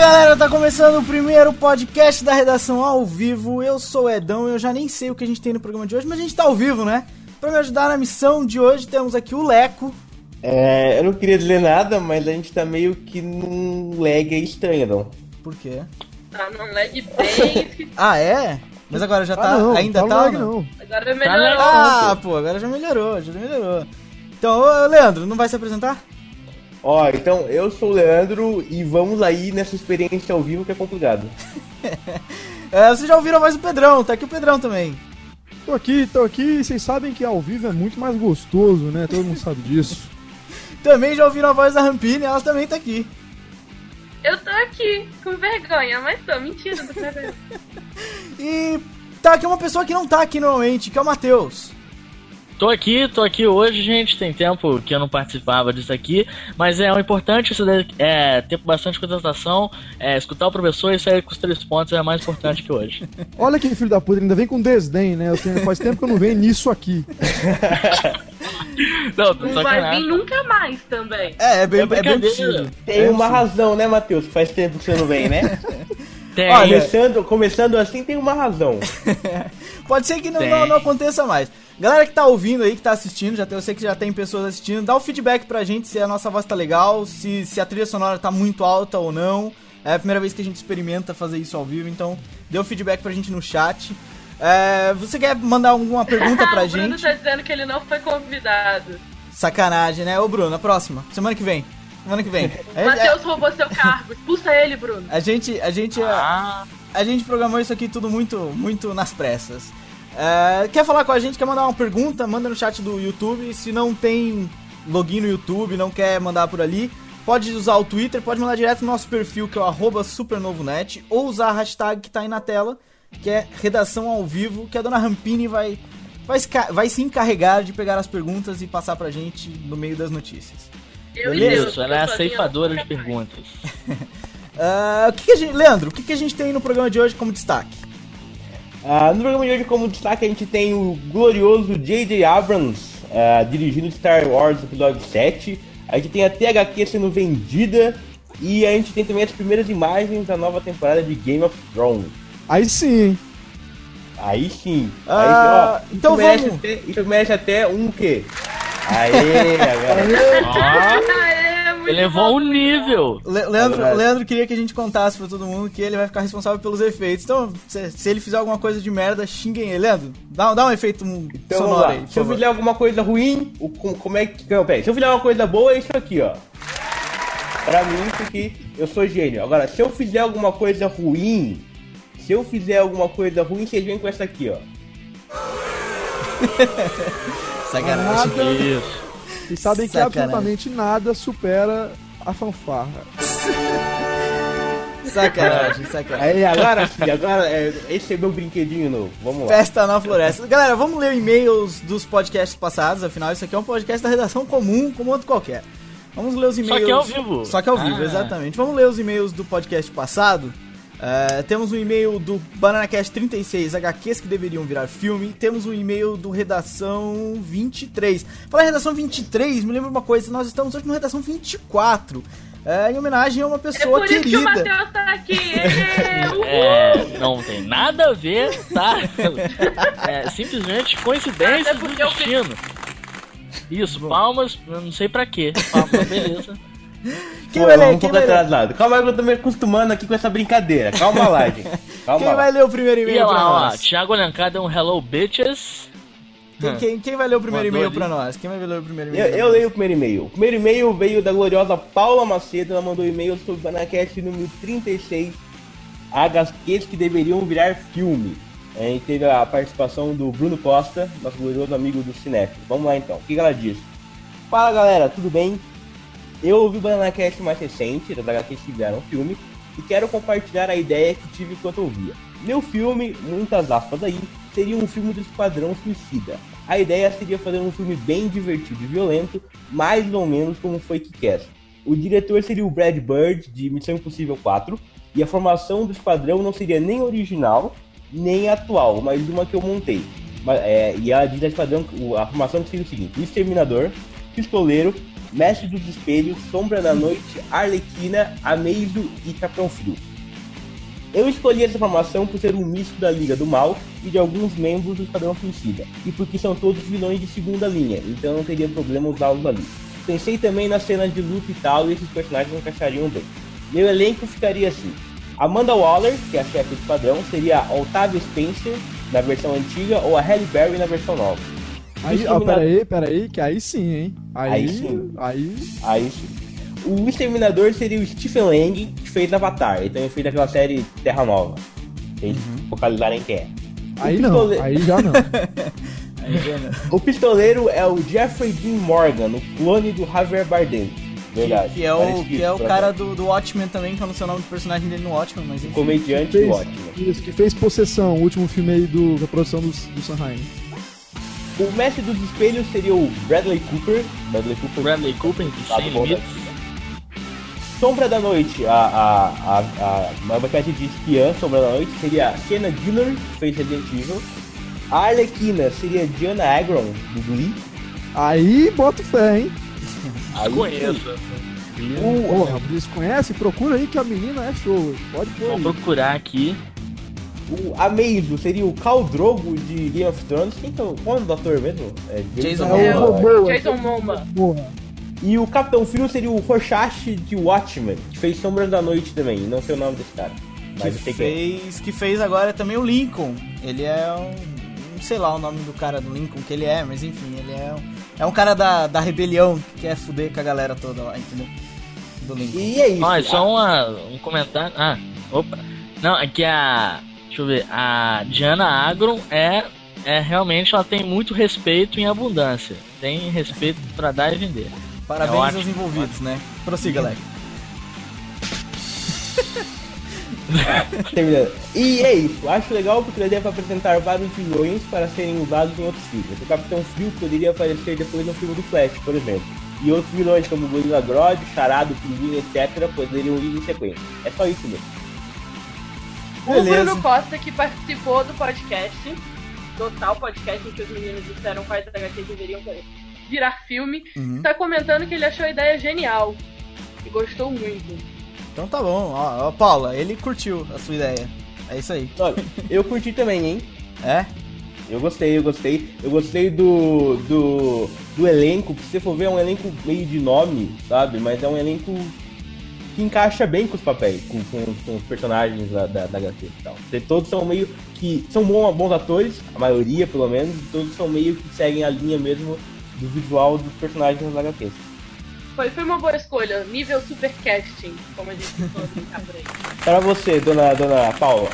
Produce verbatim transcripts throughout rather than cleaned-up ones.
galera, tá começando o primeiro podcast da Redação ao vivo. Eu sou o Edão e eu já nem sei o que a gente tem no programa de hoje, mas a gente tá ao vivo, né? Pra me ajudar na missão de hoje, temos aqui o Leco. É, eu não queria dizer nada, mas a gente tá meio que num lag estranho, Edão. Por quê? Tá num lag bem... Ah, é? Mas agora já tá? Ah, não, ainda não tá? lag, não? não. Agora melhorou. Ah, pô, agora já melhorou, já melhorou. Então, ô, Leandro, não vai se apresentar? Ó, então, eu sou o Leandro e vamos aí nessa experiência ao vivo que é complicado. É, vocês já ouviram a voz do Pedrão, tá aqui o Pedrão também. Tô aqui, tô aqui, e vocês sabem que ao vivo é muito mais gostoso, né? Todo mundo sabe disso. Também já ouviram a voz da Rampini, ela também tá aqui. Eu tô aqui, com vergonha, mas tô mentindo do cabelo. E tá aqui uma pessoa que não tá aqui normalmente, que é o Matheus. Tô aqui, tô aqui hoje, gente. Tem tempo que eu não participava disso aqui, mas é o importante isso daí, é ter bastante concentração, é, escutar o professor e sair com os três pontos é mais importante que hoje. Olha que filho da puta, ele ainda vem com desdém, né? Eu tenho, faz tempo que eu não venho nisso aqui. Não, tô Não vai vir nunca mais também. É, é bem, É é bem brincadeira. possível. Tem É uma possível. razão, né, Matheus? Faz tempo que você não vem, né? Tem. Olha, Começando, começando assim tem uma razão. Pode ser que não, Tem. não, não aconteça mais. Galera que tá ouvindo aí, que tá assistindo, já tem, eu sei que já tem pessoas assistindo, dá o feedback pra gente se a nossa voz tá legal, se, se a trilha sonora tá muito alta ou não. É a primeira vez que a gente experimenta fazer isso ao vivo, então dê o feedback pra gente no chat. É, você quer mandar alguma pergunta pra O Bruno gente? tá dizendo que ele não foi convidado. Sacanagem, né? Ô Bruno, a próxima, semana que vem. Semana que vem. O Matheus roubou seu cargo, expulsa ele, Bruno. A gente, a gente, Ah, a gente programou isso aqui tudo muito, muito nas pressas. É, quer falar com a gente, quer mandar uma pergunta, manda no chat do YouTube. Se não tem login no YouTube, não quer mandar por ali, pode usar o Twitter, pode mandar direto no nosso perfil, que é o arroba supernovonet, ou usar a hashtag que tá aí na tela, que é redação ao vivo, que a dona Rampini vai, vai, se, vai se encarregar de pegar as perguntas e passar pra gente no meio das notícias. Eu e Beleza? Deus, isso, ela é a eu sozinha ceifadora nunca de mais. perguntas. Uh, o que, que a gente, Leandro, o que, que a gente tem no programa de hoje como destaque? Ah, no programa de hoje, como destaque, a gente tem o glorioso J J Abrams ah, dirigindo Star Wars Episódio sete. A gente tem a T H Q sendo vendida e a gente tem também as primeiras imagens da nova temporada de Game of Thrones. Aí sim, Aí sim. Ah, Aí, ó, então isso merece vamos. até- isso merece até um quê? Aê, agora. Ó, É, muito elevou bom. um nível. Le Leandro, É verdade. Leandro queria que a gente contasse pra todo mundo que ele vai ficar responsável pelos efeitos. Então, se, se ele fizer alguma coisa de merda, xinguem ele. Leandro, dá, dá um efeito um Então vamos sonoro lá. aí, por Se eu favor. fizer alguma coisa ruim, o, com- como é que. Não, peraí. Se eu fizer uma coisa boa, é isso aqui, ó. Pra mim, isso aqui, eu sou gênio. Agora, se eu fizer alguma coisa ruim, se eu fizer alguma coisa ruim, vocês vêm com essa aqui, ó. Sacanagem. Nada. Isso. e sabem que Sacanagem. absolutamente nada supera a fanfarra. Sacanagem, sacanagem. Aí, agora sim, agora é, esse é meu brinquedinho novo. Vamos lá. Festa na floresta. Galera, vamos ler e-mails dos podcasts passados. Afinal, isso aqui é um podcast da redação comum, como outro qualquer. Vamos ler os e-mails. Só que ao vivo. Só que ao vivo, Ah. exatamente. Vamos ler os e-mails do podcast passado. É, temos um e-mail do BananaCast trinta e seis, H Qs que deveriam virar filme. Temos um e-mail do Redação vinte e três. Falar em Redação vinte e três, me lembra uma coisa. Nós estamos hoje no Redação vinte e quatro. É, em homenagem a uma É pessoa por isso que o querida. Matheus tá aqui. É, uhul. É, não tem nada a ver, tá? É simplesmente coincidência Até do porque eu fiz- destino. Isso, palmas, eu não sei pra quê. Palmas, beleza. Quem Pô, vai eu ler? um Quem pouco vai ler? atrasado. Calma aí que eu tô me acostumando aqui com essa brincadeira. Calma lá, gente. Calma Quem lá. vai ler o primeiro E e-mail pra lá, ó, nós? Thiago Alencar deu um hello bitches. Quem, quem, quem vai ler o primeiro Mandou e-mail ali. pra nós? Quem vai ler o primeiro Eu, e-mail? pra eu nós? leio o primeiro e-mail. O primeiro e-mail veio da gloriosa Paula Macedo. Ela mandou e-mail sobre o Banacast número trinta e seis, H Qs que deveriam virar filme. A gente teve a participação do Bruno Costa, nosso glorioso amigo do Cinéfilo. Vamos lá então. O que que ela diz? Fala galera, tudo bem? Eu ouvi o Bananacast mais recente, das H Qs que viraram filme, e quero compartilhar a ideia que tive enquanto ouvia. Meu filme, muitas aspas aí, seria um filme do Esquadrão Suicida. A ideia seria fazer um filme bem divertido e violento, mais ou menos como foi Kick-Ass. O diretor seria o Brad Bird, de Missão Impossível quatro, e a formação do Esquadrão não seria nem original, nem atual, mas uma que eu montei. Mas, é, e a diz a Esquadrão, a formação seria o seguinte: o Exterminador, Pistoleiro, Mestre dos Espelhos, Sombra da Noite, Arlequina, Amazo e Capitão Frio. Eu escolhi essa formação por ser um misto da Liga do Mal e de alguns membros do Esquadrão Suicida, e porque são todos vilões de segunda linha, então não teria problema usá-los ali. Pensei também nas cenas de luta e tal, e esses personagens encaixariam bem. Meu elenco ficaria assim: Amanda Waller, que é a chefe do esquadrão, seria a Octavia Spencer na versão antiga ou a Halle Berry na versão nova. Aí, ó, peraí, peraí, que aí sim, hein? Aí, Aí sim. Aí, Aí sim. O Exterminador seria o Stephen Lang, que fez Avatar, e também fez aquela série Terra Nova. Tem que Uhum. focalizar em quem é. aí O não, pistole- aí já não. Aí, Jana. O pistoleiro é o Jeffrey Dean Morgan, o clone do Javier Bardem. Verdade. Que é o, Parece que é o por cara acaso. do, do Watchmen também, que eu não sei o nome do personagem dele no Watchmen, mas enfim. Comediante Fez- do ótimo. Isso, que fez Possessão, o último filme aí do, da produção do, do Sanheim. O mestre dos espelhos seria o Bradley Cooper. Bradley Cooper. Bradley Cooper, Tá sem bom, né? limites. Sombra da Noite, a, a, a, a uma espécie de espiã, Sombra da Noite, seria a Sienna Diller, que fez Resident Evil. A Arlequina seria Diana Agron, do Glee. Aí bota fé, hein? Aí, Conheço. O, Porra, vocês conhecem? Procura aí que a menina é show. Pode pôr Vou aí. procurar aqui. o Amazo seria o Khal Drogo de Game of Thrones. Quem que é o, qual é o do ator mesmo? É Jason É o Momoa. robô. Jason Momoa. Porra. E o Capitão Frio seria o Rorschach de Watchmen, que fez Sombras da Noite também. Não sei o nome desse cara. Mas eu Que sei que é. fez, que fez agora também o Lincoln. Ele é um. Não sei lá o nome do cara do Lincoln que ele é, mas enfim, ele é um, é um cara da, da rebelião que quer fuder com a galera toda lá, entendeu? Do Lincoln. E é isso. Ó, só uma, um comentário. Ah, opa. Não, aqui a. Deixa eu ver. A Diana Agron é, é realmente, ela tem muito respeito em abundância. Tem respeito pra dar e vender. Parabéns É aos ótimo, envolvidos, né? Prossiga, Leque. Terminando. E é isso. Acho legal porque ele deve apresentar vários vilões para serem usados em outros filmes. O Capitão Frio poderia aparecer depois no filme do Flash, por exemplo. E outros vilões como o Gorilla Grodd, Charado, Pinguim, etcétera poderiam ir em sequência. É só isso mesmo. O Beleza. Bruno Costa, que participou do podcast, do tal podcast em que os meninos disseram quais H Qs deveriam virar filme, Uhum. tá comentando que ele achou a ideia genial e gostou muito. Então tá bom. Ó, ó, Paula, ele curtiu a sua ideia. É isso aí. Olha, eu curti também, hein? É? Eu gostei, eu gostei. Eu gostei do, do, do elenco, que se você for ver é um elenco meio de nome, sabe? Mas é um elenco que encaixa bem com os papéis, com, com, com os personagens da, da, da H Q e tal. Porque todos são meio que... São bons, bons atores, a maioria pelo menos, e todos são meio que seguem a linha mesmo do visual dos personagens das H Qs. Foi, foi uma boa escolha, nível super casting, como a gente costuma brincar por aí. Para você, dona, dona Paula.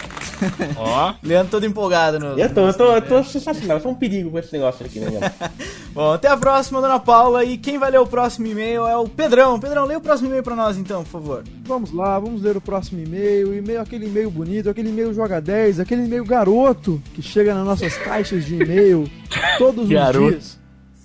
Ó. Leandro todo empolgado no. Eu tô, eu tô, eu tô sensacional, eu sou um perigo com esse negócio aqui, né, minha mãe? Bom, até a próxima, dona Paula. E quem vai ler o próximo e-mail é o Pedrão. Pedrão, lê o próximo e-mail pra nós então, por favor. Vamos lá, vamos ler o próximo e-mail. O e-mail, aquele e-mail bonito, aquele e-mail joga dez, aquele e-mail garoto que chega nas nossas caixas de e-mail todos os Garoto. dias.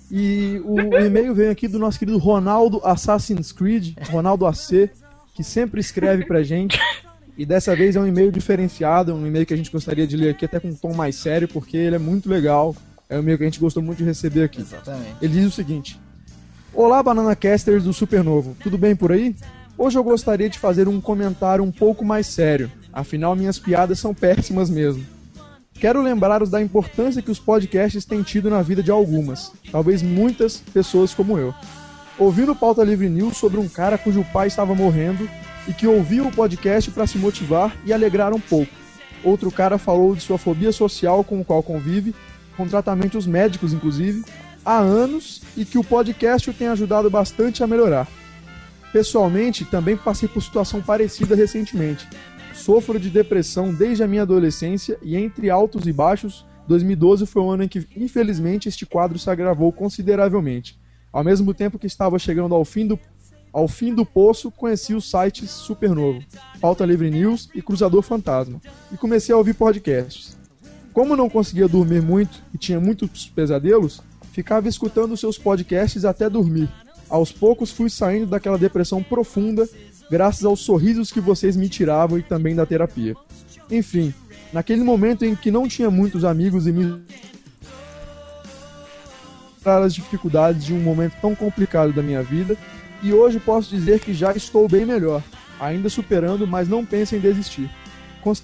E o, o e-mail vem aqui do nosso querido Ronaldo Assassin's Creed, Ronaldo A C, que sempre escreve pra gente. E dessa vez é um e-mail diferenciado, um e-mail que a gente gostaria de ler aqui até com um tom mais sério, porque ele é muito legal. É um e-mail que a gente gostou muito de receber aqui. Exatamente. Ele diz o seguinte: Olá, BananaCasters do Supernovo, tudo bem por aí? Hoje eu gostaria de fazer um comentário um pouco mais sério, afinal minhas piadas são péssimas mesmo. Quero lembrar-os da importância que os podcasts têm tido na vida de algumas, talvez muitas pessoas como eu. Ouvi no Pauta Livre News sobre um cara cujo pai estava morrendo e que ouviu o podcast para se motivar e alegrar um pouco. Outro cara falou de sua fobia social com o qual convive, com tratamentos médicos inclusive, há anos e que o podcast o tem ajudado bastante a melhorar. Pessoalmente, também passei por situação parecida recentemente. Sofro de depressão desde a minha adolescência e entre altos e baixos, dois mil e doze foi o ano em que, infelizmente, este quadro se agravou consideravelmente. Ao mesmo tempo que estava chegando ao fim do, ao fim do poço, conheci os sites Supernovo, Pauta Livre News e Cruzador Fantasma, e comecei a ouvir podcasts. Como não conseguia dormir muito e tinha muitos pesadelos, ficava escutando seus podcasts até dormir. Aos poucos fui saindo daquela depressão profunda, graças aos sorrisos que vocês me tiravam e também da terapia. Enfim, naquele momento em que não tinha muitos amigos e me... as dificuldades de um momento tão complicado da minha vida, e hoje posso dizer que já estou bem melhor, ainda superando, mas não pense em desistir. Const...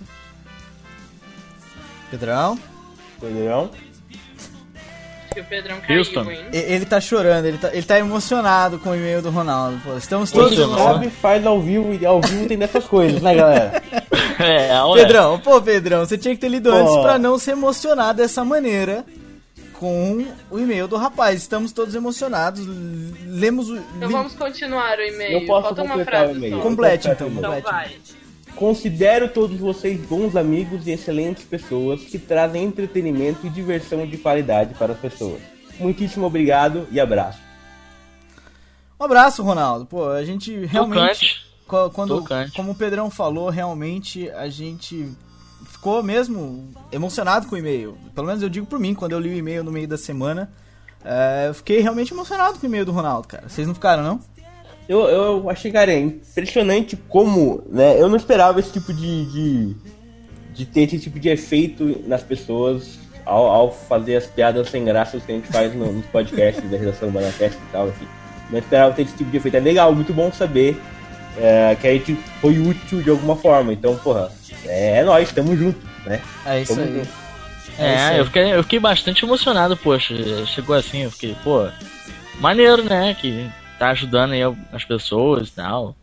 Pedrão? Pedrão? Que o Pedrão caiu, Houston. hein? E- Ele tá chorando, ele tá, ele tá emocionado com o e-mail do Ronaldo. Pô, estamos todos Quem emocionados. sabe faz ao vivo e ao vivo tem dessas coisas, né, galera? É, olha. Pedrão, pô, Pedrão, você tinha que ter lido Pô. antes pra não se emocionar dessa maneira com o e-mail do rapaz. Estamos todos emocionados. l- Lemos o. Então li- vamos continuar o e-mail. Eu posso Falta uma completar frase o e-mail. só. Complete, então, Então complete. vai. Considero todos vocês bons amigos e excelentes pessoas que trazem entretenimento e diversão de qualidade para as pessoas. Muitíssimo obrigado e abraço. Um abraço, Ronaldo. Pô, a gente realmente. Tocante. Qu- Quando, Tocante. como o Pedrão falou, realmente a gente ficou mesmo emocionado com o e-mail. Pelo menos eu digo por mim, quando eu li o e-mail no meio da semana, é, eu fiquei realmente emocionado com o e-mail do Ronaldo, cara. Vocês não ficaram, não? Eu, eu achei, cara, é impressionante como, né, eu não esperava esse tipo de, de, de ter esse tipo de efeito nas pessoas ao, ao fazer as piadas sem graça que a gente faz no, nos podcasts da redação do Banacast e tal, assim. Não esperava ter esse tipo de efeito. É legal, muito bom saber é, que a gente foi útil de alguma forma. Então, porra, é, é nóis, tamo junto, né? É isso Tamo aí. junto. É isso aí. É, eu fiquei, eu fiquei bastante emocionado, poxa. Chegou assim, eu fiquei, pô, maneiro, né? Que tá ajudando aí as pessoas e tal.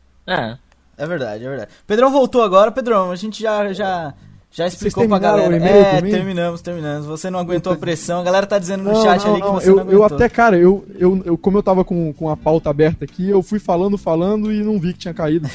É. É verdade, é verdade. Pedrão voltou agora. Pedrão, a gente já, já, já explicou pra terminaram galera. o e-mail É, por mim? terminamos, terminamos. Você não aguentou a pressão. A galera tá dizendo no Não, chat não, ali que não, você eu, não aguentou. eu até, cara, eu, eu, eu, como eu tava com, com a pauta aberta aqui, eu fui falando, falando e não vi que tinha caído.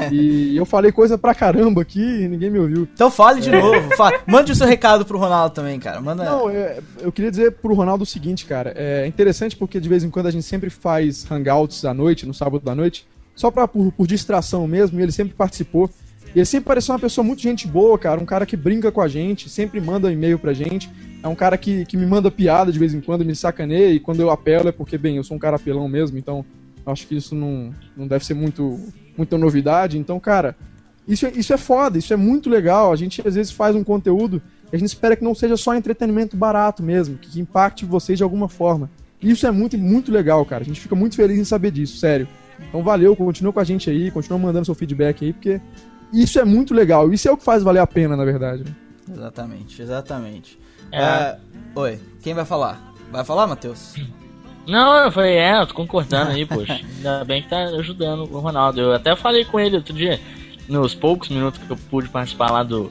E eu falei coisa pra caramba aqui e ninguém me ouviu. Então fale de novo. Fa- Mande o seu recado pro Ronaldo também, cara. Manda. Não, é, eu queria dizer pro Ronaldo o seguinte, cara. É interessante porque de vez em quando a gente sempre faz hangouts à noite, no sábado da noite, só pra, por, por distração mesmo, e ele sempre participou. E ele sempre pareceu uma pessoa muito gente boa, cara. Um cara que brinca com a gente, sempre manda um e-mail pra gente. É um cara que, que me manda piada de vez em quando, me sacaneia. E quando eu apelo é porque, bem, eu sou um cara apelão mesmo, então acho que isso não, não deve ser muito, muita novidade. Então, cara, isso é, isso é foda, isso é muito legal. A gente às vezes faz um conteúdo e a gente espera que não seja só entretenimento barato mesmo, que impacte vocês de alguma forma. E isso é muito, muito legal, cara. A gente fica muito feliz em saber disso, sério. Então valeu, continua com a gente aí, continua mandando seu feedback aí, porque isso é muito legal. Isso é o que faz valer a pena, na verdade. Exatamente, exatamente. É. É, Oi, quem vai falar? Vai falar, Matheus? Não, eu falei, é, eu tô concordando aí, poxa. Ainda bem que tá ajudando o Ronaldo. Eu até falei com ele outro dia, nos poucos minutos que eu pude participar lá do.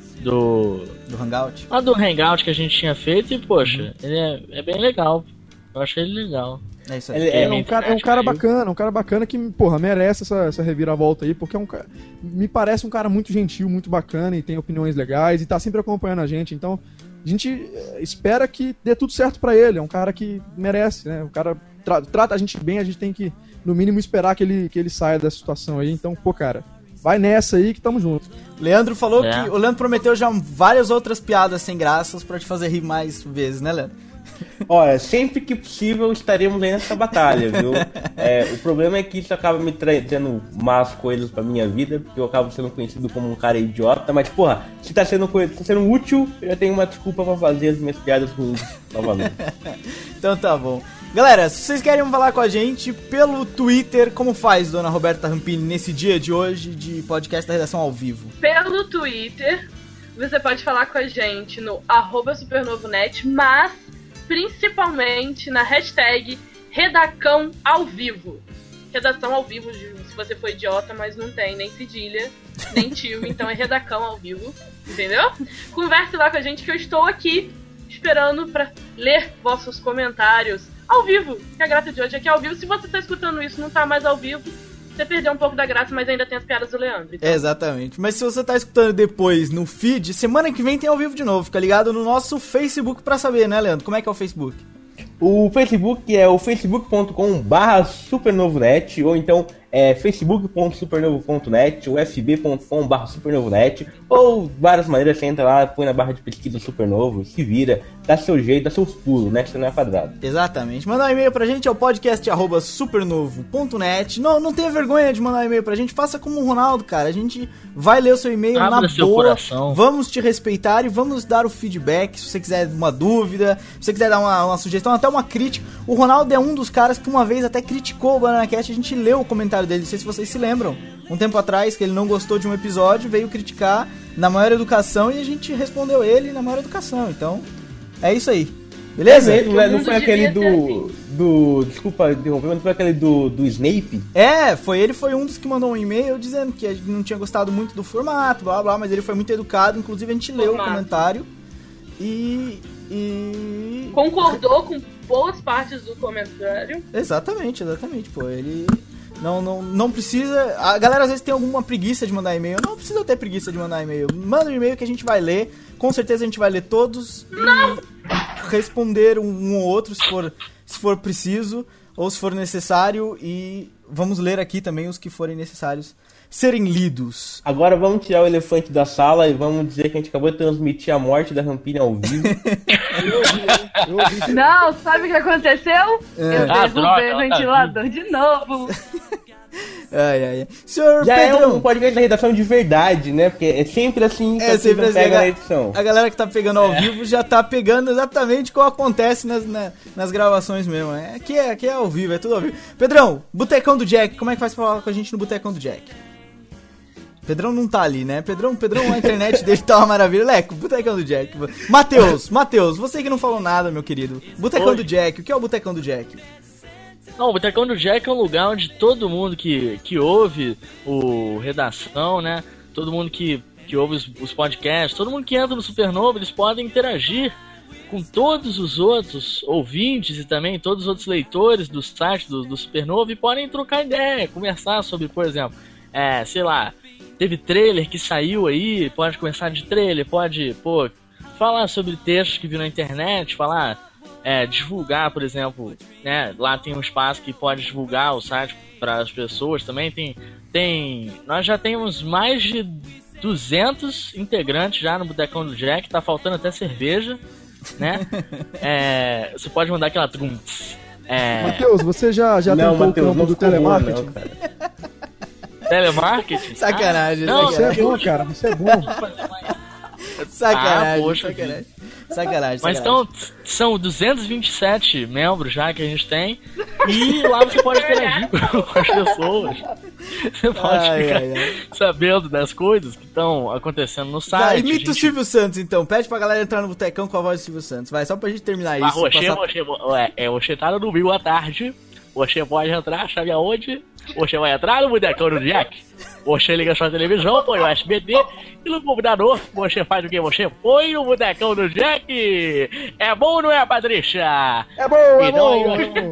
Do. Do Hangout? Lá do Hangout que a gente tinha feito e, poxa, ele é, é bem legal. Eu achei ele legal. É isso aí. Ele- É, É, um cara, é um cara bacana, um cara bacana que, porra, merece essa, essa reviravolta aí, porque é um cara. Me parece um cara muito gentil, muito bacana e tem opiniões legais e tá sempre acompanhando a gente. Então, a gente eh, espera que dê tudo certo pra ele. É um cara que merece, né? O cara tra- trata a gente bem, a gente tem que, no mínimo, esperar que ele, que ele saia dessa situação aí. Então, pô, cara, vai nessa aí que tamo junto. Leandro falou É. que. O Leandro prometeu já várias outras piadas sem graças pra te fazer rir mais vezes, né, Leandro? Olha, sempre que possível estaremos aí nessa batalha, viu? É, o problema é que isso acaba me trazendo más coisas pra minha vida, porque eu acabo sendo conhecido como um cara idiota, mas porra, se tá sendo, coi- tá sendo útil, eu já tenho uma desculpa pra fazer as minhas piadas ruins novamente. Então tá bom. Galera, se vocês querem falar com a gente pelo Twitter, como faz, dona Roberta Rampini, nesse dia de hoje de podcast da redação ao vivo? Pelo Twitter, você pode falar com a gente no arroba supernovonet, mas principalmente na hashtag Redacão ao Vivo. Redação ao vivo, se você for idiota, mas não tem nem cedilha, nem tio, então é Redacão ao vivo, entendeu? Converse lá com a gente que eu estou aqui esperando pra ler vossos comentários ao vivo, que a graça de hoje é que é ao vivo. Se você tá escutando isso e não tá mais ao vivo, você perdeu um pouco da graça, mas ainda tem as piadas do Leandro. Então. Exatamente. Mas se você tá escutando depois no feed, semana que vem tem ao vivo de novo. Fica ligado no nosso Facebook pra saber, né, Leandro? Como é que é o Facebook? O Facebook é o facebook ponto com barra supernovonet, ou então é facebook ponto supernovo ponto net, ou f b ponto com barra supernovonet, ou várias maneiras, você entra lá, põe na barra de pesquisa Supernovo, se vira, dá seu jeito, dá seus pulos, né? Que você não é quadrado. Exatamente. Mandar um e-mail pra gente é o podcast arroba supernovo ponto net. Não, não tenha vergonha de mandar um e-mail pra gente. Faça como o Ronaldo, cara. A gente vai ler o seu e-mail Abra na seu boa. coração. Vamos te respeitar e vamos dar o feedback. Se você quiser uma dúvida, se você quiser dar uma, uma sugestão, até uma crítica. O Ronaldo é um dos caras que uma vez até criticou o BananaCast. A gente leu o comentário dele, não sei se vocês se lembram. Um tempo atrás, que ele não gostou de um episódio, veio criticar na maior educação e a gente respondeu ele na maior educação. Então, é isso aí. Beleza? É mesmo, né? Não mundo foi aquele devia ser do. do. Desculpa interromper, mas não foi aquele do, do Snape? É, foi ele foi um dos que mandou um e-mail dizendo que a gente não tinha gostado muito do formato, blá blá, mas ele foi muito educado, inclusive a gente leu Formato. o comentário e. e... Concordou com boas partes do comentário. Exatamente, exatamente, pô, ele. Não, não, não precisa. A galera às vezes tem alguma preguiça de mandar e-mail. Não precisa ter preguiça de mandar e-mail. Manda um e-mail que a gente vai ler. Com certeza a gente vai ler todos. Não! E responder um, um ou outro se for, se for preciso ou se for necessário. E vamos ler aqui também os que forem necessários serem lidos. Agora vamos tirar o elefante da sala e vamos dizer que a gente acabou de transmitir a morte da Rampini ao vivo. Eu ouvi, eu ouvi. Não, sabe o que aconteceu? É. Eu Ah, derrubei droga, o ela tá ventilador de novo. Ai, ai, ai. Senhor Já Pedrão. é um podcast da redação de verdade, né? Porque é sempre assim que É, vocês sempre não assim, pegam a, na edição. a galera que tá pegando ao vivo já tá pegando exatamente como acontece nas, na- nas gravações mesmo. Né? Aqui, é, aqui é ao vivo, é tudo ao vivo. Pedrão, Botecão do Jack, como é que faz pra falar com a gente no Botecão do Jack? Pedrão não tá ali, né? Pedrão, Pedrão, a internet dele tá uma maravilha. Leco, Botecão do Jack. Matheus, Matheus, você que não falou nada, meu querido. Botecão Oi. do Jack, o que é o Botecão do Jack? Não, o Botecão do Jack é um lugar onde todo mundo que, que ouve o Redação, né? Todo mundo que, que ouve os, os podcasts, todo mundo que entra no Supernova, eles podem interagir com todos os outros ouvintes e também todos os outros leitores do site do, do Supernova e podem trocar ideia, conversar sobre, por exemplo, é, sei lá, teve trailer que saiu aí, pode conversar de trailer, pode, pô, falar sobre textos que viu na internet, falar... É, divulgar, por exemplo, né? Lá tem um espaço que pode divulgar o site para as pessoas também. Tem, tem, nós já temos mais de duzentos integrantes já no Botecão do Jack. Tá faltando até cerveja, né? É, você pode mandar aquela trum. É, Matheus, você já, já Não, tentou Matheus, o campo não do ficou boa, não, telemarketing? cara. telemarketing. Sacanagem, Ah, não, Você é sacanagem. bom, cara, você é bom. Sacanagem, Ah, poxa, sacanagem. Sacanagem, Mas sacanagem. então, são duzentos e vinte e sete membros já que a gente tem. E lá você pode interagir com as pessoas. Você pode Ai, ficar ai, ai. sabendo das coisas que estão acontecendo no Tá, site. imita a o gente- Silvio Santos, então. Pede pra galera entrar no Botecão com a voz do Silvio Santos. Vai, só pra gente terminar isso. Ah, você, passar- você, é, é, você tá no domingo à tarde. Você pode entrar, sabe aonde? Você vai entrar no Botecão do Jack. Você liga sua televisão, põe o S B T e no computador você faz o que? Você põe no Botecão do Jack. É bom, não é, Patrícia? É bom, é Então, bom, aí, é bom.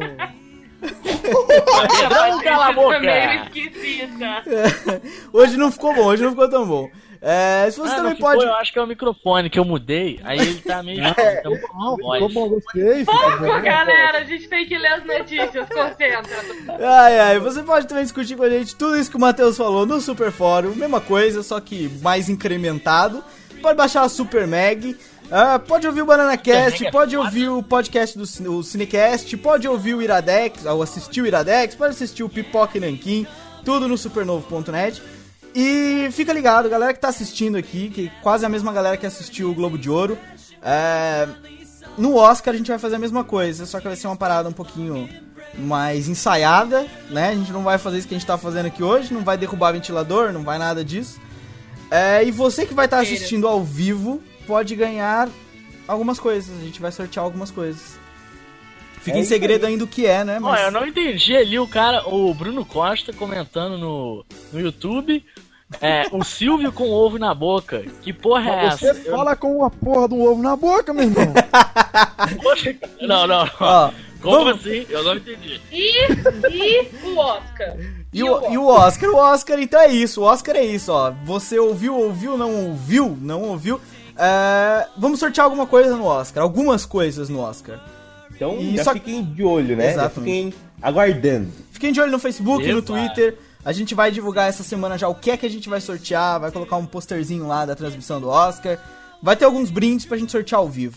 Não, cala a boca. Meio esquisita. Hoje não ficou bom, hoje não ficou tão bom. É, se você Ah, também não ficou, pode. eu acho que é o microfone que eu mudei. Aí ele tá meio. Tá um pouco mal, Ficou voz. bom, gostei. ficou Pô, bom. galera, a gente tem que ler as notícias, concentra. Ai, ai, você pode também discutir com a gente tudo isso que o Matheus falou no Super Fórum, mesma coisa, só que mais incrementado. Pode baixar a Super Mag, ah, pode ouvir o BananaCast, pode ouvir o podcast do Cine- o Cinecast, pode ouvir o Iradex, ou assistir o Iradex, pode assistir o Pipoca e Nanquim, tudo no supernovo ponto net. E fica ligado, galera que tá assistindo aqui, que quase a mesma galera que assistiu o Globo de Ouro. É, no Oscar a gente vai fazer a mesma coisa, só que vai ser uma parada um pouquinho mais ensaiada, né? A gente não vai fazer isso que a gente tá fazendo aqui hoje, não vai derrubar ventilador, não vai nada disso. É, e você que vai estar assistindo ao vivo pode ganhar algumas coisas, a gente vai sortear algumas coisas. Fica É em isso segredo aí. ainda o que é, né? Olha, eu não entendi ali o cara, o Bruno Costa comentando no, no YouTube. É, o Silvio com ovo na boca. Que porra é Você essa? Eu- fala com a porra do ovo na boca, meu irmão. Poxa, Não, não, não. Ó, Como vamos- assim? Eu não entendi. E, e o Oscar? E o, e o Oscar, o Oscar, então é isso, o Oscar é isso, ó. Você ouviu, ouviu, não ouviu, não ouviu. É, vamos sortear alguma coisa no Oscar, algumas coisas no Oscar. Então E já só- fiquem de olho, né? Já Exatamente. fiquem aguardando. Fiquem de olho no Facebook, no Epa. Twitter. A gente vai divulgar essa semana já o que é que a gente vai sortear. Vai colocar um posterzinho lá da transmissão do Oscar. Vai ter alguns brindes pra gente sortear ao vivo.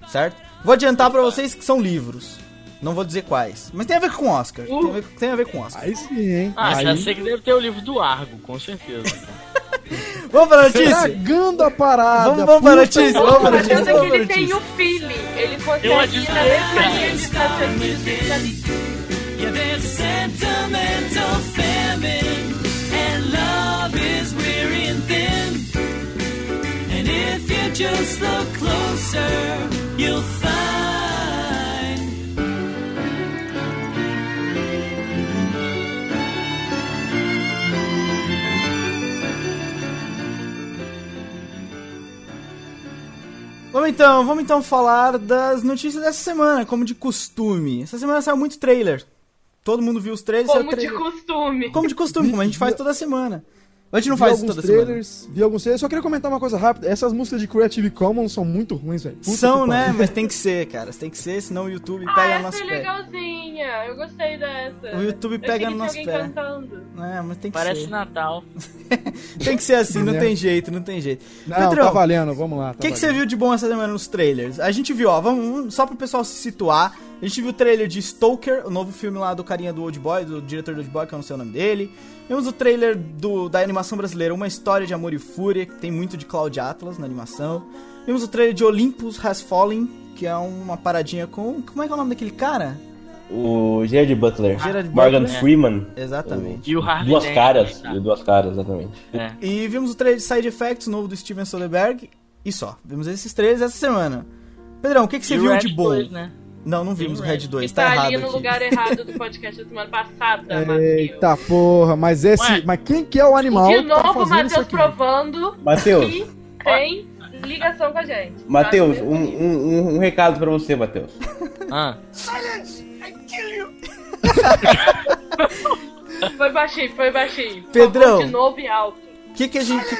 certo? Vou adiantar pra vocês que são livros. Não vou dizer quais. Mas tem a ver com Oscar. Uh. Tem, a ver, tem a ver com Oscar. Aí sim, hein? Ah, aí... já sei que deve ter o livro do Argo, com certeza. Vamos pra notícia? Estragando a parada. Vamos, vamos pra puta notícia, que- vamos pra O Matheus notícia, é que vamos pra ele tem notícia. o feeling. Ele Eu consegue ir na adivinhei, mesma cara. linha de raciocínio. Yeah, there's a sentimental famine, and love is weary and thin. And if you just look closer, you'll find. Vamos então, vamos então falar das notícias dessa semana, como de costume. Essa semana saiu muito trailer. Todo mundo viu os trailers, saiu Como de trailer. costume. Como de costume, como a gente faz toda semana. A gente não Vi faz isso alguns toda semana. trailers, vi alguns trailers. Só queria comentar uma coisa rápida. Essas músicas de Creative Commons são muito ruins, velho. Puta São, que né? pariu. Mas tem que ser, cara. Tem que ser, senão o YouTube Ah, pega no essa nosso é pé. legalzinha. Eu gostei dessa. O YouTube Eu pega achei no que nosso tinha pé. alguém cantando. É, mas tem que Parece ser. Natal. Tem que ser assim, não É. tem jeito, não tem jeito. Não, Pedrão, tá valendo, vamos lá. O que, que você viu de bom essa semana nos trailers? A gente viu, ó, vamos, só pro pessoal se situar. A gente viu o trailer de Stoker, o novo filme lá do carinha do Old Boy, do diretor do Old Boy, que eu não sei o nome dele. Vimos o trailer do, da animação brasileira, Uma História de Amor e Fúria, que tem muito de Cloud Atlas na animação. Vimos o trailer de Olympus Has Fallen, que é uma paradinha com... Como é que é o nome daquele cara? O Gerard Butler. Gerard Morgan Butler. Freeman. Exatamente. E o Harvey Duas Dent, caras. tá? E duas caras, exatamente. É. E vimos o trailer de Side Effects, novo do Steven Soderbergh, e só. Vimos esses trailers essa semana. Pedrão, o que, que você E o viu Red de bom? dois, né? Não, não vimos o Tem o Red Red. dois, Que tá, tá errado ali no aqui. lugar errado do podcast da semana passada, Matheus. Eita porra, mas esse. Ué. Mas quem que é o animal De que tá novo, o fazendo isso Matheus aqui? provando Matheus, que tem ligação com a gente. Matheus, Tá? um, um, um recado pra você, Matheus. Ah, Foi baixinho, foi baixinho. Por Pedrão. favor, de novo e alto. O que que a gente...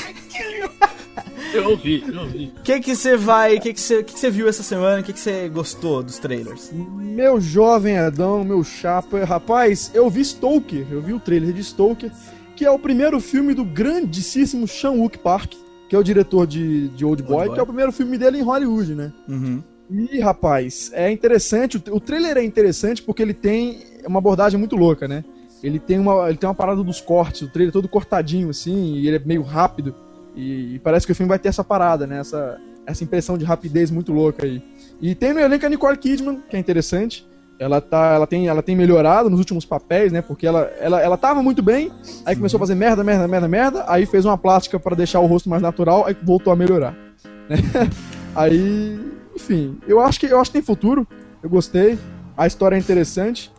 eu ouvi, eu ouvi. O que que você vai... O que que você que que você viu essa semana? O que que você gostou dos trailers? Meu jovem Adão, meu chapa. Rapaz, eu vi Stoker, eu vi o trailer de Stoker, que é o primeiro filme do grandíssimo Chan-wook Park, que é o diretor de, de Old Boy, Boy. que é o primeiro filme dele em Hollywood, né? Uhum. E, rapaz, é interessante, o, o trailer é interessante porque ele tem uma abordagem muito louca, né? Ele tem uma, ele tem uma parada dos cortes, o trailer todo cortadinho, assim, e ele é meio rápido, e, e parece que o filme vai ter essa parada, né? Essa, essa impressão de rapidez muito louca aí. E tem no elenco a Nicole Kidman, que é interessante, ela, tá, ela, tem, ela tem melhorado nos últimos papéis, né? Porque ela, ela, ela tava muito bem, aí começou a fazer merda, merda, merda, merda, aí fez uma plástica pra deixar o rosto mais natural, aí voltou a melhorar, né? Aí, enfim, eu acho que eu acho que tem futuro, eu gostei, a história é interessante,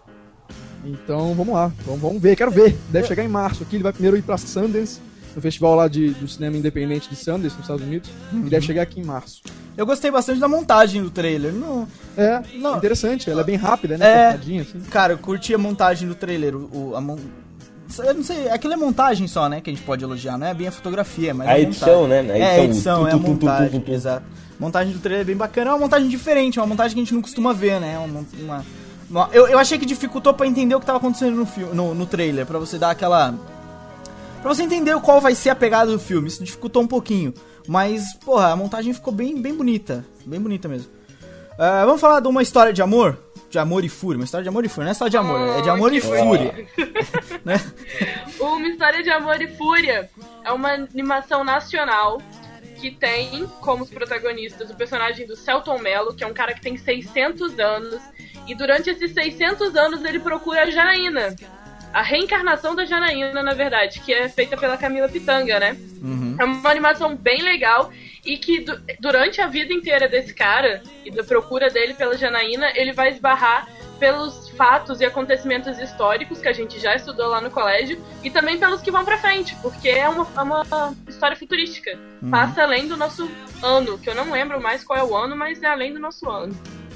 então vamos lá, vamos, vamos ver, quero ver, deve chegar em março aqui, ele vai primeiro ir pra Sundance, no festival lá de, do cinema independente de Sundance, nos Estados Unidos, e deve chegar aqui em março. Eu gostei bastante da montagem do trailer. Não, É, Não. interessante, ela é bem rápida, né, É. cortadinha, assim. cara, eu curti a montagem do trailer. O, o- a mon... Eu não sei, aquilo é montagem só, né? Que a gente pode elogiar, não é bem a fotografia, mas A a edição, montagem. né? A É, a edição, edição, tu, é a tu, tu, tu, montagem, tu, tu, tu. exato. A montagem do trailer é bem bacana, é uma montagem diferente, é uma montagem que a gente não costuma ver, né? Uma, uma- uma- Eu, eu achei que dificultou pra entender o que tava acontecendo no, filme, no, no trailer, pra você dar aquela... Pra você entender qual vai ser a pegada do filme, isso dificultou um pouquinho. Mas, porra, a montagem ficou bem, bem bonita, bem bonita mesmo. Ah, vamos falar de uma história de amor? De amor e fúria, uma história de amor e fúria, não é só de amor, é de amor e que fúria. Né? Uma História de Amor e Fúria é uma animação nacional que tem como os protagonistas o personagem do Selton Mello, que é um cara que tem seiscentos anos, e durante esses seiscentos anos ele procura a Janaína. A reencarnação da Janaína, na verdade, que é feita pela Camila Pitanga, né? Uhum. É uma animação bem legal e que du- durante a vida inteira desse cara e da procura dele pela Janaína, ele vai esbarrar pelos fatos e acontecimentos históricos que a gente já estudou lá no colégio e também pelos que vão pra frente, porque é uma, é uma história futurística. Uhum. Passa além do nosso ano, que eu não lembro mais qual é o ano, mas é além do nosso ano.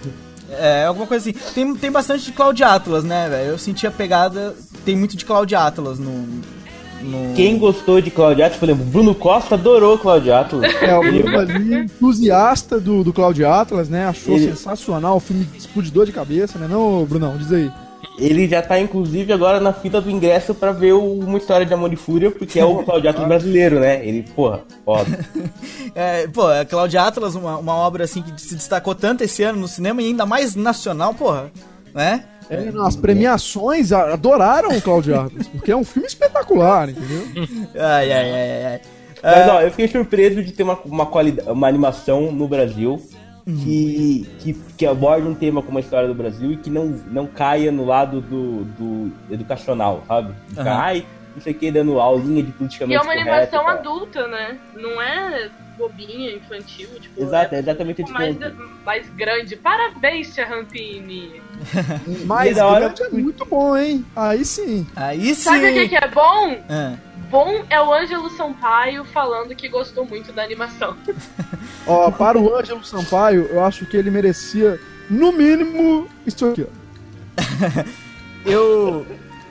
É, alguma coisa assim. Tem, tem bastante de Cloud Atlas, né, velho? Eu senti a pegada. Tem muito de Cloud Atlas no. no... Quem gostou de Cloud Atlas, por exemplo, Bruno Costa adorou Cloud Atlas. É, o Bruno ali, entusiasta do, do Cloud Atlas, né? Achou Ele- sensacional, o filme explodidor de cabeça, né? Não, Brunão, diz aí. ele já tá, inclusive, agora na fila do ingresso pra ver o Uma História de Amor e Fúria, porque é o Cláudio Atlas brasileiro, né? Ele, porra, foda. É, pô, a Cláudio Atlas, uma, uma obra assim que se destacou tanto esse ano no cinema e ainda mais nacional, porra, né? É, não, as premiações a- adoraram o Cláudio Atlas, porque é um filme espetacular, entendeu? Ai, ai, ai, ai. Mas, Ah, ó, eu fiquei surpreso de ter uma, uma, qualidade, uma animação no Brasil que, que, que aborda um tema como a história do Brasil e que não, não caia no lado do, do educacional, sabe? Ficar, Aham. ai, não sei o que, dando aulinha de E politicamente é uma correto animação e tal. adulta, né? Não é bobinha, infantil, tipo... Exato, é é exatamente um pouco mais, tipo. mais grande. Parabéns, Tia Rampini. Mas da hora- grande é muito bom, hein? Aí sim. aí sim. Sabe o que, que é bom? Ah, Bom é o Ângelo Sampaio falando que gostou muito da animação. Ó, para o Ângelo Sampaio, eu acho que ele merecia, no mínimo, isso aqui, ó. eu...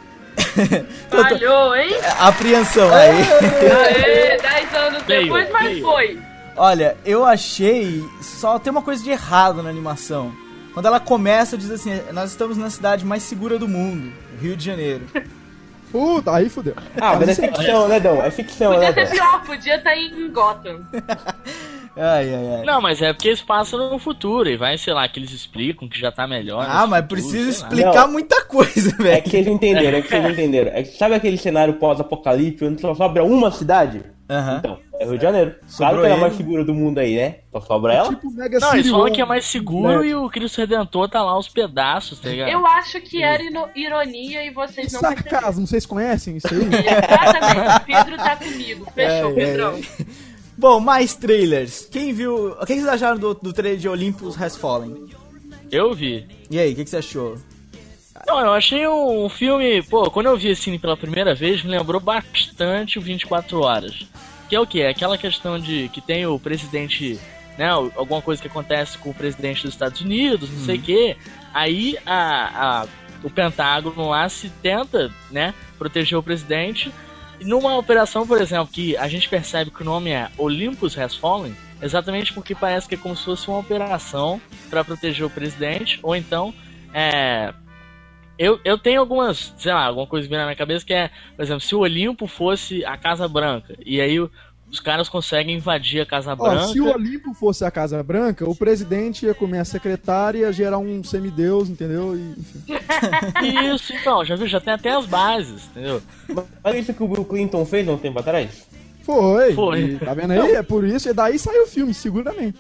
Falhou, hein? Apreensão aí. Aê, dez anos Veio, depois, mas veio. foi. Olha, eu achei só tem uma coisa de errado na animação. Quando ela começa, diz assim: nós estamos na cidade mais segura do mundo, Rio de Janeiro. Puta, aí fudeu. Ah, mas é ficção, né, Dão? É ficção, Podia né, ser Dão? pior, podia estar em Gotham. Ai, ai, ai. Não, mas é porque eles passam no futuro e vai, sei lá, que eles explicam que já tá melhor. Ah, no mas futuro, precisa sei lá. explicar Não. muita coisa, É velho. que vocês entenderam, é que vocês entenderam. É que, sabe aquele cenário pós-apocalipse onde só sobra uma cidade? Aham. Então, é Rio de Janeiro. Claro Sobrou que ela é a ele. mais segura do mundo aí, né? Só sobra ela. Tipo Mega Não, eles City falam One, que é mais seguro né? e o Cristo Redentor tá lá aos pedaços, tá ligado? Eu acho que era ino- ironia e vocês não perceberam. Sarcasmo, vocês conhecem isso aí? Exatamente, Pedro tá comigo. Fechou, Ai, Pedrão. ai. Bom, mais trailers. Quem viu... O que vocês acharam do, do trailer de Olympus Has Fallen? Eu vi. E aí, o que que você achou? Não, eu achei um filme... Pô, quando eu vi esse filme pela primeira vez, me lembrou bastante o vinte e quatro horas. Que é o quê? É aquela questão de que tem o presidente... Né, alguma coisa que acontece com o presidente dos Estados Unidos, não sei o quê. Aí a, a, o Pentágono lá se tenta, né, proteger o presidente. E numa operação, por exemplo, que a gente percebe que o nome é Olympus Has Fallen, exatamente porque parece que é como se fosse uma operação para proteger o presidente, ou então, é... Eu, eu tenho algumas, sei lá, alguma coisa vindo na minha cabeça que é, por exemplo, se o Olimpo fosse a Casa Branca, e aí o- os caras conseguem invadir a Casa Ó, Branca... se o Olimpo fosse a Casa Branca, o presidente ia comer a secretária, ia gerar um semideus, entendeu? E, enfim. Isso, então, já viu? Já tem até as bases, entendeu? Olha isso que o Bill Clinton fez há um tempo atrás. Foi. Foi. E tá vendo aí? É por isso. E daí saiu o filme, seguramente.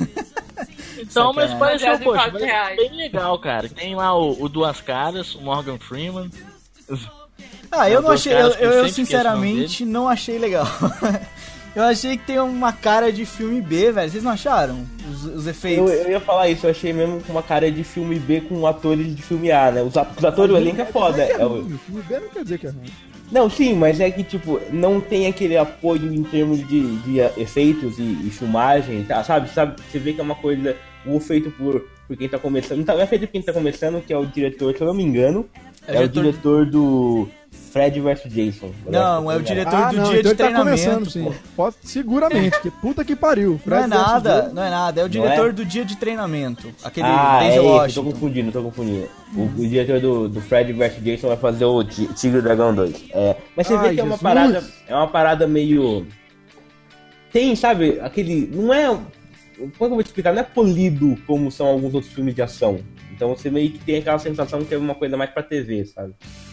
Então, mas Sacanagem. pareceu, Baseado em poxa, fatos parece reais. bem legal, cara. Tem lá o, o Duas Caras, o Morgan Freeman. Ah, eu São não dois achei... caras Eu, que eu eu, sempre sinceramente não achei legal. Eu achei que tem uma cara de filme B, velho. Vocês não acharam? Os, os Eu, efeitos. eu ia falar isso, eu achei mesmo com uma cara de filme B com atores de filme A, né? Os, a- os atores do elenco é foda. Não é que É é o- ruim, o filme B não quer dizer que é ruim. Não, sim, mas é que, tipo, não tem aquele apoio em termos de, de uh, efeitos e, e filmagem, tá? Sabe? Sabe? Você vê que é uma coisa ou feito por, por quem tá começando. Não, tá, não é feito por quem tá começando, que é o diretor, se eu não me engano, É é, o o diretor do Fred versus Jason. Não, é o diretor Ah, do não, dia então de ele tá começando, treinamento. sim. Pô. Pode, seguramente, que puta que pariu. Não Fred é versus nada, Jason. não é nada. É o Não diretor é? do dia de treinamento. Aquele Ah, é Denzel esse, tô Washington. confundindo, tô confundindo. O, o diretor do, do Fred versus Jason vai fazer o Ti- Tigre e o Dragão dois. É, mas você Ai, vê que é uma Jesus. parada, é uma parada meio... Tem, sabe, aquele... Não é... Como é que eu vou te explicar? Não é polido como são alguns outros filmes de ação. Então você meio que tem aquela sensação que é uma coisa mais pra T V, sabe?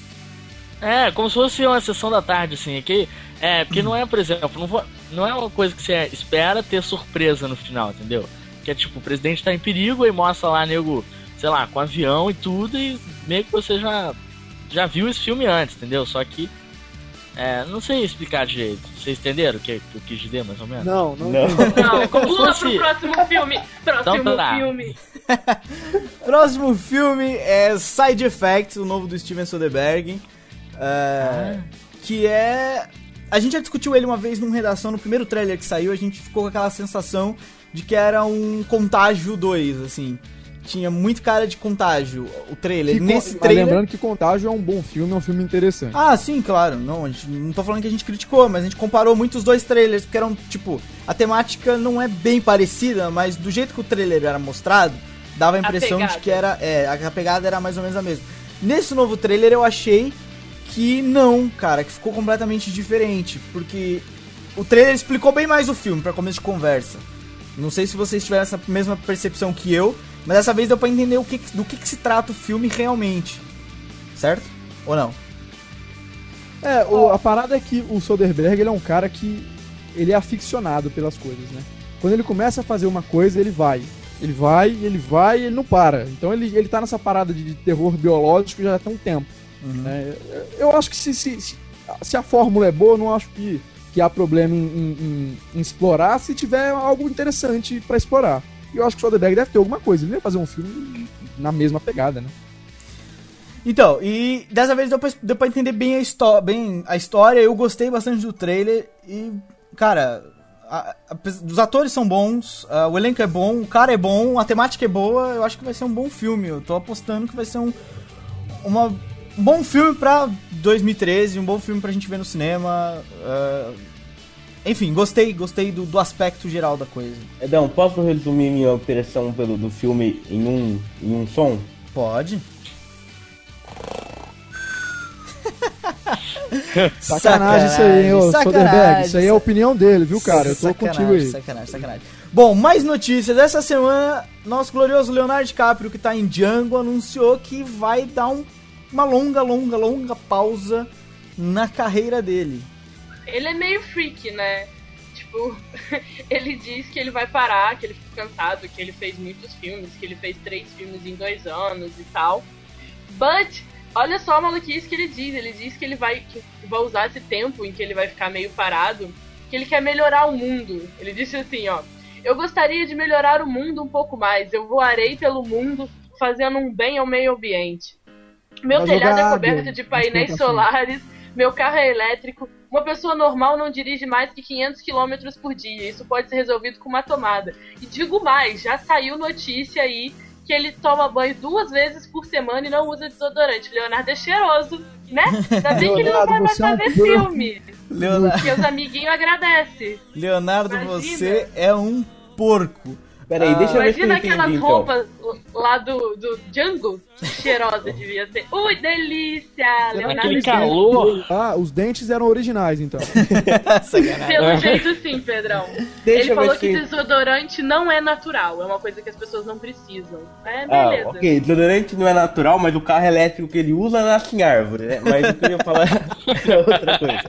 É, como se fosse uma sessão da tarde, assim. Que, é, porque não é, por exemplo, não, vo- não é uma coisa que você espera ter surpresa no final, entendeu? Que é tipo, o presidente tá em perigo e mostra lá, nego, sei lá, com avião e tudo, e meio que você já, já viu esse filme antes, entendeu? Só que, é, não sei explicar direito. Vocês entenderam o que que eu quis dizer, mais ou menos? Não, não. Não. Não, como se pula fosse- pro próximo filme. Próximo Então tá. filme. Próximo filme é Side Effects, o novo do Steven Soderbergh. é, Que é... A gente já discutiu ele uma vez numa redação, no primeiro trailer que saiu, a gente ficou com aquela sensação de que era um Contágio dois, assim. Tinha muito cara de Contágio, o trailer. Que con- Nesse mas trailer... lembrando que Contágio é um bom filme, é um filme interessante. Ah, sim, claro. Não, a gente, não tô falando que a gente criticou, mas a gente comparou muito os dois trailers, porque eram, tipo, a temática não é bem parecida, mas do jeito que o trailer era mostrado, dava a impressão pegada. de que era, é, a pegada era mais ou menos a mesma. Nesse novo trailer eu achei que não, cara, que ficou completamente diferente, porque o trailer explicou bem mais o filme, pra começo de conversa. Não sei se vocês tiveram essa mesma percepção que eu, mas dessa vez deu pra entender o que, do que, que se trata o filme realmente, certo? Ou não? É, o, a parada é que o Soderbergh, ele é um cara que ele é aficionado pelas coisas, né? Quando ele começa a fazer uma coisa, ele vai. Ele vai, ele vai e ele não para. Então ele, ele tá nessa parada de, de terror biológico já tem um tempo. Uhum. Né? Eu acho que se, se, se, se a fórmula é boa, eu não acho que, que há problema em, em, em explorar se tiver algo interessante pra explorar. E eu acho que o Soderbergh deve ter alguma coisa. Ele vai fazer um filme na mesma pegada, né? Então, e dessa vez deu pra, deu pra entender bem a, histó- bem a história. Eu gostei bastante do trailer e, cara... A, a, os atores são bons, a, o elenco é bom, o cara é bom, a temática é boa, eu acho que vai ser um bom filme. Eu tô apostando que vai ser um, uma, um bom filme pra dois mil e treze, um bom filme pra gente ver no cinema. Uh, enfim, gostei, gostei do, do aspecto geral da coisa. Edão, posso resumir minha impressão pelo, do filme em um, em um som? Pode. Sacanagem isso aí, hein, ô Soderbergh. Isso aí é a opinião dele, viu, cara? Eu tô sacanagem, contigo aí. Sacanagem, sacanagem. Bom, mais notícias. Essa semana, nosso glorioso Leonardo DiCaprio, que tá em Django, anunciou que vai dar um, uma longa, longa, longa pausa na carreira dele. Ele é meio freak, né? Tipo, ele diz que ele vai parar, que ele ficou cansado, que ele fez muitos filmes, que ele fez três filmes em dois anos e tal. But... olha só a maluquice que ele diz. Ele diz que ele vai, que vai usar esse tempo em que ele vai ficar meio parado, que ele quer melhorar o mundo. Ele disse assim, ó: eu gostaria de melhorar o mundo um pouco mais. Eu voarei pelo mundo fazendo um bem ao meio ambiente. Meu Vai telhado é jogar coberto água, de painéis exportação. solares. Meu carro é elétrico. Uma pessoa normal não dirige mais que quinhentos quilômetros por dia. Isso pode ser resolvido com uma tomada. E digo mais, já saiu notícia aí que ele toma banho duas vezes por semana e não usa desodorante. Leonardo é cheiroso, né? Ainda bem que ele não vai mais Leonardo, você é um fazer porco. filme. Leonardo, Porque os amiguinhos agradecem. Leonardo Imagina. você é um porco. Pera aí, deixa eu ver se eu Imagina entendi, aquelas então. roupas lá do, do Django. Cheirosa devia ser. Ui, delícia! Leonardo Aquele Django. calor. Ah, os dentes eram originais, então. Sacanagem. Pelo jeito sim, Pedrão. Deixa Ele eu ver falou se- que desodorante não é natural. É uma coisa que as pessoas não precisam. É, Ah, beleza. ok, desodorante não é natural, mas o carro elétrico que ele usa nasce em árvore, né? Mas o que eu ia falar era outra coisa.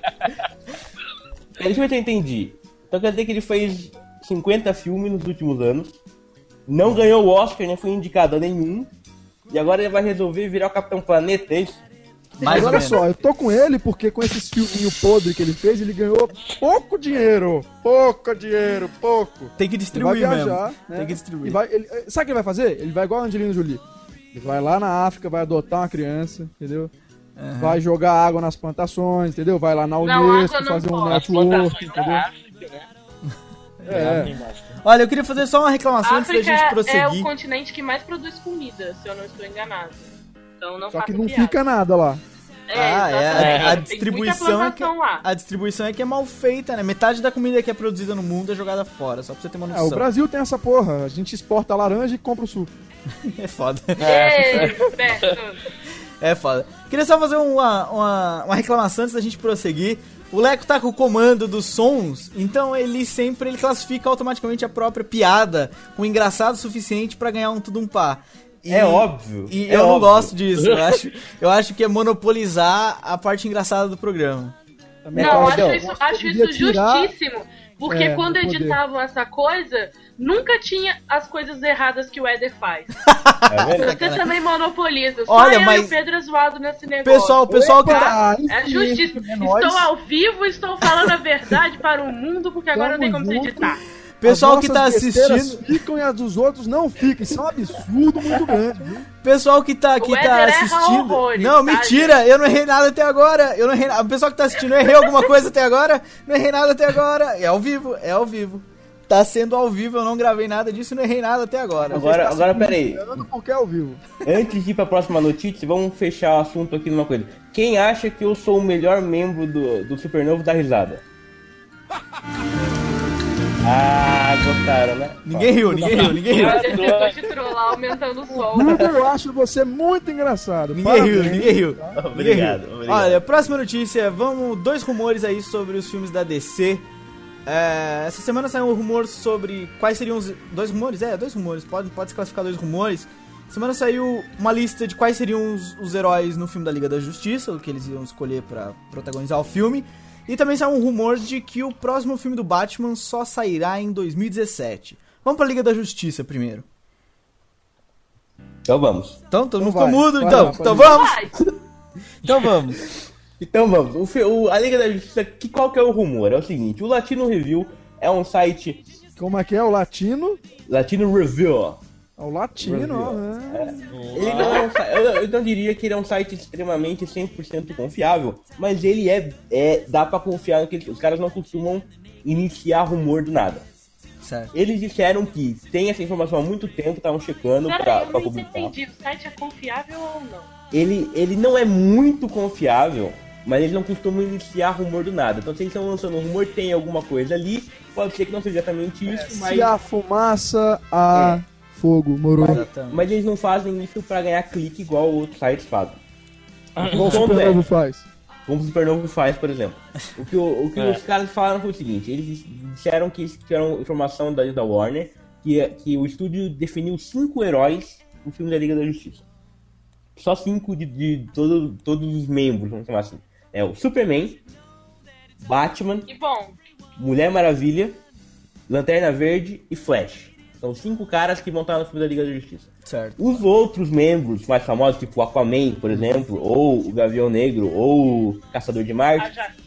Deixa eu ver se eu entendi. Então quer dizer que ele fez cinquenta filmes nos últimos anos, não ganhou o Oscar, nem foi indicado a nenhum, e agora ele vai resolver virar o Capitão Planeta, é isso? Mais Mas ou olha menos. só, eu tô com ele porque com esses filminhos podres que ele fez, ele ganhou pouco dinheiro. Pouco dinheiro, pouco. Tem que Ele vai distribuir viajar, mesmo. né? Tem que E distribuir. vai, ele, sabe o que ele vai fazer? Ele vai igual a Angelina Jolie. Ele vai lá na África, vai adotar uma criança, entendeu? Uhum. Vai jogar água nas plantações, entendeu? Vai lá na Não, Unesco água não fazer um pode. As network, plantações da entendeu? África, né? É. Tem bastante. Olha, eu queria fazer só uma reclamação antes da África gente é o prosseguir. continente que mais produz comida, se eu não estou enganado. Então não Só que façam não piada. fica nada lá. É, Ah, é, exatamente. a, a Tem distribuição muita é que, plantação lá. a distribuição é que é mal feita, né? Metade da comida que é produzida no mundo é jogada fora, só pra você ter uma É, noção. o Brasil tem essa porra. A gente exporta laranja e compra o suco. É foda. Ei, Beto. É foda. Queria só fazer uma, uma, uma reclamação antes da gente prosseguir. O Leco tá com o comando dos sons, então ele sempre ele classifica automaticamente a própria piada com engraçado o suficiente pra ganhar um tudum pá. E- É óbvio, E é eu não óbvio. gosto disso. Eu acho, eu acho que é monopolizar a parte engraçada do programa. Também Não, fala, acho Então, isso, eu acho podia isso tirar- justíssimo. Porque É, quando não poder. editavam essa coisa, nunca tinha as coisas erradas que o Éder faz. Tá vendo? Você também monopoliza. Só Olha, eu mas- e o Pedro é zoado nesse negócio. Pessoal, o pessoal que tá. Opa, É enfim, justíssimo. é nóis. Estou ao vivo, estou falando a verdade para o mundo, porque agora não tem Tamo como se junto. editar. Pessoal As que tá nossas besteiras assistindo. ficam e as dos outros não ficam. Isso é um absurdo muito grande, viu? Pessoal que tá aqui O tá Éder erra assistindo. horrores, Não, tá, mentira, eu não errei nada até agora. Eu não errei nada. O pessoal que tá assistindo, eu errei alguma coisa até agora? Não errei nada até agora. É ao vivo, é ao vivo. Tá sendo ao vivo, eu não gravei nada disso, não errei nada até agora. Agora, agora peraí. Esperando porque é ao vivo. Antes de ir pra próxima notícia, vamos fechar o assunto aqui numa coisa. Quem acha que eu sou o melhor membro do, do Supernovo da risada? Ah, Ah, gostaram, né? Ninguém riu, ninguém riu, ninguém riu. A gente tentou te trollar aumentando o som. Hugo, eu acho você muito engraçado. Ninguém Parabéns. riu, ninguém riu. Obrigado, Ninguém riu. obrigado. Olha, próxima notícia, vamos, dois rumores aí sobre os filmes da D C. É, essa semana saiu um rumor sobre quais seriam os... Dois rumores? É, dois rumores, pode, pode se classificar dois rumores. Semana saiu uma lista de quais seriam os, os heróis no filme da Liga da Justiça, o que eles iam escolher pra protagonizar o filme. E também saiu um rumor de que o próximo filme do Batman só sairá em dois mil e dezessete. Vamos pra Liga da Justiça primeiro. Então vamos. Então, todo Então mundo ficou vai, mudo, vai então. lá, Então pode ir. vamos? Vai. Então vamos. Então vamos. O, fi- o- a Liga da Justiça, que, qual que é o rumor? É o seguinte, o Latino Review é um site... Como é que é? O latino? Latino Review. É o latino, ó. né? Ele não é um, si- eu, eu não diria que ele é um site extremamente cem por cento confiável, mas ele é, é dá pra confiar no que eles- os caras não costumam iniciar rumor do nada. Certo. Eles disseram que tem essa informação há muito tempo, estavam checando Pera pra, aí, eu pra não publicar. entendi. O site é confiável ou não? Ele, ele não é muito confiável, mas eles não costumam iniciar rumor do nada. Então se eles estão lançando um rumor, tem alguma coisa ali, pode ser que não seja exatamente isso, mas... Se a fumaça, a fogo, moro. Exatamente. Mas eles não fazem isso pra ganhar clique igual outros sites fazem. Igual o ponto Supernovo é- faz. Como o Supernovo faz, por exemplo. O que, o, o que É. os caras falaram foi o seguinte, eles disseram que tiveram informação da, da Warner, que, que o estúdio definiu cinco heróis no filme da Liga da Justiça. Só cinco de, de todo, todos os membros, vamos chamar assim. É o Superman, Batman, E bom, Mulher Maravilha, Lanterna Verde e Flash. São cinco caras que vão estar no filme da Liga da Justiça. Certo. Os outros membros mais famosos, tipo o Aquaman, por exemplo, ou o Gavião Negro, ou o Caçador de ah, Marte, já.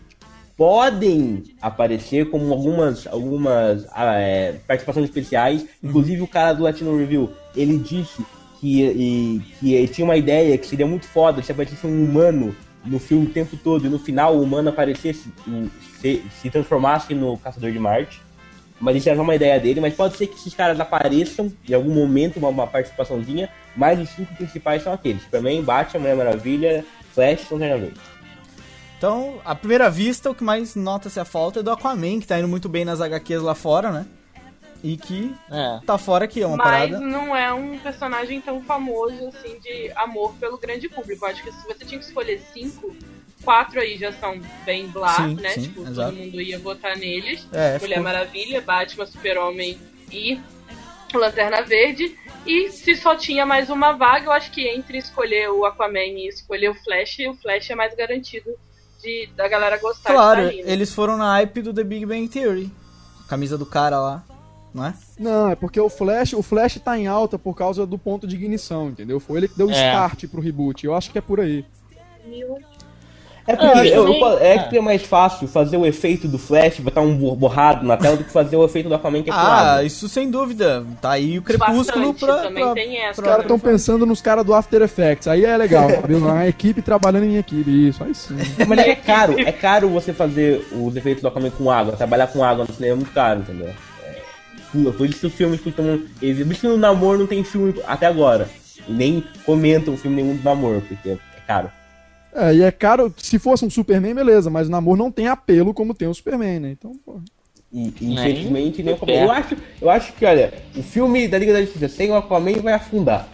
podem aparecer como algumas, algumas ah, é, participações especiais. Inclusive o cara do Latino Review, ele disse que, e, que ele tinha uma ideia que seria muito foda se aparecesse um humano no filme o tempo todo e no final o humano aparecesse, o- se, se transformasse no Caçador de Marte. Mas isso era uma ideia dele, mas pode ser que esses caras apareçam em algum momento, uma, uma participaçãozinha, mas os cinco principais são aqueles: Superman, Batman, Mulher Maravilha, Flash e Lanterna Verde. Então, à primeira vista, o que mais nota-se a falta é do Aquaman, que tá indo muito bem nas H Qs lá fora, né? E que É. tá fora aqui, é uma Mas parada. não é um personagem tão famoso assim de amor pelo grande público. Eu acho que se você tinha que escolher cinco, quatro aí já são bem blá, Sim, né? sim, tipo, exato. todo mundo ia votar neles. É, Mulher ficou- Maravilha, Batman, Super-Homem e Lanterna Verde. E se só tinha mais uma vaga, eu acho que entre escolher o Aquaman e escolher o Flash, o Flash é mais garantido de, da galera gostar Claro, de estar ali, né? eles foram na hype do The Big Bang Theory. A camisa do cara lá, não é? Não, é porque o Flash, o Flash tá em alta por causa do ponto de ignição, entendeu? Foi ele que deu o É. start pro reboot. Eu acho que é por aí. Mil- É porque Ah, eu- sim. eu- é que é mais fácil fazer o efeito do Flash, botar um bo- borrado na tela, do que fazer o efeito do Aquaman, que é com Ah, água. isso sem dúvida. Tá aí o crepúsculo Bastante, pra, também pra- tem essa. Os caras estão pensando nos caras do After Effects. Aí é legal, viu? Uma equipe trabalhando em equipe. Isso, aí sim. Mas é caro, é caro você fazer os efeitos do Aquaman com água, trabalhar com água no cinema é muito caro, entendeu? É, por isso que os filmes costumam... Eles, por isso que no namoro não tem filme até agora. E nem comentam o filme nenhum do namoro, porque é caro. É, e é caro, se fosse um Superman, beleza, mas o namoro não tem apelo como tem o Superman, né? Então, pô. E, e, Nem infelizmente, nem o de Aquaman. Eu perto. acho, eu acho que, olha, o filme da Liga da Justiça sem o Aquaman vai afundar.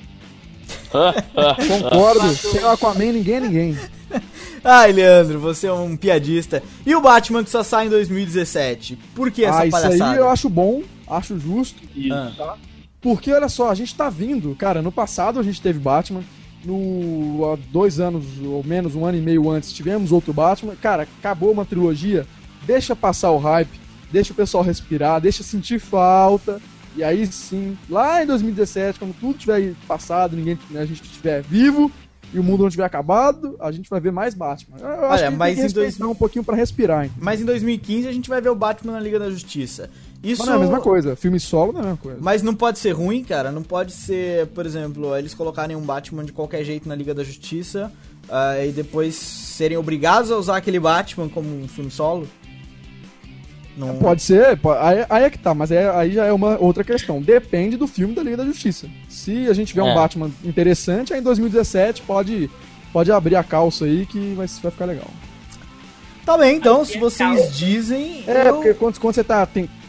Concordo. Sem o Aquaman, ninguém é ninguém. Ai, Leandro, você é um piadista. E o Batman que só sai em dois mil e dezessete? Por que essa Ah, isso palhaçada? aí eu acho bom, acho justo. Ah, Porque, olha só, a gente tá vindo, cara, no passado a gente teve Batman, no há dois anos, ou menos, um ano e meio antes, tivemos outro Batman. Cara, acabou uma trilogia, deixa passar o hype, deixa o pessoal respirar, deixa sentir falta, e aí sim, lá em dois mil e dezessete, quando tudo tiver passado, ninguém, a gente estiver vivo, e o mundo não tiver acabado, a gente vai ver mais Batman. Eu acho Olha, que a gente mas tem que em respeitar dois- um pouquinho pra respirar, hein? mas em dois mil e quinze a gente vai ver o Batman na Liga da Justiça. Isso Mas não é a mesma coisa, filme solo não é a mesma coisa. Mas não pode ser ruim, cara. Não pode ser, por exemplo, eles colocarem um Batman de qualquer jeito na Liga da Justiça ah, e depois serem obrigados a usar aquele Batman como um filme solo. Não... Pode ser, po- aí, aí é que tá, mas é- aí já é uma outra questão. Depende do filme da Liga da Justiça. Se a gente tiver um É. Batman interessante, aí em dois mil e dezessete pode, pode abrir a calça aí que vai, vai ficar legal. Tá bem, então, Aqui se é vocês calma. dizem. É, eu- porque quando, quando você tá. Tem,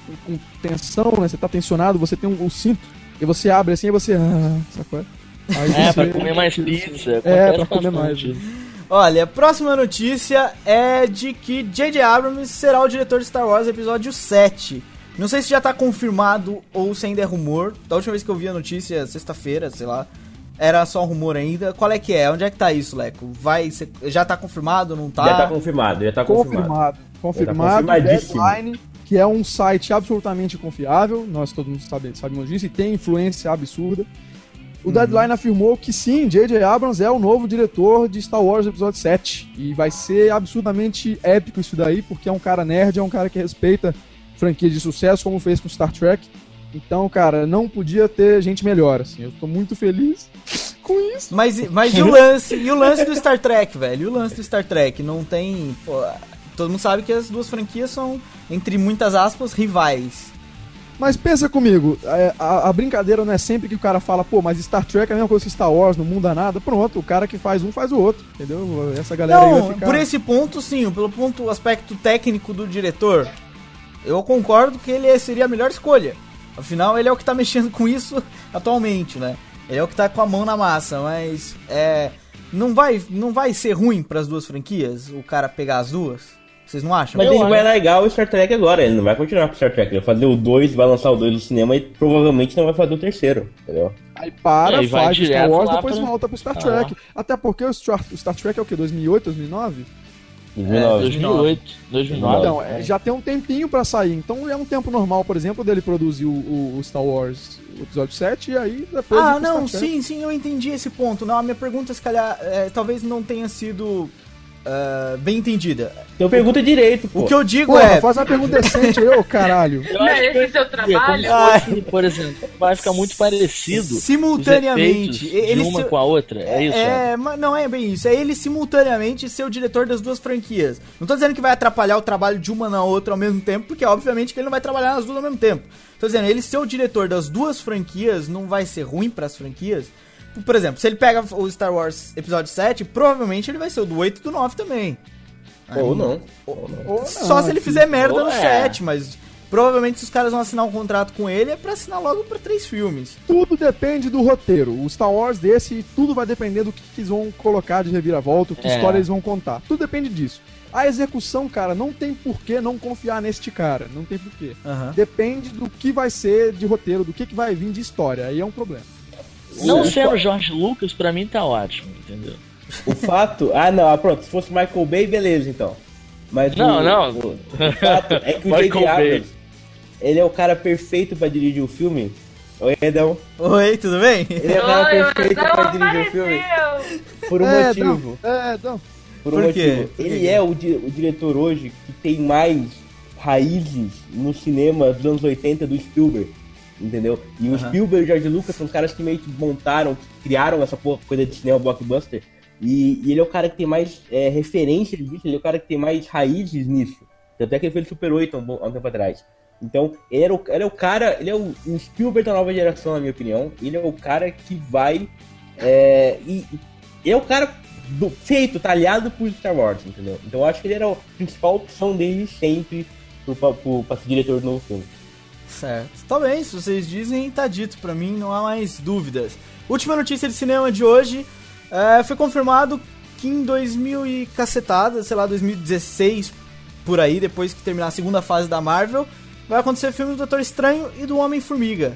com tensão, né? Você tá tensionado, você tem um, um cinto, e você abre assim e você... Ah, sacou? Aí É, você- pra comer mais pizza. É, acontece pra comer bastante. mais. Olha, a próxima notícia é de que J J Abrams será o diretor de Star Wars Episódio sete. Não sei se já tá confirmado ou se ainda é rumor. Da última vez que eu vi a notícia, sexta-feira, sei lá, era só um rumor ainda. Qual é que é? Onde é que tá isso, Leco? Vai ser... Já tá confirmado, não tá? Já tá confirmado, já tá confirmado. Confirmado. Confirmado. confirmadíssimo. Deadline, que é um site absolutamente confiável. Nós todos mundo sabe, sabemos disso. E tem influência absurda. O Deadline afirmou que sim, J J Abrams é o novo diretor de Star Wars Episódio sete. E vai ser absurdamente épico isso daí, porque é um cara nerd, é um cara que respeita franquias de sucesso, como fez com Star Trek. Então, cara, não podia ter gente melhor, assim. Eu tô muito feliz com isso. Mas, mas e o lance, e o lance do Star Trek, velho? E o lance do Star Trek? Não tem... Pô, todo mundo sabe que as duas franquias são, entre muitas aspas, rivais. Mas pensa comigo, é, a, a brincadeira não é sempre que o cara fala, pô, mas Star Trek é a mesma coisa que Star Wars, não muda nada. Pronto, o cara que faz um faz o outro, entendeu? Essa galera aí vai Não, ficar... por esse ponto, sim. Pelo ponto, aspecto técnico do diretor, eu concordo que ele seria a melhor escolha. Afinal, ele é o que tá mexendo com isso atualmente, né? Ele é o que tá com a mão na massa, mas é, não vai, não vai ser ruim pras duas franquias o cara pegar as duas? Vocês não acham? Mas Eu ele acho. vai largar o Star Trek agora, ele não vai continuar com o Star Trek. Ele vai fazer o dois, vai lançar o dois no cinema e provavelmente não vai fazer o terceiro, entendeu? Aí para, É, e vai faz o Star direto Wars, lá depois pra- volta pro Star Ah, Trek. Até porque o Star, o Star Trek é o quê? dois mil e oito, dois mil e nove? dois mil e nove. dois mil e oito, dois mil e nove. Então, é, já tem um tempinho pra sair. Então é um tempo normal, por exemplo, dele produzir o, o- o Star Wars o episódio sete e aí depois... ir Ah, pro não, Star Trek. sim, sim, eu entendi esse ponto. Não, a minha pergunta, se calhar, é, talvez não tenha sido ah, bem entendida. Então pergunta direito, pô. O que eu digo Porra, é... faz uma pergunta decente aí, ô caralho. Eu Não acho é que esse seu trabalho? como se fosse, por exemplo, vai ficar muito parecido Simultaneamente. os efeitos Ele de uma se- com a outra. É isso. né? É, mas não é bem isso. É ele simultaneamente ser o diretor das duas franquias. Não tô dizendo que vai atrapalhar o trabalho de uma na outra ao mesmo tempo, porque obviamente que ele não vai trabalhar nas duas ao mesmo tempo. Tô dizendo, ele ser o diretor das duas franquias não vai ser ruim pras franquias. Por exemplo, se ele pega o Star Wars Episódio sete, provavelmente ele vai ser o do oito e do nove também. Ou não. Ou não. Ou não, Só se ele fizer merda Ou no é. sete, mas provavelmente se os caras vão assinar um contrato com ele é pra assinar logo pra três filmes. Tudo depende do roteiro. O Star Wars desse, tudo vai depender do que eles vão colocar de reviravolta, que É. história eles vão contar. Tudo depende disso. A execução, cara, não tem por que não confiar neste cara. Não tem por quê. Aham. Depende do que vai ser de roteiro, do que, que vai vir de história. Aí é um problema. Não O- sendo George Lucas, pra mim tá ótimo, entendeu? O fato. Ah, não, ah, pronto. Se fosse Michael Bay, beleza, então. Mas Não, o, não. O, o fato é que o Michael J J Bay. Abrams, ele é o cara perfeito pra dirigir o filme. Oi, Edão. Oi, tudo bem? Ele é o cara Oi, perfeito não pra dirigir o filme. apareceu! Por um é, motivo. Não, é, não. Por um Por quê? motivo. Por Ele quê? é o, di- o diretor hoje que tem mais raízes no cinema dos anos oitenta do Spielberg. Entendeu? E o Aham. Spielberg e o George Lucas são os caras que meio que montaram, que criaram essa porra, coisa de cinema blockbuster. E, e ele é o cara que tem mais é, referência disso, ele é o cara que tem mais raízes nisso. Tanto é que ele fez Super oito há um, bom- há um tempo atrás. Então, ele, era o, ele é o cara, ele é o, o Spielberg da nova geração, na minha opinião. Ele é o cara que vai. É, e, e é o cara do, feito, talhado por Star Wars, entendeu? Então eu acho que ele era a principal opção dele sempre pro, pro, pro, pra ser diretor do novo filme. Certo. Tá bem, se vocês dizem, tá dito pra mim, não há mais dúvidas. Última notícia de cinema de hoje. É, foi confirmado que em dois mil e cacetada, sei lá, dois mil e dezesseis, por aí, depois que terminar a segunda fase da Marvel, vai acontecer filme do Doutor Estranho e do Homem-Formiga.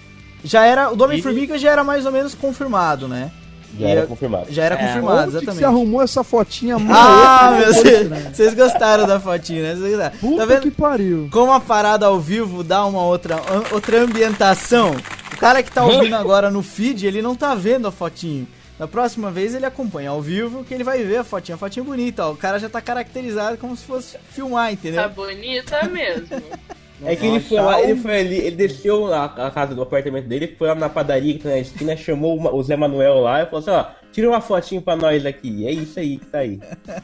Já era, o do Homem-Formiga já era mais ou menos confirmado, né? Já E era eu- confirmado. Já era É, confirmado, Onde que exatamente. você arrumou essa fotinha Ah, maluca? meu Deus, vocês gostaram da fotinha, né? Vocês gostaram. Puta Tá vendo que pariu. como a parada ao vivo dá uma outra, outra ambientação? O cara que tá ouvindo agora no feed, ele não tá vendo a fotinho. Na próxima vez ele acompanha ao vivo que ele vai ver a fotinha. A fotinha é bonita, ó. O cara já tá caracterizado como se fosse filmar, entendeu? Tá bonita mesmo. É que ele foi lá, ele foi ali, ele desceu na a casa do apartamento dele, foi lá na padaria que tá na esquina, chamou o Zé Manuel lá e falou assim, ó, tira uma fotinho pra nós aqui. É isso aí que tá aí.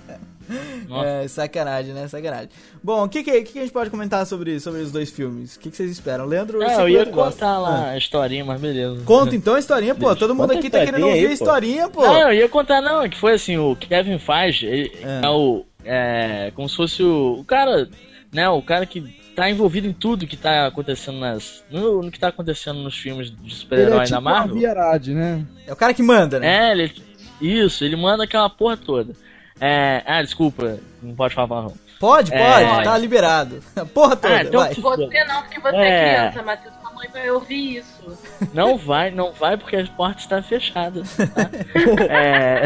Nossa. É, sacanagem, né? Sacanagem. Bom, o que, que, que a gente pode comentar sobre, sobre os dois filmes? O que, que vocês esperam? Leandro, É, sei eu que ia Leandro gosta. contar lá Ah. a historinha, mas beleza. Conta então a historinha, pô. Todo mundo Conta a aqui tá querendo historinha ouvir aí, a pô. historinha, pô. Não, eu ia contar não, é que foi assim, o Kevin Feige, ele É. é, o, é, como se fosse o, o cara, né, o cara que tá envolvido em tudo que tá acontecendo nas. No, no que tá acontecendo nos filmes de Ele super-herói é tipo da Marvel. a Vierade, né? É o cara que manda, né? É, ele. Isso, ele manda aquela porra toda. É, ah, desculpa, não pode falar palavrão. Pode, É. pode, tá liberado. Porra toda, Ah, então vai. que- Você não, porque você é, É. criança, Matheus. Sua mãe vai ouvir isso. Não vai, não vai porque a porta está fechada. Tá? é...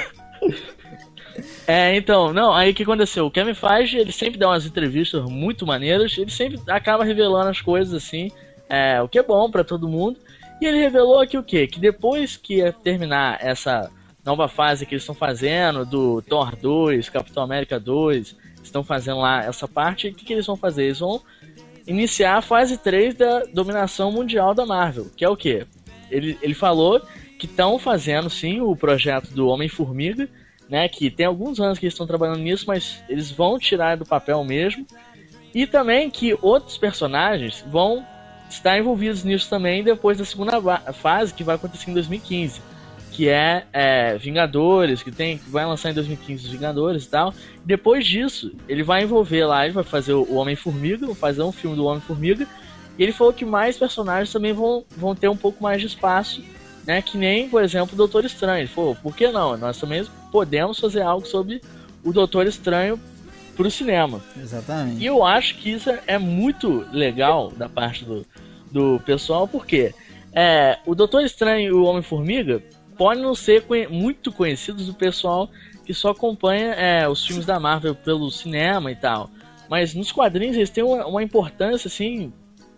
é, então, não, aí o que aconteceu? O Kevin Feige, ele sempre dá umas entrevistas muito maneiras, ele sempre acaba revelando as coisas assim, é, o que é bom pra todo mundo. E ele revelou aqui o quê? Que depois que ia terminar essa nova fase que eles estão fazendo, do Thor dois, Capitão América dois, estão fazendo lá essa parte, o que, que eles vão fazer? Eles vão iniciar a fase três da dominação mundial da Marvel, que é o quê? Ele, ele falou que estão fazendo, sim, o projeto do Homem-Formiga, né, que tem alguns anos que eles estão trabalhando nisso, mas eles vão tirar do papel mesmo, e também que outros personagens vão estar envolvidos nisso também depois da segunda fase, que vai acontecer em dois mil e quinze, que é, é Vingadores, que, tem, que vai lançar em dois mil e quinze os Vingadores e tal. Depois disso, ele vai envolver lá, ele vai fazer o Homem-Formiga, vai fazer um filme do Homem-Formiga, e ele falou que mais personagens também vão, vão ter um pouco mais de espaço, né, que nem, por exemplo, o Doutor Estranho. Ele falou, por que não? Nós também podemos fazer algo sobre o Doutor Estranho pro cinema. Exatamente. E eu acho que isso é muito legal da parte do, do pessoal, porque é, o Doutor Estranho e o Homem-Formiga podem não ser conhe- muito conhecidos do pessoal que só acompanha é, os filmes da Marvel pelo cinema e tal. Mas nos quadrinhos eles têm uma, uma importância, assim,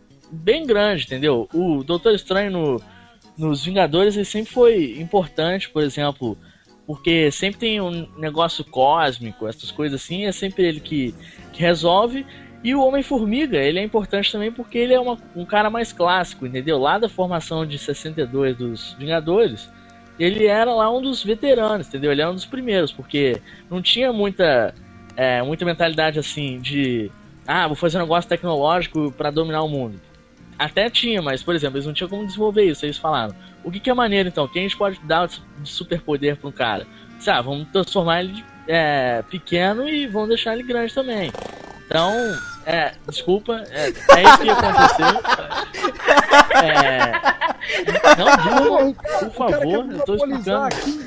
bem grande, entendeu? O Doutor Estranho no, nos Vingadores ele sempre foi importante, por exemplo, porque sempre tem um negócio cósmico, essas coisas assim, é sempre ele que, que resolve. E o Homem-Formiga, ele é importante também porque ele é uma, um cara mais clássico, entendeu? Lá da formação de sessenta e dois dos Vingadores, ele era lá um dos veteranos, entendeu? Ele era um dos primeiros, porque não tinha muita, é, muita mentalidade assim de ah, vou fazer um negócio tecnológico pra dominar o mundo. Até tinha, mas, por exemplo, eles não tinham como desenvolver isso. Eles falaram, o que, que é maneiro então? O que a gente pode dar de superpoder pra um cara? Sabe, vamos transformar ele é, pequeno e vamos deixar ele grande também. Então, é, desculpa, é, é isso que ia acontecer. É, não, durma, por favor, eu tô explicando.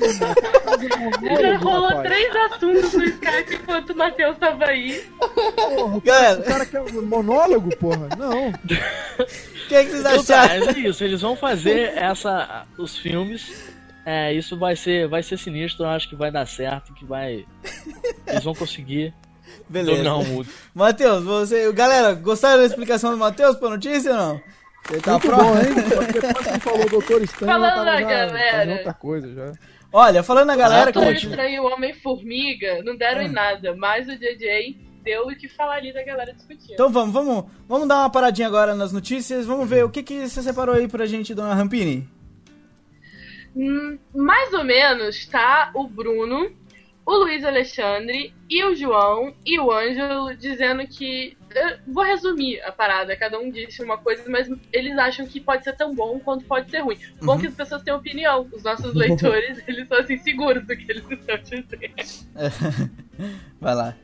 Já rolou três assuntos no Skype enquanto o Matheus tava aí. Porra, o Galera. cara, o cara quer um monólogo, porra? Não. O que, é que vocês Então tá, acharam? mas é isso, eles vão fazer essa, os filmes, é, isso vai ser, vai ser sinistro, eu acho que vai dar certo, que vai, eles vão conseguir Beleza. dominar o mundo. Matheus, você. Galera, gostaram da explicação do Matheus pra notícia ou não? Você tá Muito pronto? bom, hein? Depois que falou Doutor Estranho, eu Falando tava da já galera. fazendo outra coisa já. Olha, falando na galera, Doutor continua. Estranho e o Homem-Formiga não deram Ah. em nada, mas o J J deu o que falar ali da galera discutindo. Então vamos, vamos, vamos dar uma paradinha agora nas notícias. Vamos ver o que, que você separou aí pra gente, dona Rampini. Hum, mais ou menos tá o Bruno, o Luiz Alexandre e o João e o Ângelo dizendo que... Eu vou resumir a parada, cada um disse uma coisa, mas eles acham que pode ser tão bom quanto pode ser ruim. Bom que as pessoas têm opinião, os nossos leitores, eles são assim seguros do que eles estão dizendo. Vai lá.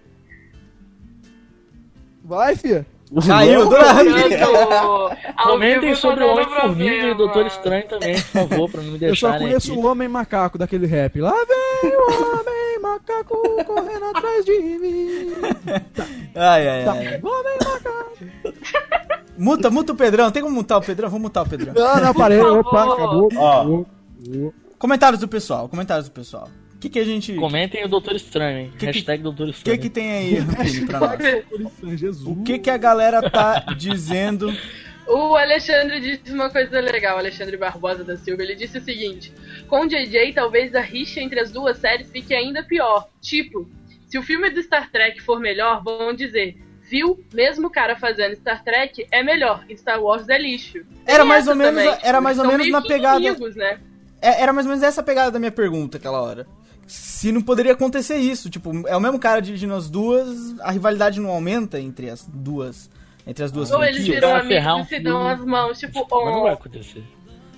Vai, fia. Caiu, dona Rampini. Comentem sobre o Homem-Formiga e o Doutor Estranho também, por favor, pra não me Eu só deixarem conheço aqui. o Homem Macaco daquele rap. Lá vem o Homem Macaco correndo atrás de mim. Ai, ai, Tá. ai. Homem Macaco. Muta, muta o Pedrão. Tem como mutar o Pedrão? Vamos mutar o Pedrão. Não, não, parei. Por Opa, favor. acabou. Ó. acabou, acabou. Comentários do pessoal, comentários do pessoal. O que, que a gente. O Comentem o Doutor Estranho, hein? Que que- Hashtag Doutor que, Estranho. que tem aí, Rampini, pra nós? Jesus. O que, que a galera tá dizendo? O Alexandre disse uma coisa legal, o Alexandre Barbosa da Silva, ele disse o seguinte: com o J J, talvez a rixa entre as duas séries fique ainda pior. Tipo, se o filme do Star Trek for melhor, vão dizer, viu, mesmo o cara fazendo Star Trek é melhor, Star Wars é lixo. Era Tem mais ou essa menos, também, era mais ou são menos meio na que pegada. inimigos, né? É, era mais ou menos essa pegada da minha pergunta aquela hora. Se não poderia acontecer isso, tipo, é o mesmo cara dirigindo as duas, a rivalidade não aumenta entre as duas, entre as duas Ou eles franquias? viram Vai amigos ferrar um e se dão filme. as mãos, tipo, Mas não vai oh. acontecer.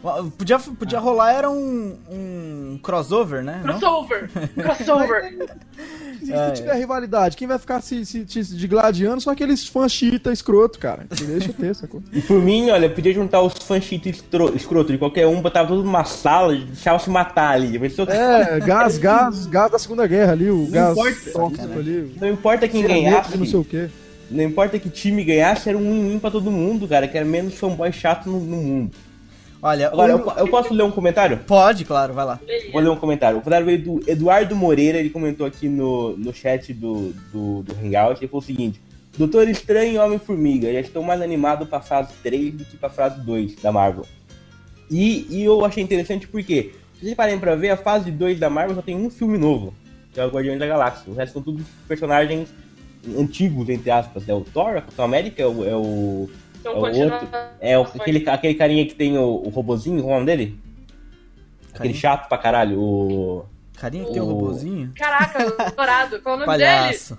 Podia, podia rolar, era um, um crossover, né? Não? Crossover! Crossover! Se, É, se tiver rivalidade, quem vai ficar se, se, se digladiando são aqueles fãs chita escroto, cara. Que deixa ter, sacou? E por mim, olha, podia juntar os fãs chita estro- escroto de qualquer um, botava tudo numa sala e deixava se matar ali. Pensou que- É, gás, gás, gás da Segunda Guerra ali, o Não gás importa, tóxico ali. Não importa quem cianeto ganhasse, de não sei o quê. não importa que time ganhasse, era um win-win pra todo mundo, cara, que era menos fanboy chato no, no mundo. Olha, Agora, o- eu, eu posso ler um comentário? pode, claro, vai lá. Vou ler um comentário. O comentário veio do Eduardo Moreira, ele comentou aqui no, no chat do, do, do Hangout, ele falou o seguinte: Doutor Estranho e Homem-Formiga, já estou mais animado pra fase três do que pra fase dois da Marvel. E, e eu achei interessante porque, se vocês parem pra ver, a fase dois da Marvel só tem um filme novo, que é o Guardiões da Galáxia. O resto são todos personagens antigos, entre aspas. É o Thor, a Capitão América, é o... É o Então É o continua. outro. É o, aquele, aquele carinha que tem o, o robozinho, qual é o nome dele? Aquele Carinha? chato pra caralho, o. Carinha que tem um O- robozinho? Caraca, o dourado. Qual é o nome Palhaço.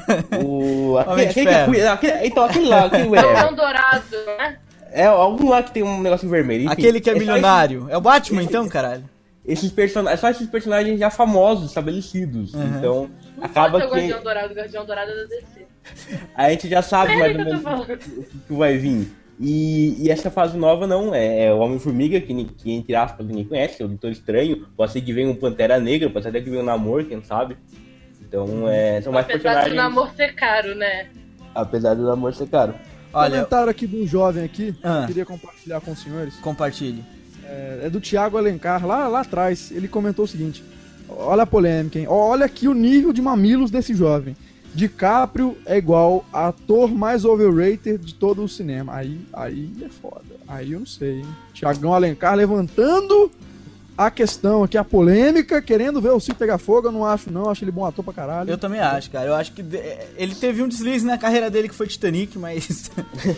o Homem aquele, de aquele que é Ferro. cuida- aquele- então, aquele lá, aquele dele? É o whatever. Cão Dourado, né? É algum lá que tem um negócio vermelho. Enfim, Aquele que é só milionário. É o Batman, então, caralho? Esses, esses personagens, só esses personagens já famosos, estabelecidos. Uhum. Então, Não acaba pode ser o que Guardião Dourado, o Guardião Dourado é da D C. a gente já sabe mais ou É, que eu menos tô o falando. que, o que vai vir. E, e essa fase nova não, é, é o Homem-Formiga, que, ni- que entre aspas ninguém conhece, é o Doutor Estranho, pode ser que venha um Pantera Negra, pode ser até que venha um Namor, quem sabe. Então, é, são mais Apesar personagens, do namoro ser caro, né? apesar do Namor ser caro. Olha, Comentário aqui de um jovem aqui, Ah. que eu queria compartilhar com os senhores. compartilhe. É, é do Thiago Alencar, lá, lá atrás. Ele comentou o seguinte: olha a polêmica, hein? Olha aqui o nível de mamilos desse jovem. DiCaprio é igual a ator mais overrated de todo o cinema. Aí, aí é foda. Aí eu não sei, hein? Thiagão Alencar levantando a questão aqui, a polêmica, querendo ver o Ciro pegar fogo. Eu não acho, não. Eu acho ele bom ator pra caralho. Eu também acho, cara. Eu acho que de- ele teve um deslize na carreira dele que foi Titanic, mas.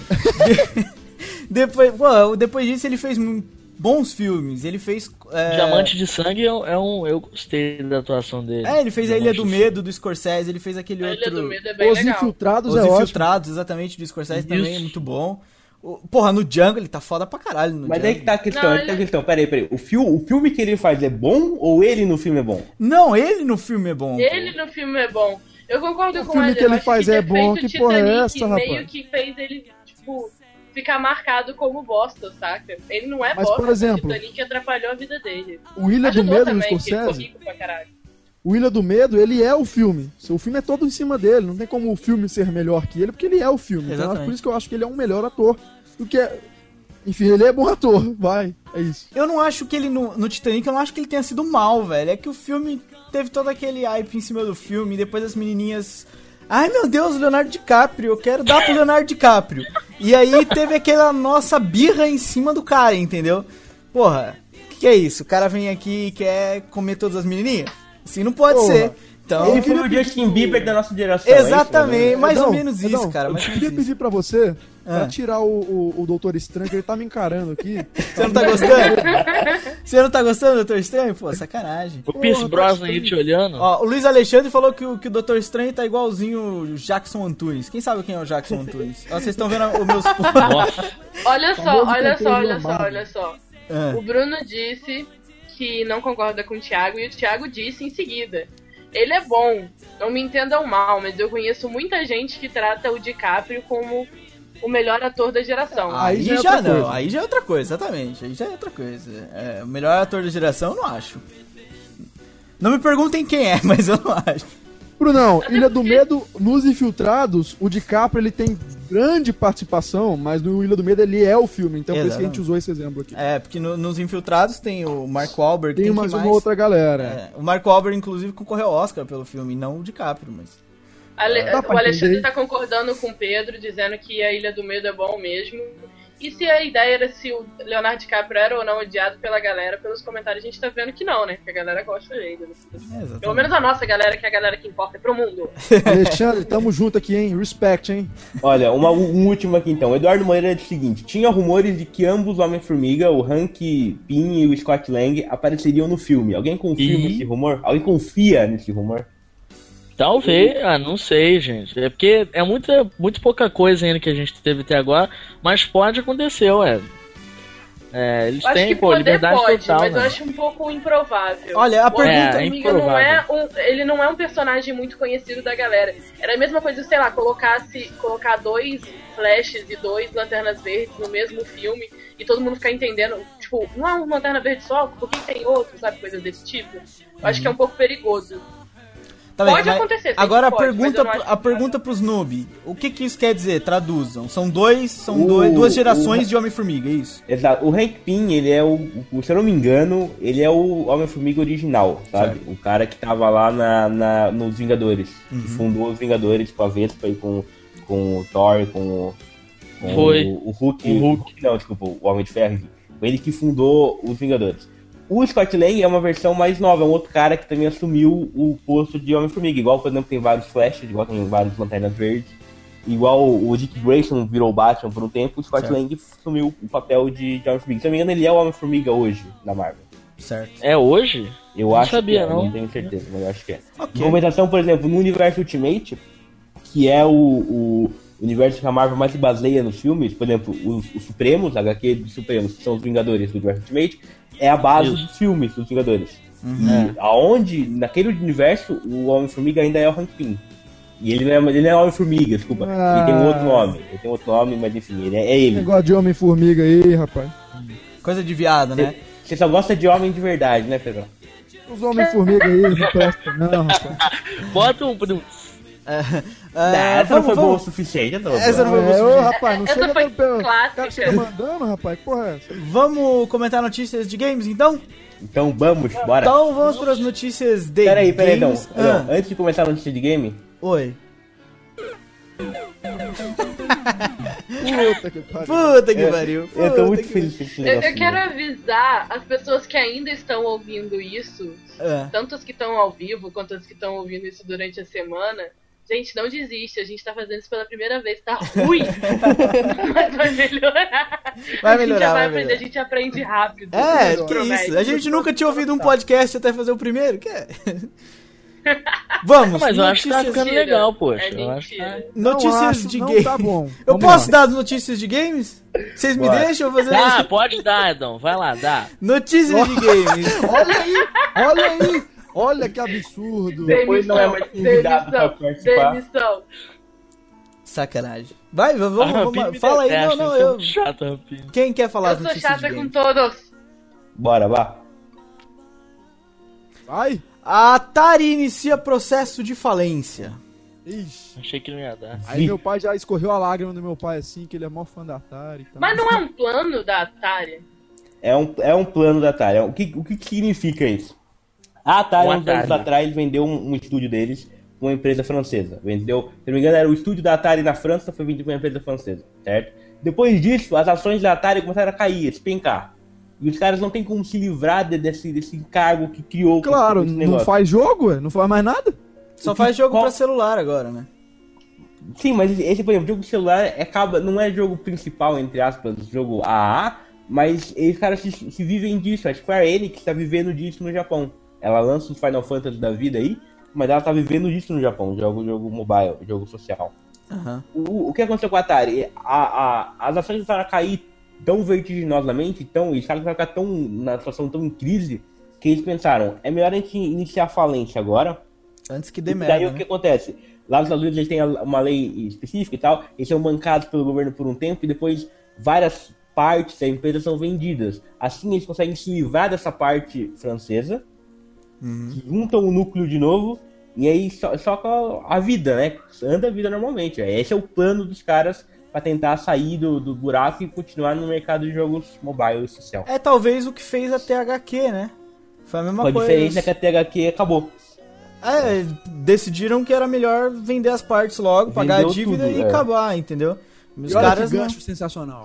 De- depois, pô, depois disso ele fez mu- bons filmes. Ele fez. É... Diamante de Sangue é um, é um- Eu gostei da atuação dele. É, ele fez a Ilha Diamante do de Medo do Scorsese, ele fez aquele A outro. Ilha do Medo é bem Os legal. Infiltrados Os é ótimo. Infiltrados, exatamente, do Scorsese Isso. também, é muito bom. O- Porra, no Django ele tá foda pra caralho. No Mas Django. aí que tá a questão, Não, aí que tá a ele- questão, peraí, peraí. O, fil, o filme que ele faz é bom ou ele no filme é bom? Não, ele no filme é bom. Ele no filme é bom. Eu concordo O com filme ele. que ele eu acho faz ter é bom, feito que porra é Titanic essa, meio rapaz? que fez ele, tipo, ficar marcado como bosta, saca? Ele não é Mas, bosta, por exemplo, o Titanic atrapalhou a vida dele. O Ilha do Ajudou Medo do também, que ele ficou Scorsese, rico pra caralho. o Ilha do Medo, ele é o filme. O filme é todo em cima dele. Não tem como o filme ser melhor que ele, porque ele é o filme. Então, Exatamente. por isso que eu acho que ele é um melhor ator do que... Enfim, ele é bom ator. Vai, é isso. Eu não acho que ele, no, no Titanic, eu não acho que ele tenha sido mal, velho. É que o filme teve todo aquele hype em cima do filme, e depois as menininhas... Ai, meu Deus, Leonardo DiCaprio, eu quero dar pro Leonardo DiCaprio. E aí teve aquela nossa birra em cima do cara, entendeu? Porra, o que, que é isso? O cara vem aqui e quer comer todas as menininhas? Assim não pode Porra. ser. Então, Ele foi o Justin Bieber da nossa geração. exatamente, é isso, né? mais ou Edão, menos Edão, isso, cara. Eu Mais ou queria menos isso. pedir pra você, pra Ah. tirar o, o, o Doutor Estranho, que ele tá me encarando aqui. Você não tá gostando? Você não tá gostando, Doutor Estranho? Pô, sacanagem. O Pierce Porra, Brosnan tá aí te olhando. Ó, o Luiz Alexandre falou que o, que o Doutor Estranho tá igualzinho o Jackson Antunes. Quem sabe quem é o Jackson Antunes? Ó, vocês estão vendo os meus... Nossa. Olha só, Famoso olha só, controle olha só, amado. olha só. Ah. O Bruno disse que não concorda com o Thiago e o Thiago disse em seguida: ele é bom, não me entendam mal, mas eu conheço muita gente que trata o DiCaprio como o melhor ator da geração. Aí Aí já é já, outra não, coisa. aí já é outra coisa, exatamente. Aí já é outra coisa. É, o melhor ator da geração eu não acho. Não me perguntem quem é, mas eu não acho. Brunão, Ilha do Medo, nos Infiltrados, o DiCaprio ele tem grande participação, mas no Ilha do Medo ele é o filme, então por isso que a gente Exatamente. usou esse exemplo aqui. É, porque no- nos Infiltrados tem o Mark Wahlberg, Tem tem, mais quem uma mais? outra galera. É, o Mark Wahlberg, inclusive, concorreu ao Oscar pelo filme, não o DiCaprio, mas... Ale- Dá pra o Alexandre entender. tá concordando com o Pedro, dizendo que a Ilha do Medo é bom mesmo. E se a ideia era se o Leonardo DiCaprio era ou não odiado pela galera, pelos comentários a gente tá vendo que não, né? Que a galera gosta dele. É, exatamente. Pelo menos a nossa galera, que é a galera que importa pro mundo. Alexandre, tamo junto aqui, hein? Respect, hein? Olha, uma, um último aqui então. O Eduardo Moreira diz o seguinte: tinha rumores de que ambos Homem-Formiga, o Hank Pym e o Scott Lang, apareceriam no filme. Alguém confia Ih. nesse rumor? Alguém confia nesse rumor? Talvez, ah, não sei, gente. É porque é muita, muito pouca coisa ainda que a gente teve até agora, mas pode acontecer, ué. É, eles Eu acho têm, que pô, poder liberdade pode, total, mas né? eu acho um pouco improvável. Olha, a O pergunta- Homem-Formiga É, não é um, ele não é um personagem muito conhecido da galera. Era a mesma coisa, sei lá, colocasse, colocar dois Flashes e dois Lanternas Verdes no mesmo filme e todo mundo ficar entendendo, tipo, não é um Lanterna Verde só, por que tem outro, sabe, coisas desse tipo. Eu acho que é um pouco perigoso. Tá bem, Pode mas acontecer, sempre Agora a pode, mas pergunta, eu não acho a que pergunta pros noob. O que que isso quer dizer? Traduzam. São dois, são O- dois, duas gerações o- de Homem-Formiga, é isso? Exato. O Hank Pym, ele é o, o. Se eu não me engano, ele é o Homem-Formiga original, sabe? O cara que tava lá na, na, nos Vingadores. Uhum. Que fundou os Vingadores com a Vespa e com, com o Thor, com, o- com Foi. o, o Hulk. O Hulk. Não, desculpa, o Homem de Ferro. Foi ele que fundou os Vingadores. O Scott Lang é uma versão mais nova, é um outro cara que também assumiu o posto de Homem-Formiga. Igual, por exemplo, tem vários Flashes, igual tem vários Lanternas Verdes. Igual o Dick Grayson virou o Batman por um tempo, o Scott Certo. Lang assumiu o papel de, de Homem-Formiga. Se não me engano, ele é o Homem-Formiga hoje, na Marvel. Certo. É hoje? Eu Não acho sabia, que é, não. não tenho certeza, mas eu acho que é. Ok. Em compensação, por exemplo, no universo Ultimate, que é o, o universo que a Marvel mais se baseia nos filmes, por exemplo, os, os Supremos, a H Q dos Supremos, que são os Vingadores do universo Ultimate, é a base Isso. dos filmes dos Vingadores. Uhum. E aonde, naquele universo, o Homem-Formiga ainda é o Hank Pym. E ele não é, ele não é Homem-Formiga, desculpa. Ah. Ele tem um outro nome. Ele tem outro nome, mas enfim, ele é, é ele. Negócio de Homem-Formiga aí, rapaz. Coisa de viado, né? Você só gosta de homem de verdade, né, Pedro? Os Homem-Formiga aí não prestam, não, rapaz. Bota um. É, Não, é, essa não vamos, foi boa o vamos, suficiente, não. Essa não foi boa o É, ô, suficiente. rapaz, não Essa chega foi pelo- O clássica. cara chega mandando, rapaz. Que porra é essa? vamos comentar notícias de games, então? Então vamos, bora. Então vamos para as notícias de Peraí, peraí, não. games. não. Ah, Antes de começar a notícia de game, Oi. Puta que pariu. Puta que eu, pariu. eu tô puta muito que feliz com esse Eu, negócio. eu quero avisar as pessoas que ainda estão ouvindo isso, É. tanto as que estão ao vivo quanto as que estão ouvindo isso durante a semana. Gente, não desiste, a gente tá fazendo isso pela primeira vez, tá ruim, mas vai melhorar. Vai a gente melhorar, já vai, vai aprender, melhorar. a gente aprende rápido. É, Isso que promete. isso. A gente nunca tinha ouvido um podcast até fazer o primeiro. Que é? Vamos, Mas eu acho que tá notícias, ficando Mentira. legal, poxa. É Eu acho que tá... mentira. Não notícias acho, de não games. tá bom. Eu Vamos posso lá. dar as notícias de games? Vocês me Bora. deixam fazer Dá, isso? pode dar, Edão. Vai lá, dá. Notícias de games. Olha aí, olha aí. Olha que absurdo. Depois não é mais convidado pra demissão, participar. demissão. Sacanagem. Vai, vamos, A vamos, Rampini vamos me fala aí. Não, detesta, não, você é eu... muito chato, Rampini. Quem quer falar Eu as sou notícias de chata com games? todos. Bora, vá. Vai. A Atari inicia processo de falência. Ixi. Achei que não ia dar. Aí meu pai já escorreu a lágrima do meu pai assim, que ele é mó fã da Atari e tal. Mas não é um plano da Atari? É um, é um plano da Atari. O que, o que que significa isso? A Atari, Um uns anos Atari. atrás, vendeu um, um estúdio deles com uma empresa francesa. Vendeu, se não me engano, era o estúdio da Atari na França, foi vendido para uma empresa francesa, certo? Depois disso, as ações da Atari começaram a cair, a despencar. E os caras não tem como se livrar de- desse, desse encargo que criou Claro, esse não negócio. faz jogo, ué? Não faz mais nada? Só faz jogo Qual- pra celular agora, né? Sim, mas esse, por exemplo, jogo de celular acaba, não é jogo principal, entre aspas, jogo A A, mas esses caras se, se vivem disso. A Square Enix está vivendo disso no Japão. Ela lança os Final Fantasy da vida aí, mas ela tá vivendo disso no Japão, jogo, jogo mobile, jogo social. Aham. O, o que aconteceu com a Atari? A, a, as ações começaram a cair tão vertiginosamente, tão, e os caras começaram a ficar tão, na situação tão em crise, que eles pensaram, é melhor a gente iniciar a falência agora. Antes que dê E merda, daí né? o que acontece? Lá nos Estados Unidos eles têm a- uma lei específica e tal, eles são bancados pelo governo por um tempo e depois várias partes da empresa são vendidas. Assim eles conseguem se livrar dessa parte francesa, Uhum. juntam o núcleo de novo e aí só, só com a vida, né? Anda a vida normalmente. Esse é o plano dos caras pra tentar sair do, do buraco e continuar no mercado de jogos mobile e social. É talvez o que fez a T H Q, né? Foi a mesma Com a coisa. diferença é que a T H Q acabou. É, decidiram que era melhor vender as partes logo, pagar a Vendeu dívida tudo, e é. acabar, entendeu? Os E olha caras que não... gancho sensacional.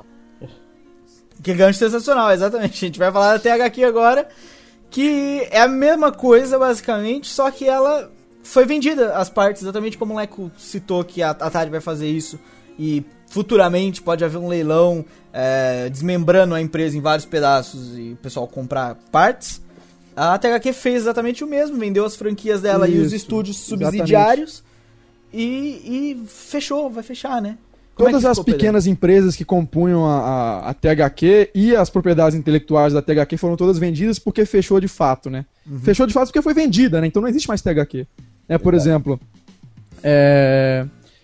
Que gancho sensacional, exatamente. A gente vai falar da T H Q agora, que é a mesma coisa, basicamente, só que ela foi vendida, as partes, exatamente como o Leco citou que a Atari vai fazer isso, e futuramente pode haver um leilão é, desmembrando a empresa em vários pedaços e o pessoal comprar partes. A T H Q fez exatamente o mesmo, vendeu as franquias dela e os Isso, estúdios exatamente. subsidiários e, e fechou, vai fechar, né? Como é Todas que as ficou, pequenas empresas que compunham a, a, a T H Q e as propriedades intelectuais da T H Q foram todas vendidas porque fechou de fato, né? Uhum. Fechou de fato porque foi vendida, né? Então não existe mais T H Q. É, por exemplo, é,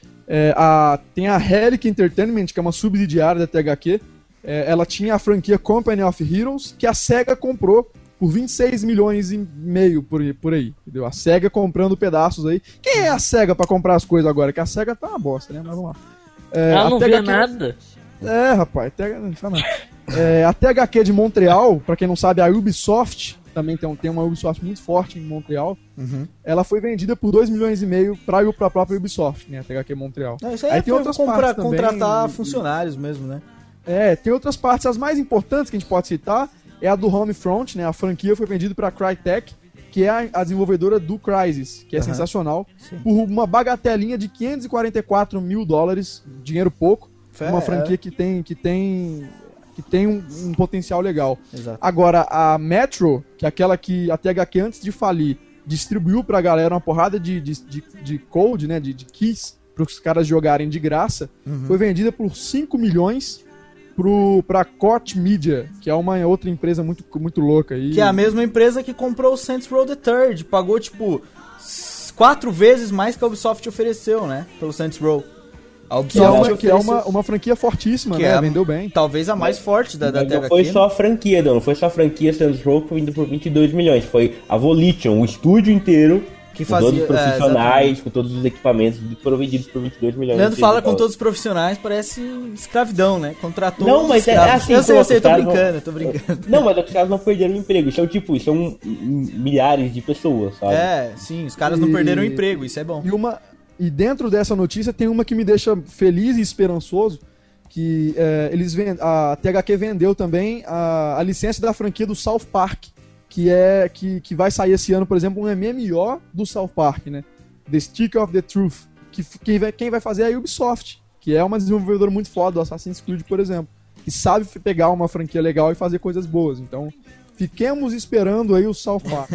é, a, tem a Relic Entertainment, que é uma subsidiária da T H Q. É, ela tinha a franquia Company of Heroes, que a SEGA comprou por vinte e seis milhões e meio por, por aí, entendeu? A SEGA comprando pedaços aí. Quem é a SEGA pra comprar as coisas agora? Que a SEGA tá uma bosta, né? Mas vamos lá. É, Ela não a T H Q... vê nada. É, rapaz, T H... não fala nada. É, a T H Q de Montreal, pra quem não sabe, a Ubisoft, também tem, tem uma Ubisoft muito forte em Montreal, Uhum. ela foi vendida por dois milhões e meio pra, pra própria Ubisoft, né? A T H Q Montreal. Não, isso aí, Aí é tem outras compra, partes também, contratar e- funcionários mesmo, né? É, tem outras partes, as mais importantes que a gente pode citar é a do Homefront, né? A franquia foi vendida pra Crytek, que é a, a desenvolvedora do Crysis, que é Aham. sensacional, Sim. por uma bagatelinha de quinhentos e quarenta e quatro mil dólares, dinheiro pouco, Fé, uma é. franquia que tem, que tem, que tem um, um potencial legal. Exato. Agora, a Metro, que é aquela que a T H Q antes de falir distribuiu pra galera uma porrada de, de, de, de code, né, de, de keys, pros caras jogarem de graça, Uhum. foi vendida por cinco milhões pro, pra Koch Media, que é uma outra empresa muito, muito louca. E... Que é a mesma empresa que comprou o Saints Row the Third. Pagou, tipo, s- quatro vezes mais que a Ubisoft ofereceu, né? Pelo Saints Row. A Que é, Ubisoft uma, que é ofereceu- uma, uma franquia fortíssima, que né? é a- Vendeu bem. Talvez a mais forte da, da Mas T H não Q. foi né? só a franquia, não. Não foi só a franquia Saints Row que foi vindo por vinte e dois milhões. Foi a Volition, o estúdio inteiro, Que com fazia- todos os é, profissionais, exatamente. com todos os equipamentos, que foram vendidos por vinte e dois milhões. Leandro de fala com dólares. todos os profissionais, parece escravidão, né? Contratou Não, os mas é escravos. assim, Eu sei, pô, eu sei, eu tô os caras brincando, não- eu tô brincando. Não, mas os caras não perderam o emprego. Isso é tipo, são milhares de pessoas, sabe? É, sim, os caras não E- perderam o emprego, isso é bom. E, uma, e dentro dessa notícia tem uma que me deixa feliz e esperançoso, que é, eles vend, a T H Q vendeu também a, a licença da franquia do South Park, que é que, que vai sair esse ano, por exemplo, um M M O do South Park, né? The Stick of the Truth, que quem vai, quem vai fazer é a Ubisoft, que é uma desenvolvedora muito foda do Assassin's Creed, por exemplo, que sabe pegar uma franquia legal e fazer coisas boas. Então, fiquemos esperando aí o South Park.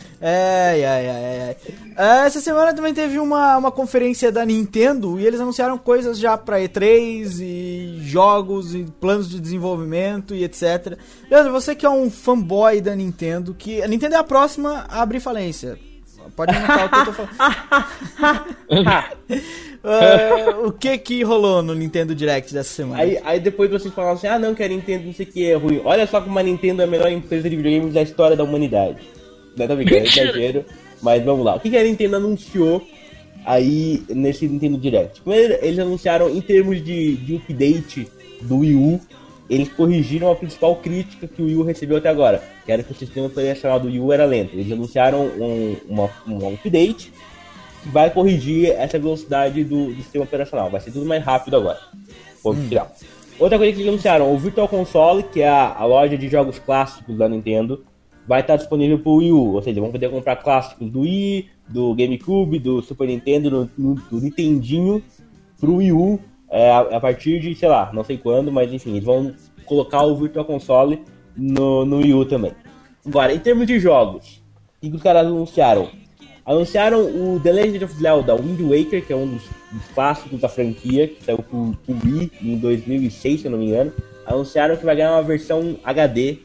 Ai, ai, ai, ai. Ah, essa semana também teve uma, uma conferência da Nintendo e eles anunciaram coisas já pra E três e jogos e planos de desenvolvimento e etcétera. Leandro, você que é um fanboy da Nintendo, que a Nintendo é a próxima a abrir falência. Pode anotar o que eu tô falando. Ah, o que que rolou no Nintendo Direct dessa semana? Aí, aí depois vocês falam assim, ah não, que a Nintendo não sei o que é ruim. Olha só como a Nintendo é a melhor empresa de videogames da história da humanidade. Não tá brincando, é exagero. Mas vamos lá. O que que a Nintendo anunciou aí nesse Nintendo Direct? Primeiro, eles anunciaram em termos de, de update do Wii U, eles corrigiram a principal crítica que o Wii U recebeu até agora, que era que o sistema operacional do Wii U era lento. Eles anunciaram um, uma, um update que vai corrigir essa velocidade do, do sistema operacional. Vai ser tudo mais rápido agora. Ponto final. Outra coisa que eles anunciaram, o Virtual Console, que é a, a loja de jogos clássicos da Nintendo, vai estar disponível para o Wii U. Ou seja, vão poder comprar clássicos do Wii, do GameCube, do Super Nintendo, do, do, do Nintendinho pro Wii U é, a, a partir de, sei lá, não sei quando, mas enfim, eles vão colocar o Virtual Console no, no Wii U também. Agora, em termos de jogos, o que os caras anunciaram? Anunciaram o The Legend of Zelda Wind Waker, que é um dos, dos clássicos da franquia, que saiu pro, pro Wii em dois mil e seis, se eu não me engano. Anunciaram que vai ganhar uma versão H D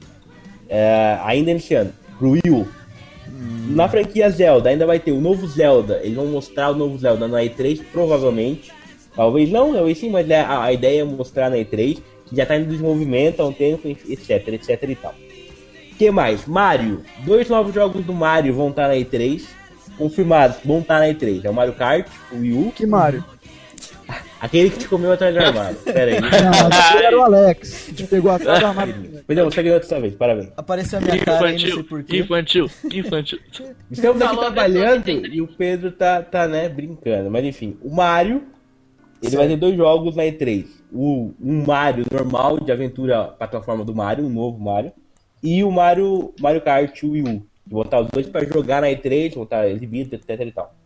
é, ainda nesse ano, pro Wii U. Hum. Na franquia Zelda, ainda vai ter o novo Zelda. Eles vão mostrar o novo Zelda na E três, provavelmente. Talvez não, talvez sim, mas a, a ideia é mostrar na E três, que já tá em desenvolvimento há um tempo, etc, etc e tal. O que mais? Mario. Dois novos jogos do Mario vão estar na E três. Confirmados, vão estar na E três. É o Mario Kart, o Wii U. Que Mario? Aquele que te comeu atrás do armário. Pera aí. Não, aquele era o Alex, que te pegou atrás do armário. Pois é, você ganhou dessa vez, parabéns. Apareceu a minha cara aí, não sei Infantil, porquê. infantil, infantil. Estamos aqui Falou, trabalhando pessoa que e o Pedro tá, tá, né, brincando. Mas enfim, o Mario, ele vai ter dois jogos na E três. O, um Mario normal, de aventura plataforma do Mario, um novo Mario. E o Mario, Mario Kart Wii U. Vou botar os dois pra jogar na E três, vão estar exibidos, etc e tal.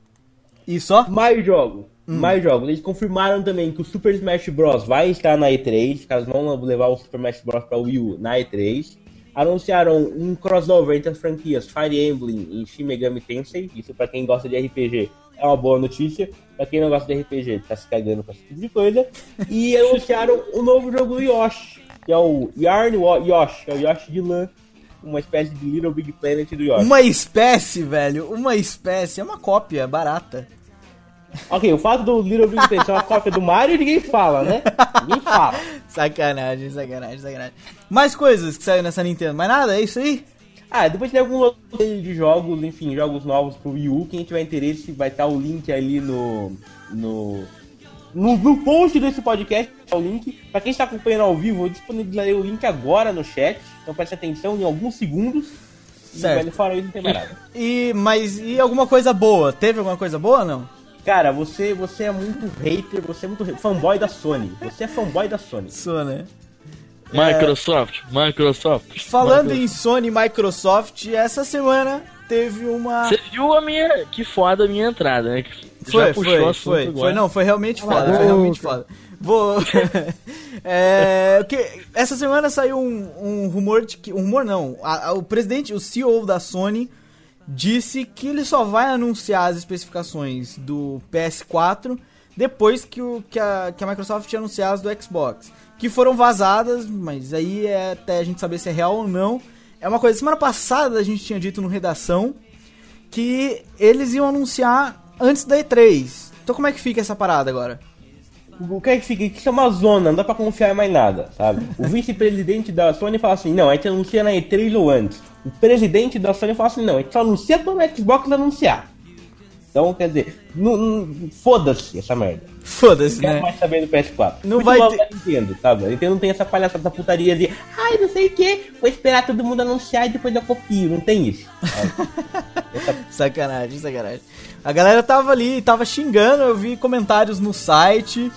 E só? Mais jogos. Hum. Mais jogos. Eles confirmaram também que o Super Smash Bros. Vai estar na E três. Os caras vão levar o Super Smash Bros. Pra Wii U na E três. Anunciaram um crossover entre as franquias Fire Emblem e Shin Megami Tensei. Isso pra quem gosta de R P G é uma boa notícia. Pra quem não gosta de R P G, tá se cagando com esse tipo de coisa. E anunciaram o novo jogo do Yoshi, que é o Yarn Yoshi, que é o Yoshi de lã. Uma espécie de Little Big Planet do Yoshi. Uma espécie, velho. Uma espécie. É uma cópia barata. Ok, o fato do Little Big Planet ser uma cópia do Mario, ninguém fala, né? Ninguém fala. Sacanagem, sacanagem, sacanagem. Mais coisas que saiu nessa Nintendo. Mais nada? É isso aí? Ah, depois tem algum outro de jogos, enfim, jogos novos pro Wii U. Quem tiver interesse vai estar o link ali no... No, no, no post desse podcast, o link. Pra quem está acompanhando ao vivo, eu disponibilizarei o link agora no chat. Então preste atenção em alguns segundos. Certo. E fora isso, não tem mais nada. E, mas, e alguma coisa boa? Teve alguma coisa boa ou não? Cara, você, você é muito hater, você é muito fanboy da Sony. Você é fanboy da Sony. Sou, né? Microsoft, é... Microsoft. Falando Microsoft. em Sony e Microsoft, essa semana teve uma... Você viu a minha... Que foda a minha entrada, né? Que foi, já puxou foi, assunto foi, agora. foi. Não, foi realmente Ah, foda, boa, foi realmente cara. foda. Vou... é, que, essa semana saiu um, um rumor de que... Um rumor não. A, a, o presidente, o C E O da Sony... disse que ele só vai anunciar as especificações do P S quatro depois que, o, que, a, que a Microsoft tinha anunciado as do Xbox. Que foram vazadas, mas aí é até a gente saber se é real ou não. É uma coisa, semana passada a gente tinha dito no Redação que eles iam anunciar antes da E três. Então como é que fica essa parada agora? O que é que fica? Isso é uma zona, não dá pra confiar em mais nada, sabe? O vice-presidente da Sony fala assim, não, a gente anuncia na E três ou antes. O presidente da Sony fala assim, não, a gente só anuncia quando o Xbox anunciar. Então, quer dizer, não, não, foda-se essa merda. Foda-se, Não quero né? mais saber do P S quatro. Não Muito vai mal ter- da Nintendo, sabe? A Nintendo não tem essa palhaçada, essa putaria de ai, não sei o que, vou esperar todo mundo anunciar e depois eu copio. Não tem isso. sabe? Essa- Sacanagem, sacanagem. A galera tava ali, tava xingando, eu vi comentários no site,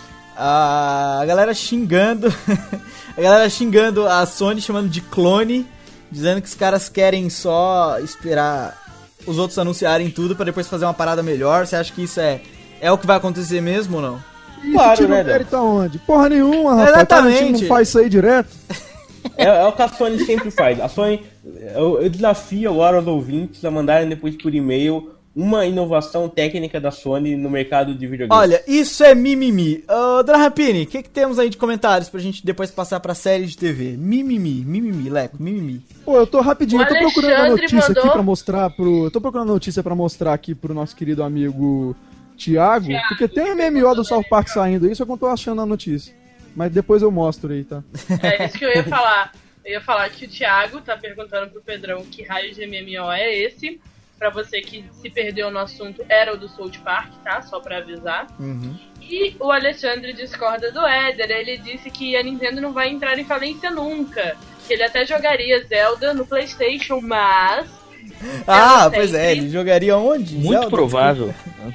a galera xingando, a galera xingando a Sony, chamando de clone, dizendo que os caras querem só esperar os outros anunciarem tudo pra depois fazer uma parada melhor. Você acha que isso é, é o que vai acontecer mesmo ou não? Isso Claro, tira né, o mérito aonde? Porra nenhuma, rapaz. Exatamente. Tarantino não faz isso aí direto. É, é o que a Sony sempre faz. A Sony, eu, eu desafio agora os ouvintes a mandarem depois por e-mail uma inovação técnica da Sony no mercado de videogames. Olha, isso é mimimi. Ô, Dona Rapini, o que, que temos aí de comentários pra gente depois passar pra série de T V? Mimimi, mimimi, Leco, mimimi. Pô, eu tô rapidinho, O eu tô procurando a Alexandre notícia mandou- aqui pra mostrar pro. Eu tô procurando a notícia pra mostrar aqui pro nosso querido amigo Thiago, Thiago, porque tem um M M O do South Park saindo aí, só que eu não tô achando a notícia. Mas depois eu mostro aí, tá? É isso que eu ia falar. Eu ia falar que o Thiago tá perguntando pro Pedrão que raio de M M O é esse. Pra você que se perdeu no assunto, era o do South Park, tá? Só pra avisar. Uhum. E o Alexandre discorda do Éder. Ele disse que a Nintendo não vai entrar em falência nunca. Que ele até jogaria Zelda no PlayStation, mas... Ah, Ela pois é, sempre- ele jogaria onde? Muito Zelda? provável.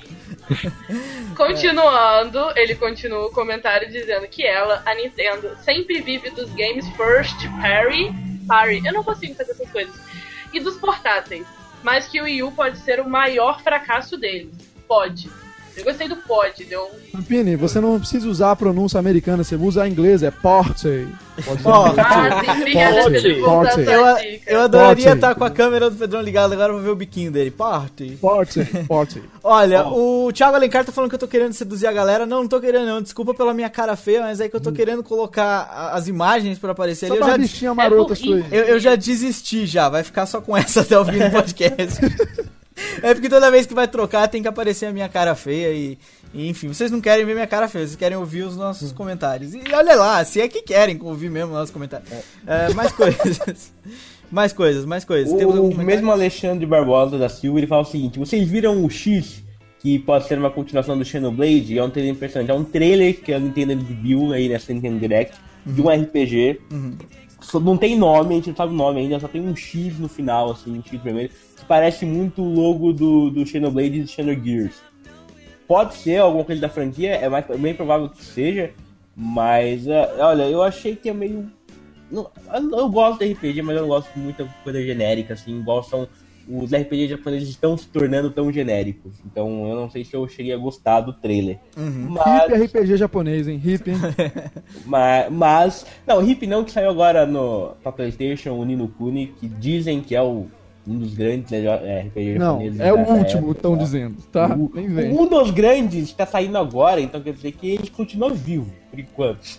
Continuando, ele continua o comentário dizendo que ela, a Nintendo, sempre vive dos games first party, party, eu não consigo fazer essas coisas, e dos portáteis, mas que o Wii U pode ser o maior fracasso deles. Pode. Eu gostei do pode, deu um... Pini, você não precisa usar a pronúncia americana, você usa a inglesa, é party. Pode usar. Ó, Ah, sim, obrigada Pode, Pedro, por pode. dar Eu, sua dica. eu adoraria Pode. estar com a câmera do Pedrão ligada agora pra ver o biquinho dele. Party. Party, party. Olha, o Thiago Alencar tá falando que eu tô querendo seduzir a galera. Não, não tô querendo não. Desculpa pela minha cara feia, mas é que eu tô querendo colocar a- as imagens pra aparecer Só ali. Eu uma já, bichinha marota sua aí. eu, eu já desisti já. Vai ficar só com essa até o fim do podcast. É porque toda vez que vai trocar tem que aparecer a minha cara feia e... e, enfim, vocês não querem ver minha cara feia, vocês querem ouvir os nossos comentários. E olha lá, se é que querem ouvir mesmo os nossos comentários. É, mais coisas. Mais coisas, mais coisas. Temos algum O comentário? mesmo Alexandre Barbosa da Silva, ele fala o seguinte: vocês viram o X, que pode ser uma continuação do Xenoblade? É um trailer impressionante. É um trailer que a Nintendo exibiu aí nessa Nintendo Direct, de um R P G. Uhum. Só não tem nome, a gente não sabe o nome ainda, só tem um X no final, assim, um X vermelho, que parece muito o logo do, do Xenoblade e do Xenogears. Pode ser alguma coisa da franquia, é mais, é bem provável que seja, mas, é, olha, eu achei que é meio... Não, eu, eu gosto de R P G, mas eu não gosto de muita coisa genérica, assim, igual são... Os R P Gs japoneses estão se tornando tão genéricos, então eu não sei se eu cheguei a gostar do trailer. Uhum. Mas... Hip R P G japonês, hein? Hip, hein? Mas, mas não, o Hip não, que saiu agora no, pra PlayStation, o Ni no Kuni, que dizem que é o Um dos grandes né, R P G Não, japoneses é o dessa último, época. estão dizendo, tá? O- Nem vem. Um dos grandes está saindo agora, então quer dizer que ele continua vivo, por enquanto.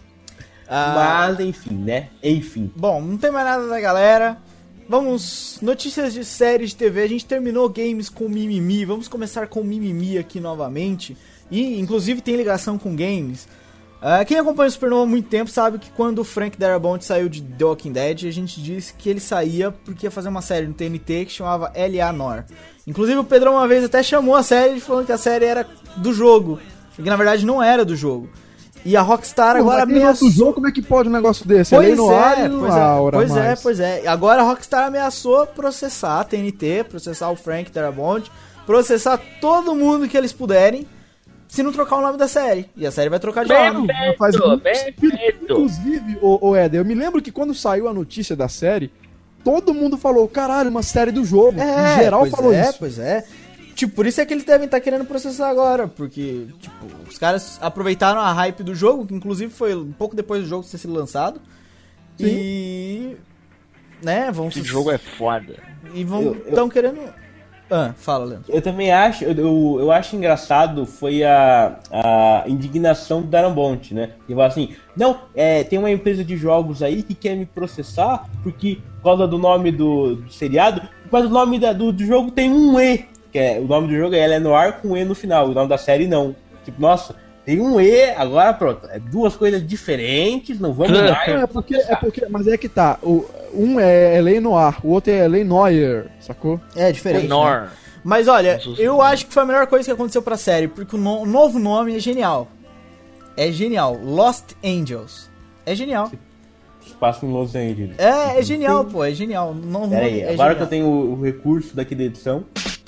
Ah, Mas, enfim, né? Enfim. Bom, não tem mais nada da galera. Vamos, notícias de séries de T V. A gente terminou games com mimimi. Vamos começar com mimimi aqui novamente. E, inclusive, tem ligação com games. Uh, quem acompanha o Supernova há muito tempo sabe que quando o Frank Darabont saiu de The Walking Dead, a gente disse que ele saía porque ia fazer uma série no T N T que chamava L A Noir. Inclusive, o Pedrão uma vez até chamou a série falando que a série era do jogo. E que, na verdade, não era do jogo. E a Rockstar Pô, agora mas quem ameaçou... do jogo, como é que pode um negócio desse? Pois Lei no ar é, e não pois é, aura pois é, mais. pois é. Agora a Rockstar ameaçou processar a T N T, processar o Frank Darabont, processar todo mundo que eles puderem, se não trocar o nome da série. E a série vai trocar de nome. Não faz muito sentido. Perfeito. Inclusive, o, o Éder, eu me lembro que quando saiu a notícia da série, todo mundo falou, caralho, uma série do jogo. É, em geral pois falou é, isso. pois é. Tipo, por isso é que eles devem estar querendo processar agora, porque, tipo, os caras aproveitaram a hype do jogo, que inclusive foi um pouco depois do jogo ter sido lançado. Sim. E... né, vão... Esse jogo é foda. E vão... Eu- eu- estão querendo... Ah, fala, Leandro. Eu também acho, eu, eu, eu acho engraçado foi a, a indignação do Darabont, né? Ele fala assim, não, é, tem uma empresa de jogos aí que quer me processar porque, por causa do nome do, do seriado, mas o nome da, do, do jogo tem um E, que é, o nome do jogo é L A Noir com E no final, o nome da série não. Tipo, nossa, tem um E, agora pronto, é duas coisas diferentes, não vamos Não, mais. é porque, é porque, mas é que tá, o, um é L A Noir, o outro é L A Noir, sacou? É diferente, né? Nor. Mas olha, Jesus. eu acho que foi a melhor coisa que aconteceu pra série, porque o, no- o novo nome é genial. É genial. Lost Angels. É genial. Passa em Los Angeles. É, é genial, pô, é genial. O novo Pera nome aí, é agora genial. que eu tenho o, o recurso daqui da edição,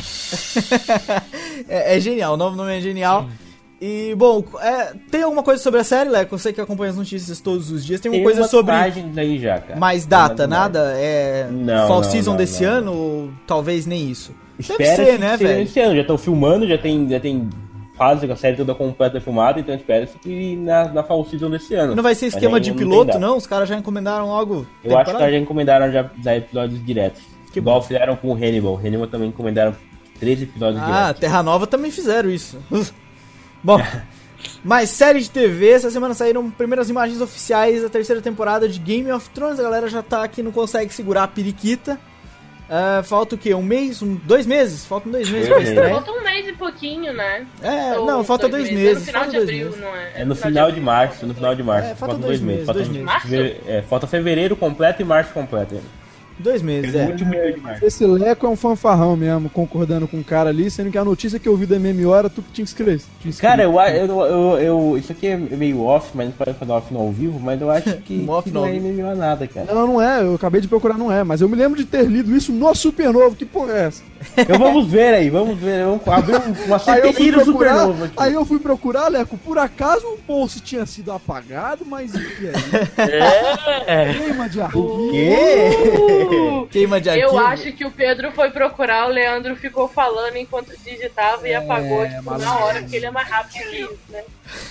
é, é genial, o novo nome é genial. E, bom, é, tem alguma coisa sobre a série, Leco? Eu sei que acompanha as notícias todos os dias. Tem uma tem coisa umas sobre imagens aí já, cara. mais Tem data, umas nada? É Não, fall não, season não, desse não. ano? Ou talvez nem isso? Deve Espera ser, que né, seja velho? esse ano, já estão filmando, já tem, já tem fase com a série toda completa filmada, então espera-se que na, na fall season desse ano. Não vai ser Mas esquema ainda de não tem piloto, data. não? Os caras já encomendaram logo. Eu acho que já encomendaram já, já episódios diretos. Que Igual bom. fizeram com o Hannibal. O Hannibal também encomendaram três episódios Ah, diretos. Terra Nova também fizeram isso. Bom, mais série de T V. Essa semana saíram primeiras imagens oficiais da terceira temporada de Game of Thrones. A galera já tá aqui, não consegue segurar a periquita. Ah, falta o quê? Um mês? Um, dois meses? Faltam dois meses pra Dois estreia. Falta um mês e pouquinho, né? É, Ou não, falta dois É meses. no final Falta de dois abril, meses. não é? É no final de março, no final de março. É, falta dois meses, Falta, dois meses. feve- é, falta fevereiro completo e março completo. ainda. Dois meses, No é. último dia de março. Esse Leco é um fanfarrão mesmo, concordando com o cara ali, sendo que a notícia que eu vi da M M O era tu que tinha escrito. tinha escrito. Cara, eu, eu, eu, eu- isso aqui é meio off, mas não pode fazer off no ao vivo, mas eu acho que, Um off que no não ao é vivo. M M O nada, cara. Não, não é, eu acabei de procurar, não é, mas eu me lembro de ter lido isso no Supernovo, que porra é essa? Então vamos ver aí, vamos ver, vamos abrir um- uma Aí eu C P I fui do procurar, Supernova aqui. aí eu fui procurar, Leco, por acaso o post tinha sido apagado, mas e que aí? É. Queima de arquivo. Quê? Queima de arquivo. Eu acho que o Pedro foi procurar, o Leandro ficou falando enquanto digitava e apagou, tipo, na maluco. hora, porque ele é mais rápido que isso, né?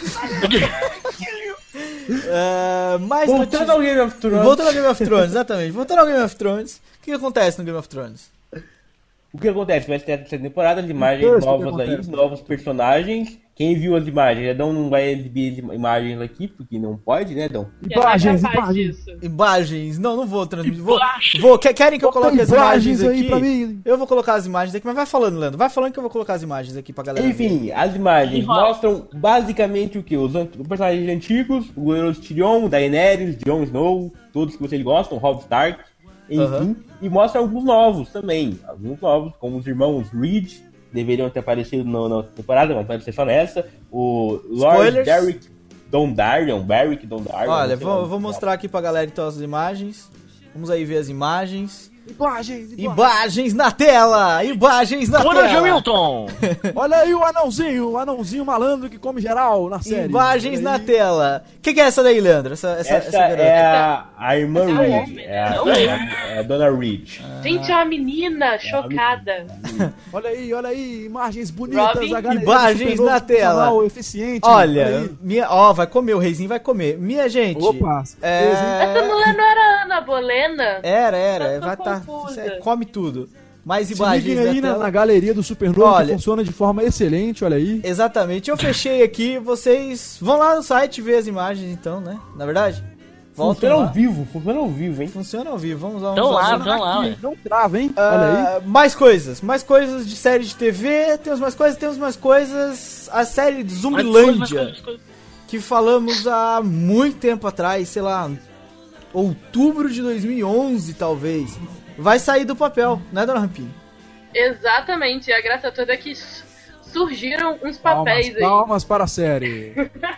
Ah, mais Voltando ao notícias- Game of Thrones. Voltando ao Game of Thrones, exatamente. Voltando ao Game of Thrones. O que, que acontece no Game of Thrones? O que acontece? Vai ter a terceira temporada, as imagens Deus, o que novas aí, acontece? novos personagens. Quem viu as imagens, Edão não vai exibir as imagens aqui, porque não pode, né, Edão? Que é mais Imagens, capaz imagens. disso. Imagens. Não, não vou transmitir. Vou, vou. Quer- Querem que eu Bota coloque as imagens aí aqui? pra mim. Eu vou colocar as imagens aqui, mas vai falando, Leandro. Vai falando que eu vou colocar as imagens aqui pra galera ver. Enfim, as imagens mostram basicamente o que? Os, ant- os personagens antigos, o Guerreiro Tyrion, Daenerys, Jon Snow, todos que vocês gostam, Robb Stark, enfim. Aham. E mostra alguns novos também. Alguns novos, como os irmãos Reed, deveriam ter aparecido no- na outra temporada, vão aparecer só nessa. O Lord Spoilers. Derrick Dondarrion, Beric Dondarrion. Olha, não sei vou, lá. vou mostrar aqui pra galera então as imagens. Vamos aí ver as imagens. Imagens, imagens. Imagens na tela! Imagens na Ronald tela! Hamilton! Olha aí o anãozinho, o anãozinho malandro que come geral na série. Imagens Olha na aí. tela. O que, que é essa daí, Leandro? Essa, essa, Essa, essa garota? é a, a irmã É um Reed, homem, é a, não é a- é a Dona Reed. Gente, é uma menina chocada. Olha aí, olha aí, imagens bonitas. Robin. a galera Imagens Supernova na tela. funcional, eficiente. olha Olha, aí. minha, ó, vai comer, o reizinho vai comer. Minha gente. Opa, é... Essa mulher não era a Ana Bolena? Era, era, vai Eu tô tá tá? confusa. Você come tudo. Mais Se imagens liguem aí da na, tela. na galeria do Supernova, Olha. que funciona de forma excelente, olha aí. Exatamente, eu fechei aqui, vocês vão lá no site ver as imagens então, né? Na verdade? Voltem Funciona lá. ao vivo, funciona ao vivo, hein? Funciona ao vivo, vamos lá. Então vamos lá, lá. então lá, ué. Não trava, hein? Olha aí. Ah, mais coisas, mais coisas de série de T V, temos mais coisas, temos mais coisas. A série de Mais Zumbilândia, coisa, mais coisa, mais coisa. que falamos há muito tempo atrás, sei lá, outubro de dois mil e onze talvez, vai sair do papel, né, dona Rampini? Exatamente, e a graça toda é que s- surgiram uns papéis Palmas, aí. palmas para a série.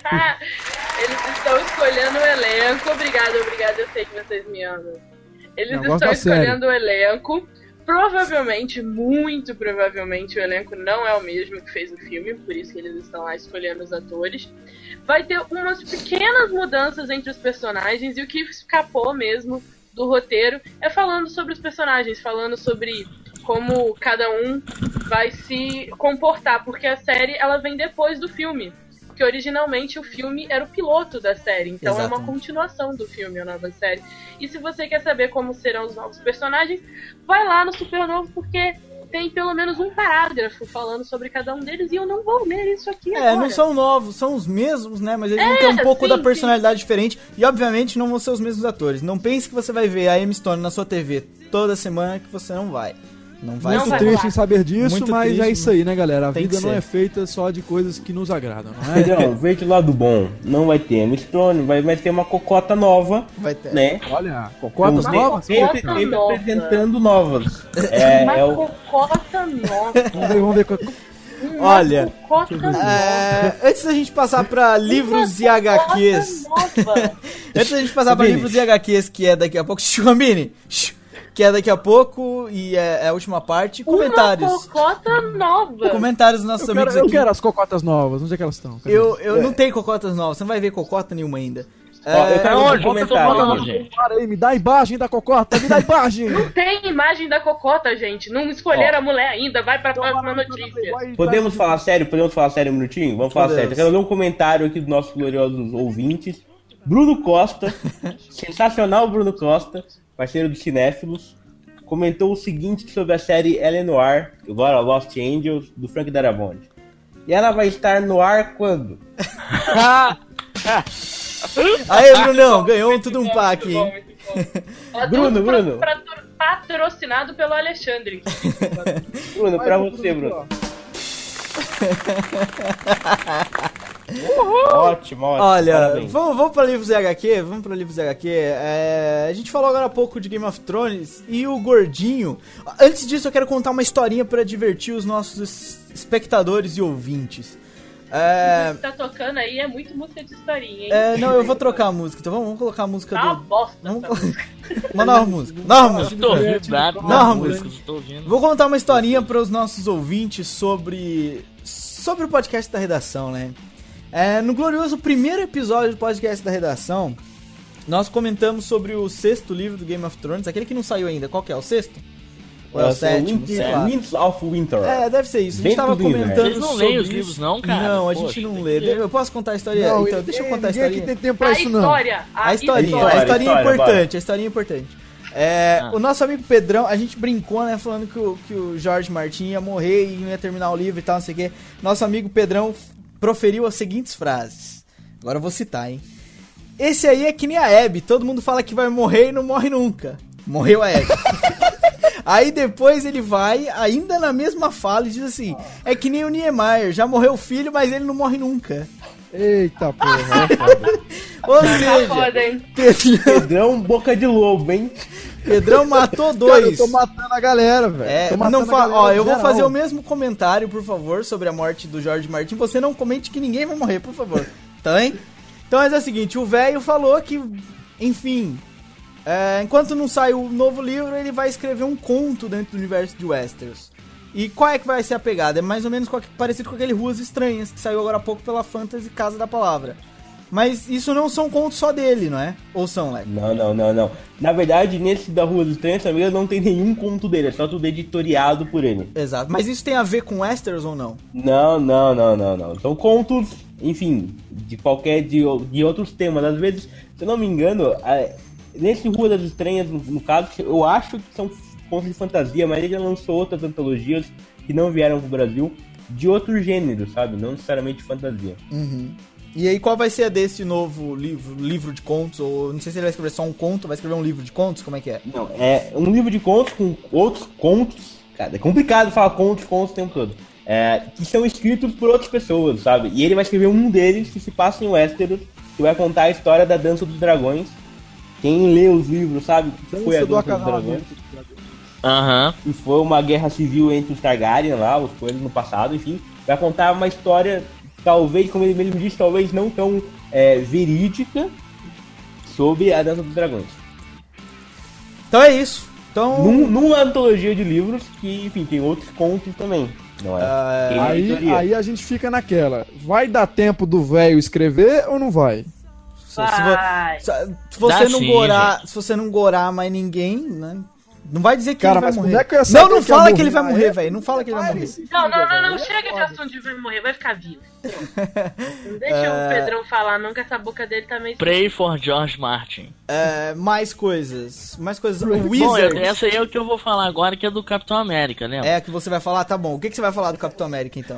Eles estão escolhendo o elenco. Obrigada, obrigada, eu sei que vocês me amam. Eles Eu gosto estão da série. escolhendo o elenco. Provavelmente, muito provavelmente, o elenco não é o mesmo que fez o filme, por isso que eles estão lá escolhendo os atores. Vai ter umas pequenas mudanças entre os personagens, e o que escapou mesmo do roteiro é falando sobre os personagens, falando sobre como cada um vai se comportar, porque a série ela vem depois do filme. Porque originalmente o filme era o piloto da série, então é Exatamente. uma continuação do filme, a nova série. E se você quer saber como serão os novos personagens, vai lá no Supernovo, porque tem pelo menos um parágrafo falando sobre cada um deles, e eu não vou ler isso aqui É, agora. não são novos, são os mesmos, né? Mas eles vão É, ter um pouco sim, da sim. personalidade diferente. E obviamente não vão ser os mesmos atores. Não pense que você vai ver a Emma Stone na sua T V toda semana, que você não vai. Não vai Muito vai ser. triste rolar. em saber disso, Muito mas triste, é isso aí, né, galera? A tem vida que não ser. é feita só de coisas que nos agradam, não é? Pedrão, veja o lado bom. Não vai ter Emma Stone, vai, vai ter uma cocota nova, Vai ter. né? Olha, cocotas Uma novas? cocota Sempre, sempre nova. apresentando novas. É, Uma é o... cocota nova. Vamos ver, vamos ver. co- Uma Olha, cocota nova. É, antes da gente passar pra livros e H Qs. Nova. Antes da gente passar pra Vini. livros e H Qs, que é daqui a pouco. Chambini! Que é daqui a pouco e é, é a última parte. Comentários. Uma cocota nova. Comentários dos nossos Eu quero, amigos eu aqui. quero as cocotas novas, onde é que elas estão? Cadê? Eu, eu não tenho cocotas novas, você não vai ver cocota nenhuma ainda. Ó, eu É, quero Não, um onde? Onde eu tô comentário. falando, aqui. gente? Para aí, me dá a imagem da cocota, me dá a imagem! Não tem imagem da cocota, gente. Não escolheram Ó. a mulher ainda. Vai pra próxima notícia. Podemos falar sério? Podemos falar sério um minutinho? Vamos falar Podemos. sério. Eu quero ler um comentário aqui dos nossos gloriosos ouvintes. Bruno Costa, sensacional Bruno Costa, parceiro dos Cinéfilos, comentou o seguinte sobre a série Eleanor, agora Lost Angels, do Frank Darabont. E ela vai estar no ar quando? Aê, Brunão, ganhou um tudo um pack, Muito bom, hein? muito bom. Ó, Bruno, tudo Bruno. pra- pra- patrocinado pelo Alexandre. Bruno, pra você, Bruno. Ótimo, ótimo. Olha, parabéns. vamos, vamos pra livros e H Q? Vamos pra livros e H Q. É, a gente falou agora há pouco de Game of Thrones e o Gordinho. Antes disso, eu quero contar uma historinha pra divertir os nossos es- espectadores e ouvintes. É, O que tá tocando aí é muito música de historinha, hein? é, não, eu vou trocar a música, então vamos, vamos colocar a música Tá uma do. bosta Vamos essa música. uma nova música. Nova Eu música. tô ouvindo nada, Não, nada, música. música, eu tô ouvindo. Vou contar uma historinha para os nossos ouvintes sobre sobre o podcast da redação, né? É, no glorioso primeiro episódio do podcast da redação, nós comentamos sobre o sexto livro do Game of Thrones, aquele que não saiu ainda. Qual que é? O sexto? Ou é o Esse é sétimo? Winter- Sei lá. Winds of Winter. É, deve ser isso. A gente Dentro tava do inverno. comentando Vocês não sobre leem os isso. livros não, cara? Não, a Poxa, gente não tem lê. que ler. Eu posso contar a história? Não, então, deixa eu contar a ninguém aqui historinha. tem tempo pra A isso, não. história. A historinha, história, a historinha história, importante, a historinha importante. É, Ah. O nosso amigo Pedrão, a gente brincou, né, falando que o, que o Jorge Martin ia morrer e não ia terminar o livro e tal, não sei o quê. Nosso amigo Pedrão f- proferiu as seguintes frases. Agora eu vou citar, hein. Esse aí é que nem a Abby, todo mundo fala que vai morrer e não morre nunca. Morreu a Abby. Aí depois ele vai, ainda na mesma fala, e diz assim, é que nem o Niemeyer, já morreu o filho, mas ele não morre nunca. Eita porra, é foda. Ou Tá seja, foda, hein? Pedrão, Pedrão, boca de lobo, hein? Pedrão matou Cara, dois. eu tô matando a galera, velho. É, Tô matando não a fa... galera Ó, eu vou geral. fazer o mesmo comentário, por favor, sobre a morte do Jorge Martin. Você não comente que ninguém vai morrer, por favor. Tá bem? Então mas é o seguinte, o velho falou que, enfim, é, enquanto não sai o novo livro, ele vai escrever um conto dentro do universo de Westeros. E qual é que vai ser a pegada? É mais ou menos com- parecido com aquele Ruas Estranhas, que saiu agora há pouco pela Fantasy Casa da Palavra. Mas isso não são contos só dele, não é? Ou são, Leque? Não, não, não, não. Na verdade, nesse da Rua dos Estranhos, também não tem nenhum conto dele, é só tudo editoriado por ele. Exato. Mas isso tem a ver com Westeros ou não? Não, não, não, não, não. São contos, enfim, de qualquer, de, de outros temas. Às vezes, se eu não me engano, a- nesse Rua das Estranhas, no, no caso, eu acho que são contos de fantasia, mas ele já lançou outras antologias que não vieram pro Brasil, de outro gênero, sabe? Não necessariamente fantasia. Uhum. E aí, qual vai ser a desse novo livro, livro de contos? Ou não sei se ele vai escrever só um conto, vai escrever um livro de contos? Como é que é? Não, é um livro de contos com outros contos. Cara, é complicado falar contos, contos o tempo todo. É, que são escritos por outras pessoas, sabe? E ele vai escrever um deles que se passa em Westeros, que vai contar a história da Dança dos Dragões. Quem lê os livros sabe que foi a Dança dos Dragões. Aham. E foi uma guerra civil entre os Targaryen lá, os coelhos no passado, enfim. Vai contar uma história, talvez, como ele mesmo disse, talvez não tão é, verídica, sobre a Dança dos Dragões. Então é isso. Então... Num, numa antologia de livros que, enfim, tem outros contos também. Não é? Uh, aí, aí a gente fica naquela. Vai dar tempo do velho escrever ou não vai? Se, se, se, se você Dá não sim, gorar, gente. se você não gorar mais ninguém, né? Não vai dizer que Cara, ele vai mas morrer. como é que eu ia Não, saber não que ia fala que morrer? ele vai Ah, morrer, é? velho. Não fala que ele vai Vai morrer. nesse Não, não, não, não, filho, chega de velho. assunto de vai morrer, vai ficar vivo. Não deixa o Pedrão falar, não, que essa boca dele tá meio... Pray for George Martin. É, mais coisas. Mais coisas. O Bom, Wizard. eu- essa aí é o que eu vou falar agora, que é do Capitão América, né? É a que você vai falar? Tá bom. O que, que você vai falar do Capitão América, então?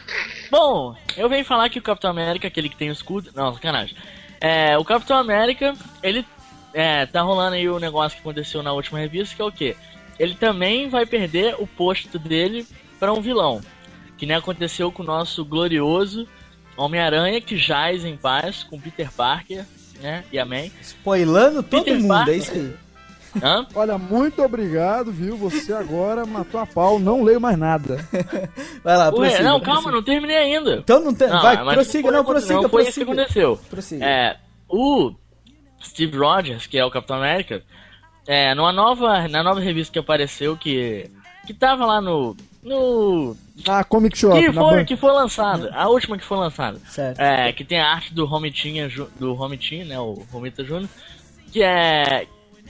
Bom, eu venho falar que o Capitão América, aquele que tem o escudo... Não, sacanagem. É, o Capitão América, ele... É, tá rolando aí o negócio que aconteceu na última revista, que é o quê? Ele também vai perder o posto dele pra um vilão. Que nem aconteceu com o nosso glorioso Homem-Aranha, que jaz em paz com Peter Parker, né? E amém. Spoilando todo Peter mundo, Parker. é isso aí. Hã? Olha, muito obrigado, viu? Você agora matou a pau, não leio mais nada. Vai lá, Ué, prossiga. não, prossiga. calma, não terminei ainda. Então não tem. Não, vai, mas prossiga, não, foi- prossiga, não foi isso que prossiga. aconteceu. Prossiga. É, o Steve Rogers, que é o Capitão América, é, numa nova, na nova revista que apareceu, que, que tava lá no... no Na Comic Shop, que, na foi, banca. que foi lançada, a última que foi lançada. Certo. É, que tem a arte do Romitinha, Ju- do Romitinha, né, o Romita Júnior, que é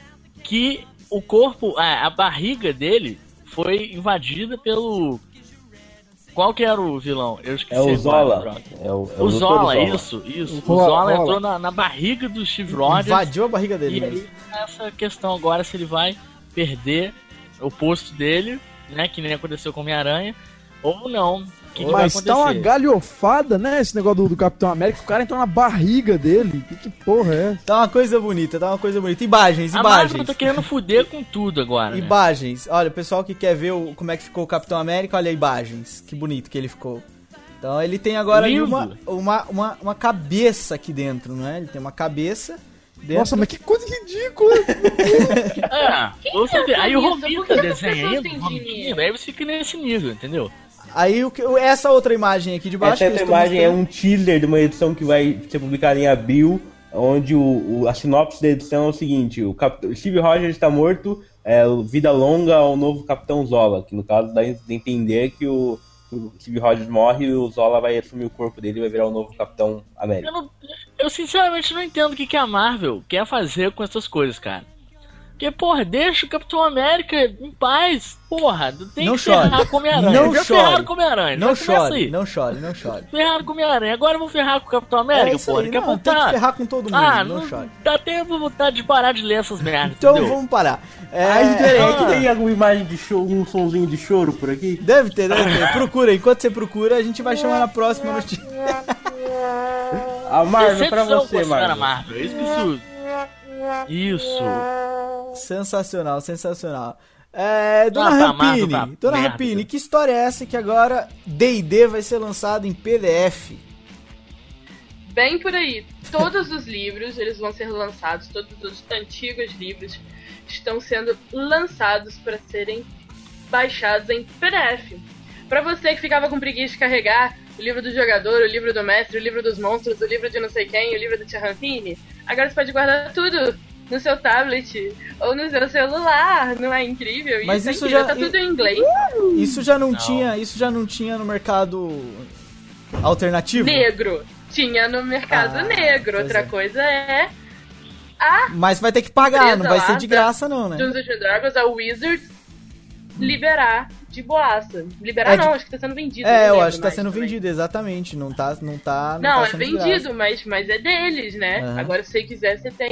que o corpo, a, a barriga dele foi invadida pelo... Qual que era o vilão? Eu esqueci. É o agora, Zola. droga. É o, é O doutor Zola, isso, isso. O Zola, Zola Zola. entrou na, na barriga do Steve Rogers. Invadiu a barriga dele E mesmo. aí, essa questão agora, se ele vai perder o posto dele, né, que nem aconteceu com o Homem-Aranha, ou não. O que, que vai Mas acontecer? tá uma galhofada, né? Esse negócio do, do Capitão América. O cara entrou na barriga dele. Que, que porra é essa? Tá uma coisa bonita, tá uma coisa bonita. Imagens, A Marvel imagens. tá querendo fuder com tudo agora, né? Imagens. Olha, o pessoal que quer ver o, como é que ficou o Capitão América, olha imagens. Que bonito que ele ficou. Então ele tem agora ali Lindo. uma, uma, uma, uma cabeça aqui dentro, não é? Ele tem uma cabeça dentro. Nossa, mas que coisa ridícula. É, você vê, aí o isso? Por que Romita as desenha pessoas ainda, têm o Romitinha, dinheiro? aí você fica nesse nível, entendeu? Aí o que, essa outra imagem aqui de baixo. Essa que eu outra estou imagem é mostrando- um teaser de uma edição que vai ser publicada em abril, onde o, o- a sinopse da edição é o seguinte: o, Cap- o Steve Rogers está morto, é, vida longa ao novo Capitão Zola, que no caso dá a entender que o, o Steve Rogers morre e o Zola vai assumir o corpo dele e vai virar o novo Capitão América. Eu, não- eu sinceramente não entendo o que, que a Marvel quer fazer com essas coisas, cara. Porque, porra, deixa o Capitão América em paz. Porra, tem Não que ferrar chore. com o Homem-Aranha. Não Já chore. ferraram com o Homem-Aranha. Não já começa chore, aí. não chore, não chore. Ferraram com o Homem-Aranha. Agora vão ferrar com o Capitão América, É isso porra. aí, Daqui a não, pouco tem que tá- ferrar com todo mundo, Ah, não não chore. dá tempo vontade de parar de ler essas merdas, Então entendeu? vamos parar. É, Aí, peraí, ah. aqui tem alguma imagem de choro, um sonzinho de choro por aqui? Deve ter, deve ter. Procura, enquanto você procura, a gente vai chamar na próxima notícia. A Marvel, pra Decepção você, com a senhora Marvel. Marvel. Isso que isso... Isso. Sensacional, sensacional. É, Dona Ah, tá, Marvel, Rampini, tá, Dona merda. Rampini, que história é essa que agora D e D vai ser lançado em P D F? Bem por aí. Todos os livros, eles vão ser lançados, todos os antigos livros estão sendo lançados para serem baixados em P D F. Para você que ficava com preguiça de carregar o livro do jogador, o livro do mestre, o livro dos monstros, o livro de não sei quem, o livro do Tia Rampini, agora você pode guardar tudo no seu tablet ou no seu celular. Não é incrível? Mas isso, isso é incrível. já- Tá tudo em inglês. Isso já não, Não. tinha, isso já não tinha no mercado alternativo? Negro. Tinha no mercado Ah, negro. pois Outra é. coisa é Mas vai ter que pagar, não vai ser de Empresa lá graça não, né? Dungeons and Dragons, a Wizards, liberar de boaça. Liberar É de- não, acho que tá sendo vendido. É, não eu lembro acho que tá mais sendo também. vendido, exatamente. Não tá, não tá, Não, tá é sendo de vendido, graça. mas, mas é deles, né? Aham. Agora, se você quiser, você tem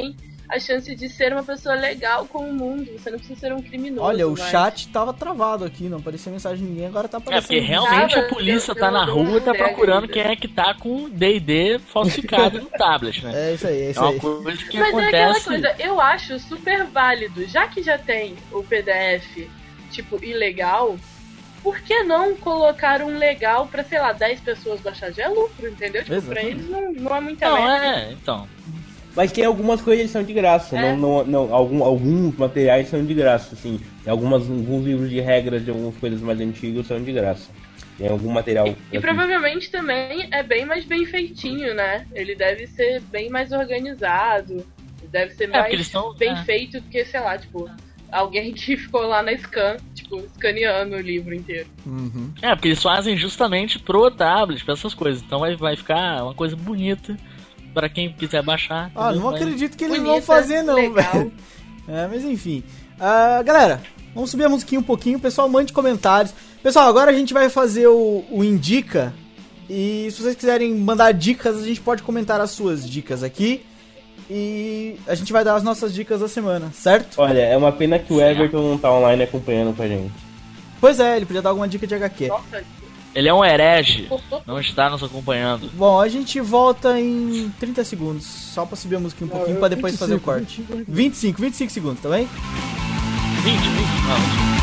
a chance de ser uma pessoa legal com o mundo. Você não precisa ser um criminoso. Olha, o mas... chat tava travado aqui, não aparecia mensagem de ninguém, agora tá É, aparecendo. porque realmente Cara, a polícia eu- tá na eu- rua e tá eu- procurando eu- quem é que tá com D e D falsificado no tablet, né? É isso aí, é É isso uma aí. coisa que Mas é aquela acontece. coisa, eu acho super válido, já que já tem o P D F, tipo, ilegal, por que não colocar um legal pra, sei lá, dez pessoas baixar? Já é lucro, entendeu? Tipo, pra Exatamente. eles não, não é muita Não, merda. é, então. Mas tem algumas coisas que são de graça, É. não, não, não, algum, alguns materiais são de graça, assim. Tem algumas, alguns livros de regras de algumas coisas mais antigas são de graça. Tem algum material. E assim. provavelmente também é bem mais bem feitinho, né? Ele deve ser bem mais organizado, deve ser porque mais eles são- bem é. feito do que, sei lá, tipo, alguém que ficou lá na scan, tipo, escaneando o livro inteiro. Uhum. É, porque eles fazem justamente pro tablet, pra essas coisas. Então vai, vai ficar uma coisa bonita pra quem quiser baixar. Ah, entendeu? não Vai- acredito que eles Bonita, vão fazer não, legal. velho. É, mas enfim. Ah, galera, vamos subir a musiquinha um pouquinho. Pessoal, mande comentários. Pessoal, agora a gente vai fazer o, o Indica. E se vocês quiserem mandar dicas, a gente pode comentar as suas dicas aqui. E a gente vai dar as nossas dicas da semana, certo? Olha, é uma pena que o Everton não tá online acompanhando com a gente. Pois é, ele podia dar alguma dica de H Q. Nossa, Ele é um herege, cortou não está nos acompanhando. Bom, a gente volta em trinta segundos. Só pra subir a musiquinha um pouquinho, pra depois fazer o corte. vinte e cinco, vinte e cinco segundos, tá bem? vinte, vinte, não.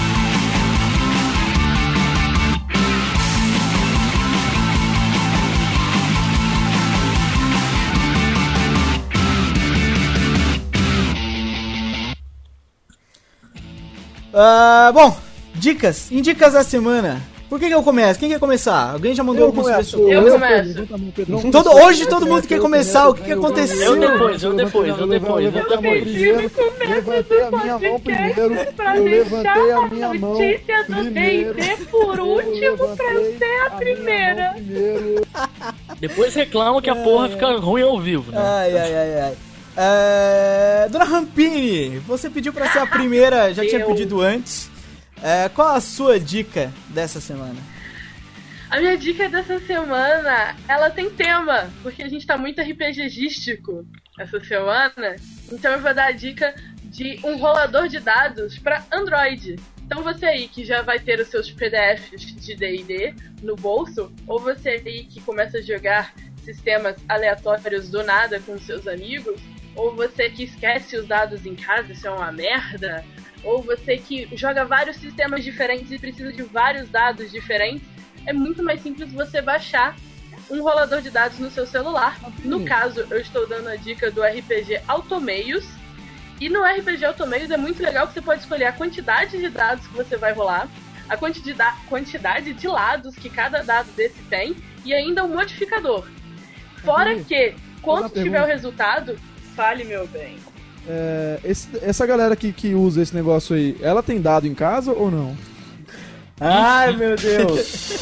Ah, bom, dicas, indicas da semana. Por que que eu começo? Quem quer começar? Alguém já mandou Eu alguma começo, sugestão? Eu eu começo. pergunto também, Pedrão. Todo- hoje todo mundo quer começar, o que que aconteceu? Eu depois, eu depois, eu depois, eu levantei a mão depois. primeiro, levantei a minha mão primeiro, pra eu deixar levantei a a minha mão notícia do primeiro, D e D por eu último pra eu levantei ser a minha primeira. mão primeiro. Depois reclamam que a porra fica ruim ao vivo, né? Ai, ai, ai, ai. É, Dona Rampini, você pediu pra ser a primeira, já tinha Eu. pedido antes. É, qual a sua dica dessa semana? A minha dica dessa semana, ela tem tema, porque a gente tá muito RPGístico essa semana. Então eu vou dar a dica de um rolador de dados para Android. Então você aí que já vai ter os seus P D Fs de D e D no bolso, ou você aí que começa a jogar sistemas aleatórios do nada com seus amigos, ou você que esquece os dados em casa, isso é uma merda, ou você que joga vários sistemas diferentes e precisa de vários dados diferentes, é muito mais simples você baixar um rolador de dados no seu celular. No caso, eu estou dando a dica do R P G Automeios. E no R P G Automeios é muito legal que você pode escolher a quantidade de dados que você vai rolar, a quantidade, quantidade de lados que cada dado desse tem, e ainda um modificador. Fora Entendi. que, quando uma tiver pergunta. o resultado, fale, meu bem. É, esse- essa galera que, que usa esse negócio aí, ela tem dado em casa ou não? Ai, meu Deus!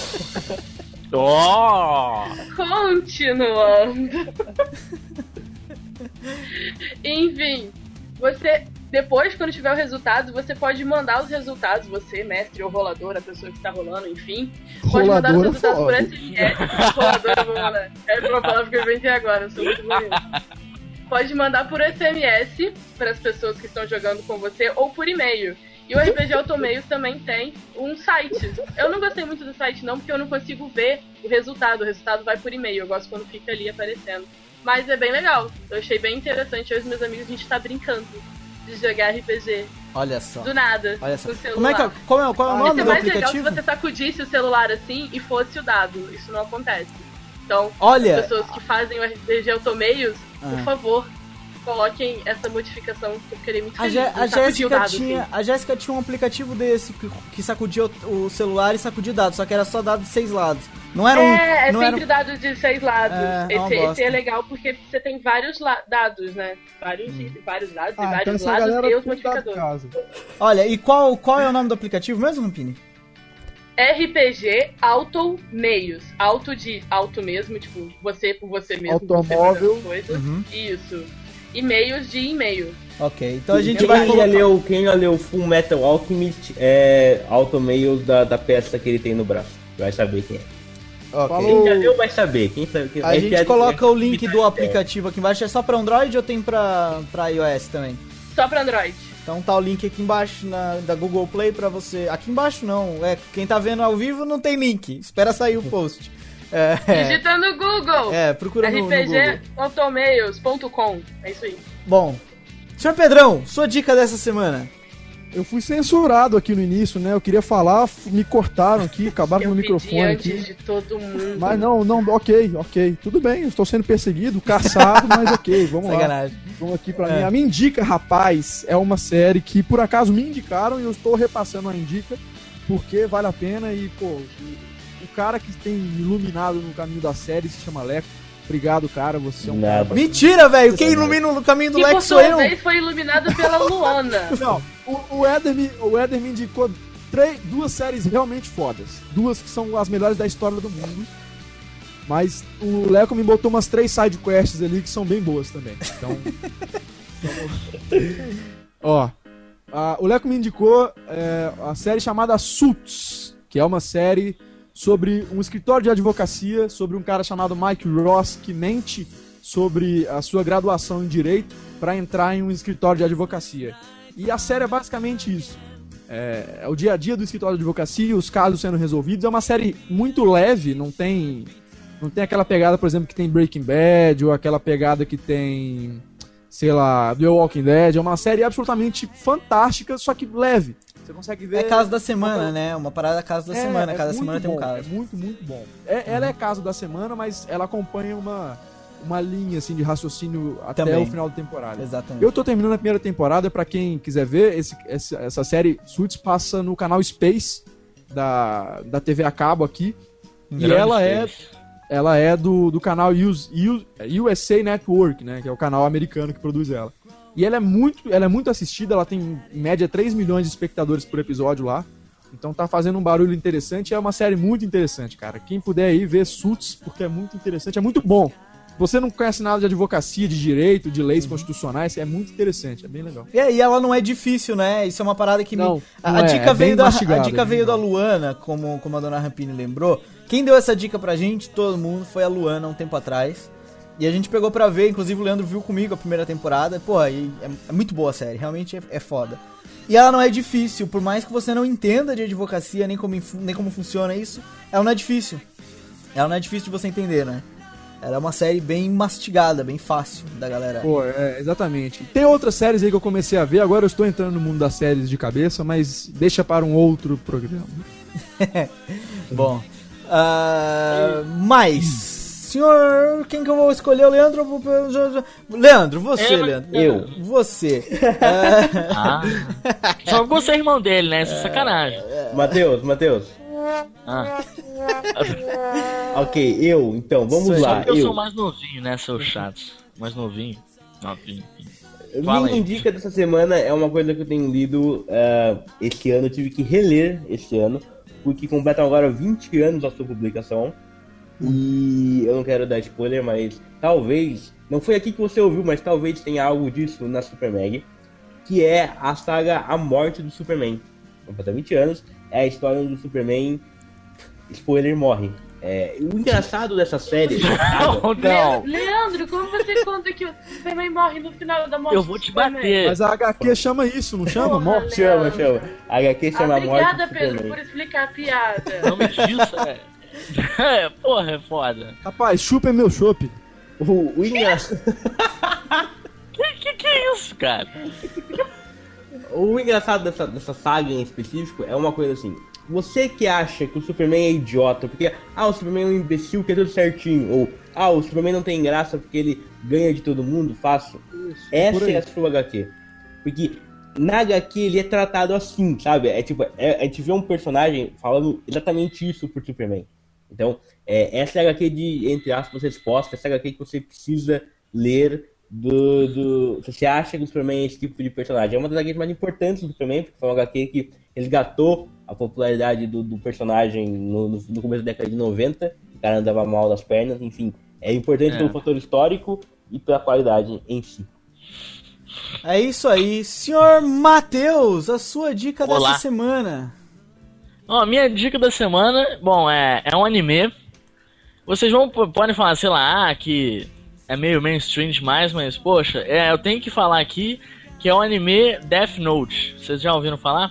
Ó! Continuando. Enfim, você depois, quando tiver o resultado, você pode mandar os resultados, você, mestre ou rolador, a pessoa que está rolando, enfim, pode mandar os Rolador, resultados por foda. S M S. Rolador, eu vou mandar. É uma palavra que eu inventei agora, eu sou muito bonito. Pode mandar por S M S para as pessoas que estão jogando com você ou por e-mail. E o R P G Automeios também tem um site. Eu não gostei muito do site não, porque eu não consigo ver o resultado. O resultado vai por e-mail, eu gosto quando fica ali aparecendo. Mas é bem legal, eu achei bem interessante. Eu e os meus amigos, a gente tá brincando de jogar R P G Olha só. do nada, Olha só. com o celular. Como é que é, qual é, qual é o Ia nome ser do mais legal se aplicativo? você sacudisse o celular assim e fosse o dado. Isso não acontece. Então, Olha, as pessoas que fazem o R P G Automeios, Ah. por favor, coloquem essa modificação que eu fiquei muito a, feliz. Jé- de a sacudir o Jéssica dado, tinha, assim. a Jéssica tinha um aplicativo desse que, que sacudia o, o celular e sacudia dados, só que era só dado de seis lados. Não era um. É, é não sempre era... dado de seis lados. É, é uma esse, esse bosta. é legal porque você tem vários la- dados, né? Vários, vários dados e Ah, então vários essa lados galera e os tem dado em modificadores. casa. Olha, e qual, qual é o nome do aplicativo mesmo, Rampini? R P G Automeios. Auto de auto mesmo, tipo, você por você mesmo. Automóvel. Você fazendo coisa. Uhum. Isso. E-mails de e-mail. Ok, então a gente Quem vai já colocar... leu, quem já leu Full Metal Alchemist é Automeios da, da peça que ele tem no braço. Vai saber quem é. Ok. Falou. Quem já viu vai saber. Quem sabe, quem, A gente já- coloca o link do É. aplicativo aqui embaixo. É só pra Android ou tem pra, pra iOS também? Só pra Android. Então tá o link aqui embaixo na, da Google Play pra você... Aqui embaixo não, é quem tá vendo ao vivo não tem link. Espera sair o post. É, Digita no Google. é procura no, no r p g Google. ponto mails ponto com. É isso aí. Bom, senhor Pedrão, sua dica dessa semana. Eu fui censurado aqui no início, né? Eu queria falar, f- me cortaram aqui, acabaram Eu meu pedi microfone antes aqui. de todo mundo. Mas não, não, ok, ok. Tudo bem, eu estou sendo perseguido, caçado, mas ok, vamos lá. Sacanagem. Vamos aqui pra É. mim. A minha indica, rapaz, é uma série que por acaso me indicaram e eu estou repassando a indica porque vale a pena e, pô, o, o cara que tem me iluminado no caminho da série se chama Leco. Obrigado, cara, você é um Nada. cara... Mentira, velho. Quem ilumina o caminho do Que por Lex sou sua eu. vez foi iluminado pela Luana. Não, o, o, Éder me, o Éder me indicou três, duas séries realmente fodas. Duas que são as melhores da história do mundo. Mas o Leco me botou umas três sidequests ali que são bem boas também. Então. Ó. a- o Leco me indicou é, a série chamada Suits, que é uma série sobre um escritório de advocacia, sobre um cara chamado Mike Ross que mente sobre a sua graduação em Direito para entrar em um escritório de advocacia. E a série é basicamente isso. É, é o dia a dia do escritório de advocacia, os casos sendo resolvidos. É uma série muito leve, não tem, não tem aquela pegada, por exemplo, que tem Breaking Bad, ou aquela pegada que tem, sei lá, The Walking Dead. É uma série absolutamente fantástica, só que leve. Você consegue ver... É caso da semana, né? Uma parada caso da É, semana. é Cada muito semana tem um bom, caso. É muito, muito bom. É, Ela é caso da semana, mas ela acompanha uma, uma linha assim, de raciocínio até Também. o final da temporada. Exatamente. Eu tô terminando a primeira temporada, pra quem quiser ver, esse, essa, essa série Suits passa no canal Space da, da T V a cabo aqui. E Grande ela é, Space. ela é do, do canal U S, U S A Network, né? Que é o canal americano que produz ela. E ela é muito, ela é muito assistida, ela tem em média três milhões de espectadores por episódio lá. Então tá fazendo um barulho interessante e é uma série muito interessante, cara. Quem puder aí ver Suits, porque é muito interessante, é muito bom. Você não conhece nada de advocacia, de direito, de leis constitucionais, é muito interessante, é bem legal. E aí ela não é difícil, né? Isso é uma parada que Não, me... A, não a é, dica é veio bem da a mastigado, dica é veio da bem Luana, como, como a dona Rampini lembrou. Quem deu essa dica pra gente, todo mundo, foi a Luana há um tempo atrás. E a gente pegou pra ver, inclusive o Leandro viu comigo a primeira temporada. Porra, e é, é muito boa a série, realmente é, é foda. E ela não é difícil, por mais que você não entenda de advocacia, nem como, infu- nem como funciona isso, ela não é difícil. Ela não é difícil de você entender, né? Ela é uma série bem mastigada, bem fácil da galera. Pô, é, exatamente. Tem outras séries aí que eu comecei a ver, agora eu estou entrando no mundo das séries de cabeça, mas deixa para um outro programa. Bom, ah, mas... Senhor, quem que eu vou escolher? O Leandro? ou vou- Leandro, você, Eu. Leandro. Eu. Você. É, Ah. Só que você é irmão dele, né? Isso é sacanagem. Matheus, Matheus. Ah. Ok, eu, então, vamos Isso aí. lá. Só porque eu Eu. sou mais novinho, né, seu chato? Mais novinho. Novinho. Minha Fala aí. dica dessa semana é uma coisa que eu tenho lido uh, esse ano, eu tive que reler esse ano, porque completam agora vinte anos da sua publicação. E eu não quero dar spoiler, mas talvez, não foi aqui que você ouviu, mas talvez tenha algo disso na Super Mag, que é a saga A Morte do Superman. Completa vinte anos, é a história onde o Superman, spoiler, morre. É, o engraçado dessa série... Não, não. Le- Leandro, como você conta que o Superman morre no final da morte Eu vou do te Superman? bater. Mas a H Q chama isso, não chama? Porra, Morte? Chama, chama. A H Q chama A Morte Obrigada, do Pedro, Superman. por explicar a piada. O nome disso é... é... Porra, é foda. Rapaz, chupa é meu chopp. O, o engraçado... Que, que que é isso, cara? O engraçado dessa, dessa saga em específico é uma coisa assim. Você que acha que o Superman é idiota porque, ah, o Superman é um imbecil que é tudo certinho, ou, ah, o Superman não tem graça porque ele ganha de todo mundo, fácil. Essa por aí. é a sua H Q. Porque na H Q ele é tratado assim, sabe? É tipo, é, a gente vê um personagem falando exatamente isso pro Superman. Então, é, essa é a H Q de, entre aspas, resposta, essa é a H Q que você precisa ler do, do... Se você acha que o Superman é esse tipo de personagem. É uma das H Qs mais importantes do Superman, porque foi uma H Q que resgatou a popularidade do, do personagem no, no, no começo da década de noventa. O cara andava mal das pernas, enfim. É importante É. pelo fator histórico e pela qualidade em si. é isso aí. Senhor Matheus, a sua dica Olá. dessa semana. Ó, minha dica da semana, bom, é, é um anime vocês vão, podem falar, sei lá, ah, que é meio mainstream demais, mas, poxa, é, eu tenho que falar aqui que é o anime Death Note. Vocês já ouviram falar?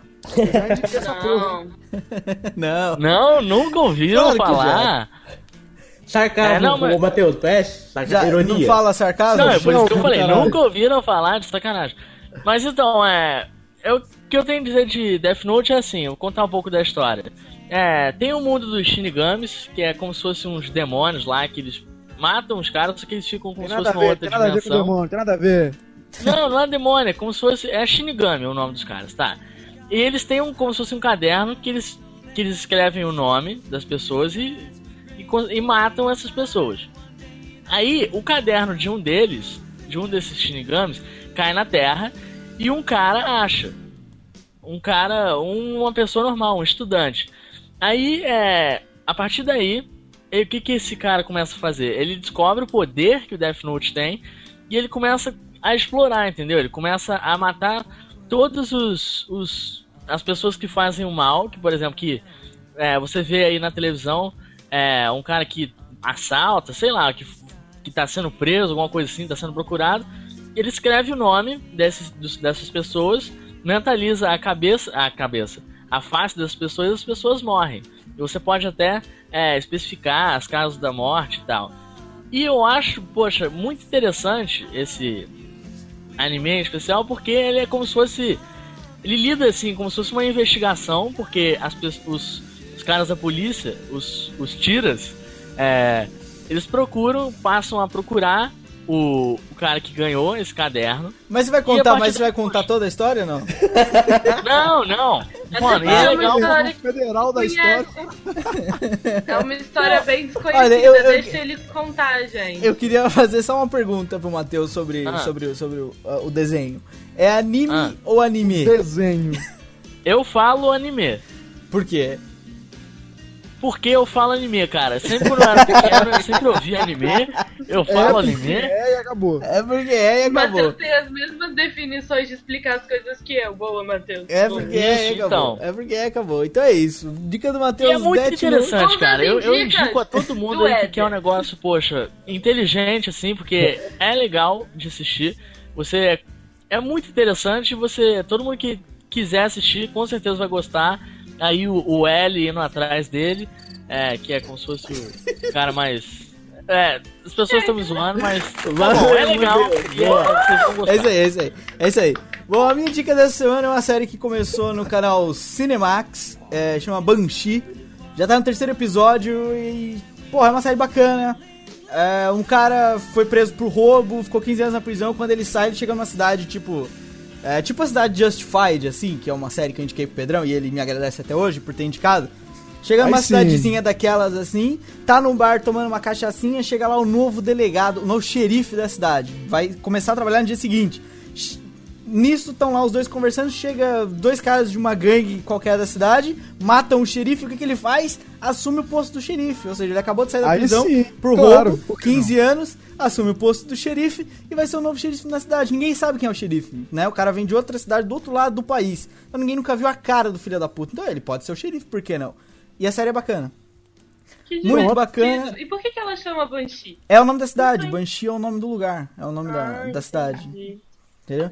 Não. Não. Não, nunca ouviram Claro que falar. Sarcasmo, É, não, mas- ô Matheus, parece? Sarca- Já, ironia. não fala sarcasmo? Não, é por isso que eu Não, falei, caralho. nunca ouviram falar de sacanagem. Mas então, é. Eu, o que eu tenho a dizer de Death Note é assim, eu vou contar um pouco da história. É, tem o mundo dos Shinigamis, que é como se fossem uns demônios lá, que eles matam os caras, só que eles ficam como Tem se nada fosse a uma ver, outra tem nada a ver com o dimensão. demônio, tem nada a ver. Não, não é demônio, é como se fosse. É Shinigami o nome dos caras, tá? E eles têm um, como se fosse um caderno que eles, que eles escrevem o nome das pessoas e, e, con- e matam essas pessoas. Aí, o caderno de um deles, de um desses Shinigamis, cai na terra e um cara acha. Um cara, um- uma pessoa normal, um estudante. Aí, é, a partir daí, e o que, que esse cara começa a fazer? Ele descobre o poder que o Death Note tem e ele começa a explorar, entendeu? Ele começa a matar todos os, os as pessoas que fazem o mal, que por exemplo, que é, você vê aí na televisão é, um cara que assalta, sei lá, que, que tá sendo preso, alguma coisa assim, tá sendo procurado, ele escreve o nome desses, dos, dessas pessoas, mentaliza a cabeça, a cabeça, a face das pessoas e as pessoas morrem. E você pode até é, especificar as causas da morte e tal. E eu acho, poxa, muito interessante esse anime em especial, porque ele é como se fosse... Ele lida assim, como se fosse uma investigação, porque as, pe- os, os caras da polícia, os, os tiras, é, eles procuram, passam a procurar o, o cara que ganhou esse caderno. Mas você vai E a contar, partir mas você vai da- contar toda a história ou não? Não, não. É Mano, e tipo é uma legal. história O federal da história. Conhece. É uma história bem desconhecida, Olha, eu- eu- deixa eles contar, gente. Eu queria fazer só uma pergunta pro Matheus sobre, Ah. sobre, sobre o, uh, o desenho. É anime Ah. ou anime? Desenho. Eu falo anime. Por quê? Porque eu falo anime, cara. Sempre quando eu era pequeno, eu sempre ouvi anime. Eu falo anime. É, e acabou. É porque é e O acabou. Matheus tem as mesmas definições de explicar as coisas que eu. Boa, Matheus. É Boa. porque é e Isso, acabou. então. É porque é e acabou. Então é isso. Dica do E Matheus. é muito Death interessante, Note. cara. Eu, eu Dicas indico a todo mundo do aí que Éder. quer um negócio, poxa, inteligente, assim, porque é legal de assistir. Você é, é muito interessante. Você, todo mundo que quiser assistir, com certeza vai gostar. Aí o, o L indo atrás dele, é, que é como se fosse o cara mais. É, as pessoas estão me zoando, mas tá bom, é legal. E é, vocês vão gostar. É isso aí, é isso aí. É isso aí. Bom, a minha dica dessa semana é uma série que começou no canal Cinemax, é, chama Banshee. Já tá no terceiro episódio e, porra, é uma série bacana. É, um cara foi preso por roubo, ficou quinze anos na prisão. Quando ele sai, ele chega numa cidade tipo. É, tipo a cidade Justified, assim, que é uma série que eu indiquei pro Pedrão e ele me agradece até hoje por ter indicado. Chega numa Aí sim. cidadezinha daquelas assim, tá num bar tomando uma cachaçinha, chega lá o novo delegado, o novo xerife da cidade. Vai começar a trabalhar no dia seguinte. Ch- Nisso estão lá os dois conversando, chega dois caras de uma gangue qualquer da cidade, matam o xerife, o que, que ele faz? Assume o posto do xerife, ou seja, ele acabou de sair da Aí prisão sim, por claro, roubo, por que quinze anos, assume o posto do xerife e vai ser o novo xerife na cidade. Ninguém sabe quem é o xerife, né? O cara vem de outra cidade do outro lado do país, então ninguém nunca viu a cara do filho da puta. Então ele pode ser o xerife, por que não? E a série é bacana. Que Muito divertido. bacana. E por que, que ela chama Banshee? É o nome da cidade, sei. Banshee é o nome do lugar, é o nome da, Ah, da cidade. entendi. Entendeu?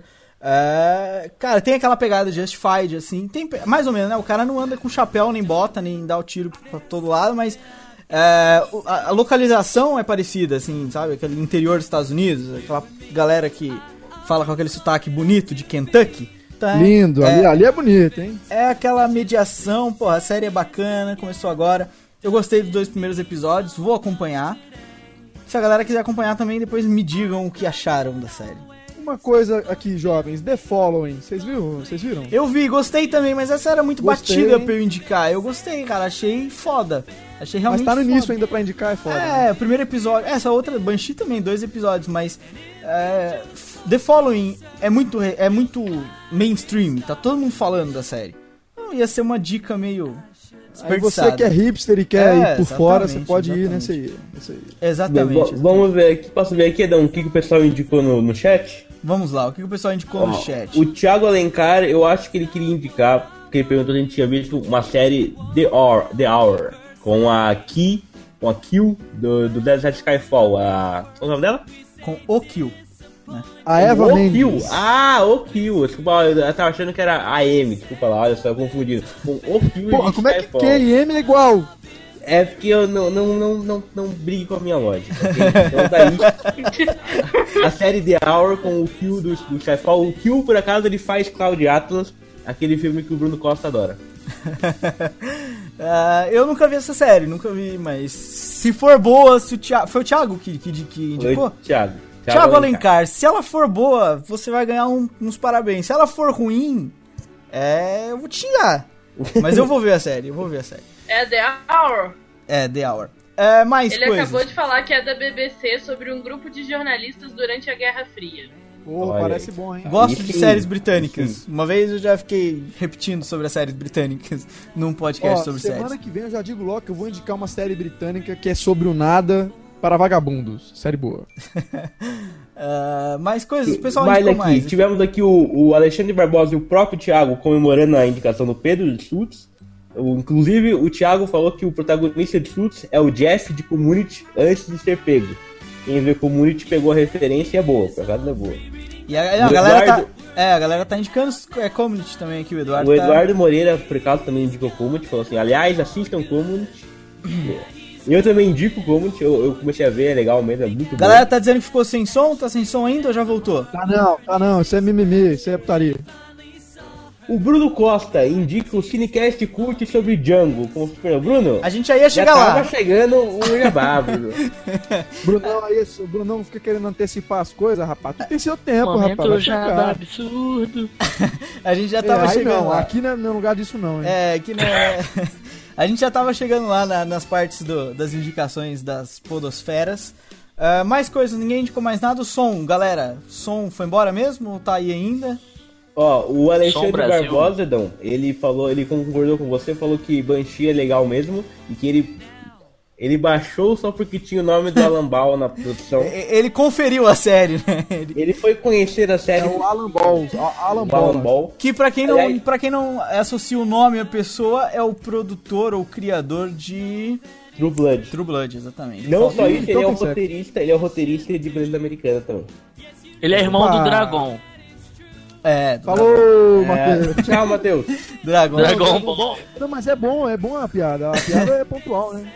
É, cara, tem aquela pegada Justified, assim, tem, pe- mais ou menos, né? O cara não anda com chapéu, nem bota, nem dá o tiro pra todo lado, mas é, o- a, a localização é parecida, assim, sabe? Aquele interior dos Estados Unidos, aquela galera que fala com aquele sotaque bonito de Kentucky. Então, é- Lindo, é, ali, ali é bonito, hein? é aquela mediação, porra, a série é bacana, começou agora. Eu gostei dos dois primeiros episódios, vou acompanhar. Se a galera quiser acompanhar também, depois me digam o que acharam da série. Uma coisa aqui, jovens, The Following, vocês viram? Vocês viram? Eu vi, gostei também, mas essa era muito Gostei, batida hein? pra eu indicar. Eu gostei, cara, achei foda. Achei Mas realmente tá no início foda. ainda pra indicar, é foda. né? É, o primeiro episódio. Essa outra, Banshee também, dois episódios, mas. é, The Following é muito, re- é muito mainstream, tá todo mundo falando da série. Então ia ser uma dica meio. Aí você desperdiçada. que é hipster e quer É, ir por fora, você exatamente, pode ir exatamente. nesse aí. Nesse aí. Exatamente. V- vamos ver aqui, posso ver aqui, Adão, o que, que o pessoal indicou no, no chat? Vamos lá, o que o pessoal indicou no Ó, chat? O Thiago Alencar, eu acho que ele queria indicar, porque ele perguntou se a gente tinha visto uma série The Hour, The Hour com a Ki com a Kill do, do Desert Skyfall. A... Qual é o nome dela? Com o Kill. A Eva o Mendes. Kill. Ah, o Kill. Desculpa, eu tava achando que era a M. Desculpa lá, olha só, eu confundi. Com o Kill Porra, e como é que Skyfall. Q e M é igual? É porque eu não, não, não, não, não brigue com a minha lógica. Okay? Então daí, a série The Hour com o Kill do, do Skyfall. O Kill, por acaso, ele faz Cloud Atlas, aquele filme que o Bruno Costa adora. uh, eu nunca vi essa série, nunca vi, mas se for boa, se o Thiago, foi o Thiago que, que, que indicou? Oi, Thiago. Thiago, Thiago Alencar. Alencar, se ela for boa, você vai ganhar um, uns parabéns. Se ela for ruim, é, eu vou te xingar. Mas eu vou ver a série, eu vou ver a série. É The Hour? É, The Hour. É, mais Ele coisas. acabou de falar que é da B B C sobre um grupo de jornalistas durante a Guerra Fria. Pô, Olha parece aí. bom, hein? Gosto Enfim, de séries britânicas. enfim. Uma vez eu já fiquei repetindo sobre as séries britânicas num podcast Ó, sobre semana séries. que vem eu já digo logo que eu vou indicar uma série britânica que é sobre o nada para vagabundos. Série boa. Uh, mais coisas, o pessoal Mas indicou aqui, mais. tivemos aqui o, o Alexandre Barbosa e o próprio Thiago comemorando a indicação do Pedro de Suits. O, inclusive, o Thiago falou que o protagonista de Suits é o Jeff de Community antes de ser pego. Quem vê Community pegou a referência e é boa, por acaso não é boa. E a, não, a O galera Eduardo- tá. É, a galera tá indicando é, Community também aqui, o Eduardo. O tá- Eduardo Moreira, por acaso, também indicou Community, falou assim, aliás, assistam Community. Eu também indico Community, eu, eu comecei a ver, é legal mesmo, é muito A galera tá dizendo que ficou sem som, tá sem som ainda ou já voltou? Tá não, tá não. Isso é mimimi, isso é putaria. bom. O Bruno Costa indica o Cinecast Cult sobre Django. Como super... Bruno, A gente já ia já chegar tava lá. chegando o Jabá, Bruno. Brunão, é isso. O Brunão fica querendo antecipar as coisas, rapaz. Tu tem seu tempo, rapaz. Momento Vai já chegar. absurdo. A gente já É, tava aí chegando não, lá. aqui não é não é lugar disso não, hein? É, que né. A gente já tava chegando lá na- nas partes do- das indicações das podosferas. Ah, mais coisas, ninguém indicou mais nada. O som, galera, som foi embora mesmo ou tá aí ainda? Ó, o Som Alexandre Brasil. Barbosa, Dom, ele falou, ele concordou com você, falou que Banshee é legal mesmo e que ele ele baixou só porque tinha o nome do Alan Ball na produção. E- Ele conferiu a série, né? Ele- Ele foi conhecer a É série o Alan Balls, a- Alan do Alan Ball. Ball. Que pra quem, não, Aliás- pra quem não associa o nome à pessoa, é o produtor ou criador de True Blood. True Blood, exatamente. Não Falta- só isso, então ele é o consegue. roteirista, ele é o roteirista de Beleza Americana também. Ele é irmão Opa. do Dragon. É, Falou, É, Matheus. tchau, Matheus. Dragon. Dragon Ball. Não, mas é bom, é bom a piada. A piada é pontual, né?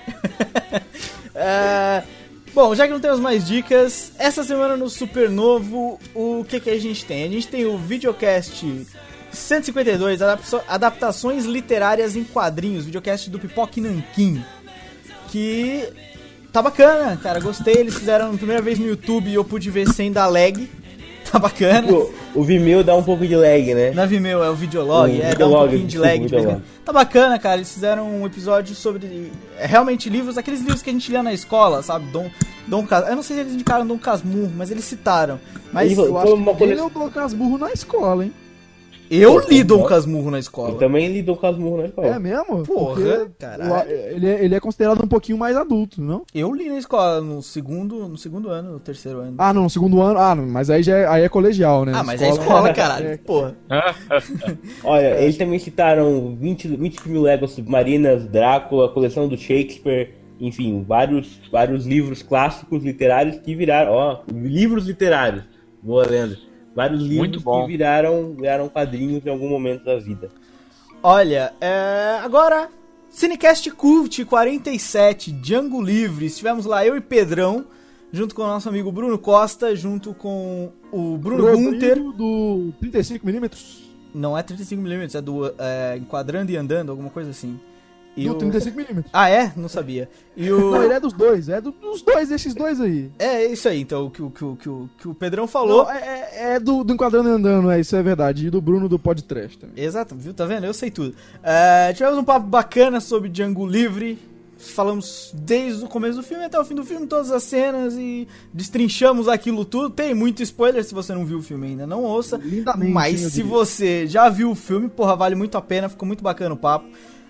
É, bom, já que não temos mais dicas, essa semana no Supernovo, o que que a gente tem? A gente tem o videocast cento e cinquenta e dois, adaptaço- adaptações literárias em quadrinhos, videocast do Pipoque Nanquim, que tá bacana, cara, gostei, eles fizeram a primeira vez no YouTube e eu pude ver sem dar lag, tá bacana. O, o Vimeo dá um pouco de lag, né? Na Vimeo é o Videolog, O é, dá um Videolog, pouquinho de desculpa, lag. o de vez em Videolog. quando. Tá bacana, cara, eles fizeram um episódio sobre é, realmente livros, aqueles livros que a gente lia na escola, sabe? Dom, Dom Cas... Eu não sei se eles indicaram Dom Casmurro, mas eles citaram. Mas Ele- Eu Foi acho uma que ele coleção- eu colocar as burros na escola, hein? eu Pô, li Dom bom. Casmurro na Eu escola. também lidou com as murras na escola. É mesmo? Porra, Porque caralho. o- ele, é, ele é considerado um pouquinho mais adulto, não? Eu li na escola no segundo, no segundo ano, no terceiro ano. Ah, não, no segundo ano. Ah, não, mas aí já é, aí é colegial, né? Ah, mas é escola, caralho. É. Porra. Olha, eles também citaram vinte, vinte mil léguas submarinas, Drácula, a coleção do Shakespeare, enfim, vários, vários livros clássicos literários que viraram, ó, livros literários, boa lenda. Vários livros Muito bom. que viraram, viraram quadrinhos em algum momento da vida. Olha, é... agora, Cinecast Cult quarenta e sete, Django Livre. Estivemos lá, eu e Pedrão, junto com o nosso amigo Bruno Costa, junto com o Bruno Rodrigo Gunter. do trinta e cinco milímetros. Não é trinta e cinco milímetros, é do é, Enquadrando e Andando, alguma coisa assim. E Do o... trinta e cinco milímetros. Ah, é? Não sabia. E o... Não, ele é dos dois. É do- dos dois, esses dois aí. É isso aí, então, o que, o- que, o- que, o- que o Pedrão falou. Não, é, é- é do, do Enquadrando e Andando, é, isso é verdade. E do Bruno do Podcast também. Exato, viu? Tá vendo? Eu sei tudo. É, tivemos um papo bacana sobre Django Livre. Falamos desde o começo do filme até o fim do filme, todas as cenas e destrinchamos aquilo tudo. Tem muito spoiler, se você não viu o filme ainda, não ouça. Lindamente, Mas eu se diria. você já viu o filme, porra, vale muito a pena, ficou muito bacana o papo.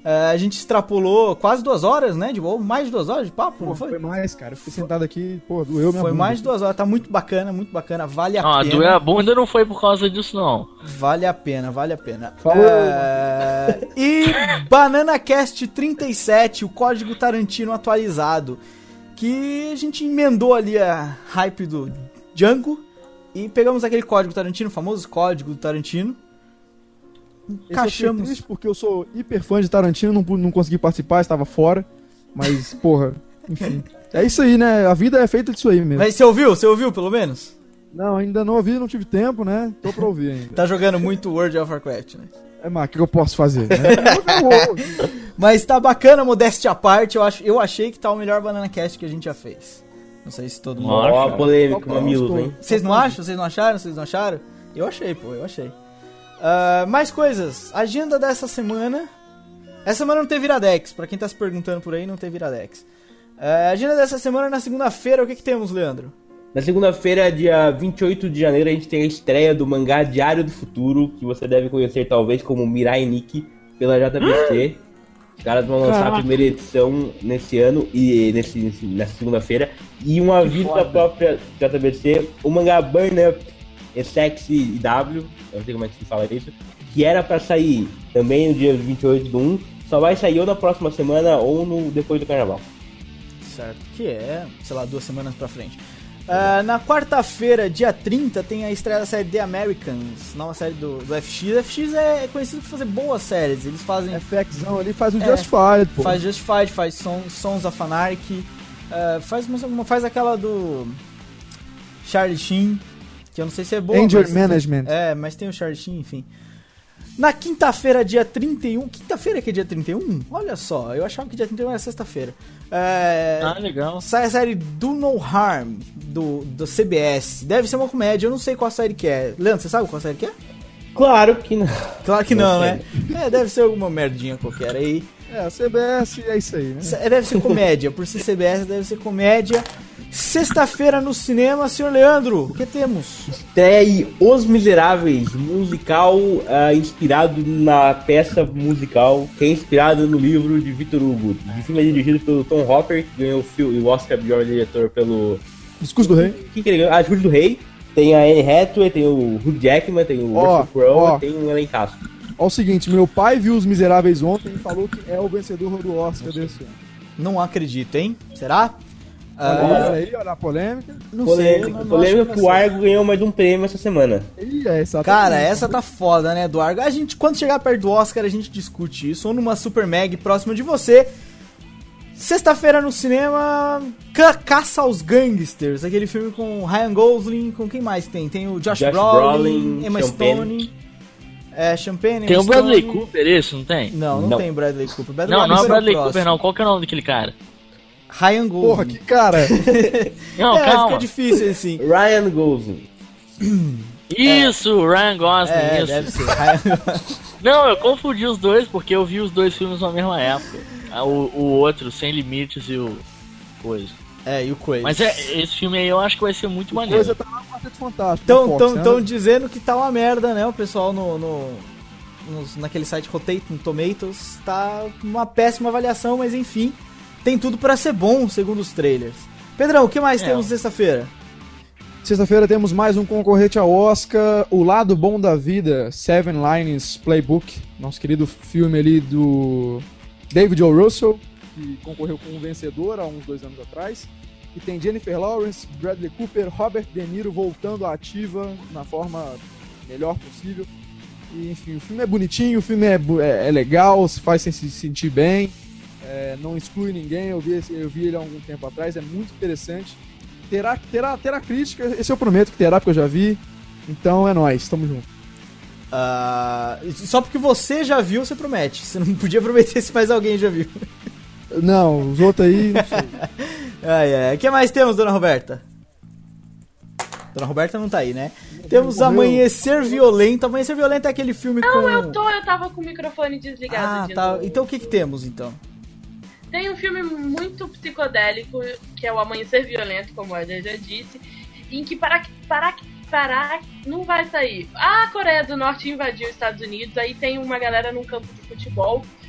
Uh, a gente extrapolou quase duas horas, né? De, ou mais de duas horas de papo, Pô, não foi? foi mais, cara. Eu fiquei sentado aqui, pô, doeu minha Foi bunda. mais de duas horas, tá muito bacana, muito bacana, vale a Não, a pena. doer a bunda não foi por causa disso, não. Vale a pena, vale a pena. Falou. É... E BananaCast trinta e sete, o código Tarantino atualizado, que a gente emendou ali a hype do Django e pegamos aquele código Tarantino, o famoso código do Tarantino. Encaixamos. Eu triste porque eu sou hiper fã de Tarantino, não, pude- não consegui participar, estava fora. Mas, porra, enfim. É isso aí, né? A vida é feita disso aí mesmo. Mas você ouviu? Você ouviu pelo menos? Não, ainda não ouvi, não tive tempo, né? Tô pra ouvir ainda. Tá jogando muito World of Warcraft, né? É, mas o que eu posso fazer? Né? Eu vou ouvir. Mas tá bacana, modéstia à parte, eu, acho, eu achei que tá o melhor BananaCast que a gente já fez. Não sei se todo mundo... Nossa. Ó, a polêmica, Não, mamilos, não, hein? Vocês não acham? Vocês não acharam? Vocês não acharam? Eu achei, pô, eu achei. Ah, mais coisas. Agenda dessa semana. Essa semana não teve Iradex. Pra quem tá se perguntando por aí, não teve Iradex. Ah, agenda dessa semana, na segunda-feira, o que que temos, Leandro? Na segunda-feira, dia vinte e oito de janeiro, a gente tem a estreia do mangá Diário do Futuro, que você deve conhecer talvez como Mirai Nikki, pela J B C. Os caras vão lançar Caraca. a primeira edição nesse ano, e nesse, nesse- nessa segunda-feira. E um aviso da própria J B C, o mangá Burn Up é Sexy W, eu não sei como é que se fala isso, que era pra sair também no dia vinte e oito do um, só vai sair ou na próxima semana ou no, depois do carnaval. Certo, que é, sei lá, duas semanas pra frente. Ah, na quarta-feira, dia trinta, tem a estreia da série The Americans, nova série do, do F X. F X é conhecido por fazer boas séries, eles fazem... FXão ali faz o É, Justified, pô. Faz Justified, faz Son- Sons of Anarchy, ah, faz mais alguma, faz aquela do Charlie Sheen, que eu não sei se é boa, Anger mas Management. Tem, é, mas tem o Charlie Sheen, enfim. Na quinta-feira, dia trinta e um, quinta-feira que é dia trinta e um? Olha só, eu achava que dia trinta e um era sexta-feira. É, Ah, legal. sai a série Do No Harm, do, do C B S, deve ser uma comédia, eu não sei qual série que é. Leandro, você sabe qual série que é? Claro que não. Claro que Não não, sei. né? É, deve ser alguma merdinha qualquer aí. É, a C B S é isso aí, né? C- Deve ser comédia, por ser C B S deve ser comédia. Sexta-feira no cinema, senhor Leandro, o que temos? Estreia aí Os Miseráveis, musical ah, inspirado na peça musical que é inspirado no livro de Victor Hugo. O filme é dirigido pelo Tom Hopper, que ganhou o, fil- o Oscar de melhor diretor pelo... Discurso do Rei. O que, que ele ganhou? Ah, Discurso do Rei. Tem a Anne Hathaway, tem o Hugh Jackman, tem o Ó, Russell Crowe, ó. tem um elencaço. Ó, o seguinte, meu pai viu Os Miseráveis ontem e falou que é o vencedor do Oscar desse ano. Não acredito, hein? Será? Olha Ah, aí, olha aí, olha a polêmica. não Polêmica, sei. não- não polêmica acho que vai o ser. Argo ganhou mais um prêmio essa semana. Ih, é, exatamente. Cara, essa tá foda, né, Eduardo? A gente, quando chegar perto do Oscar, a gente discute isso. Ou numa Super Mag próxima de você. Sexta-feira no cinema, Ca- Caça aos Gangsters, aquele filme com Ryan Gosling, com quem mais tem? Tem o Josh, Josh Brolin, Brolin, Emma Champagne. Stone, é, Champagne, Tem Emma o Bradley Stone. Cooper, esse, não tem? Não, não, Não. tem Bradley Cooper. Bradley Não, não é o Cooper Bradley próximo. Cooper, não. Qual que é o nome daquele cara? Ryan Gosling. Porra, que cara. Não, é, calma. fica difícil assim. Ryan Gosling. Isso, Ryan Gosling, É, isso. deve ser. Ryan... Não, eu confundi os dois porque eu vi os dois filmes na mesma época. Ah, O, o outro, Sem Limites e o coisa. é, e o Coelho. Mas é, esse filme aí eu acho que vai ser muito maneiro. Coisa tá lá no Quarteto Fantástico. Estão no Fox, tão, né? tão dizendo que tá uma merda, né? O pessoal no, no, nos- naquele site Rotten Tomatoes tá uma péssima avaliação, mas enfim, tem tudo pra ser bom, segundo os trailers. Pedrão, o que mais É. temos sexta-feira? Sexta-feira temos mais um concorrente ao Oscar, O Lado Bom da Vida, Seven Lines Playbook, nosso querido filme ali do David O. Russell, que concorreu com um vencedor há uns dois anos atrás. E tem Jennifer Lawrence, Bradley Cooper, Robert De Niro voltando à ativa na forma melhor possível. E, enfim, o filme é bonitinho, o filme é, bu- é, é legal, se faz sem se sentir bem, é, não exclui ninguém. Eu vi, esse- eu vi ele há algum tempo atrás, é muito interessante. Terá, terá, terá crítica, esse eu prometo que terá, porque eu já vi. Então é nóis, tamo junto. Ah, só porque você já viu, você promete. Você não podia prometer se mais alguém já viu. Não, os outros aí, não sei. Ai, ai. O que mais temos, dona Roberta? Dona Roberta não tá aí, né? Temos Morreu. Amanhecer Violento. Amanhecer Violento é aquele filme com... Não, eu tô, eu tava com o microfone desligado Ah, de tá. novo. Então o que que temos, então? Tem um filme muito psicodélico, que é o Amanhecer Violento, como a Jay já disse, em que para para para não vai sair. A Coreia do Norte invadiu os Estados Unidos, aí tem uma galera num campo de futebol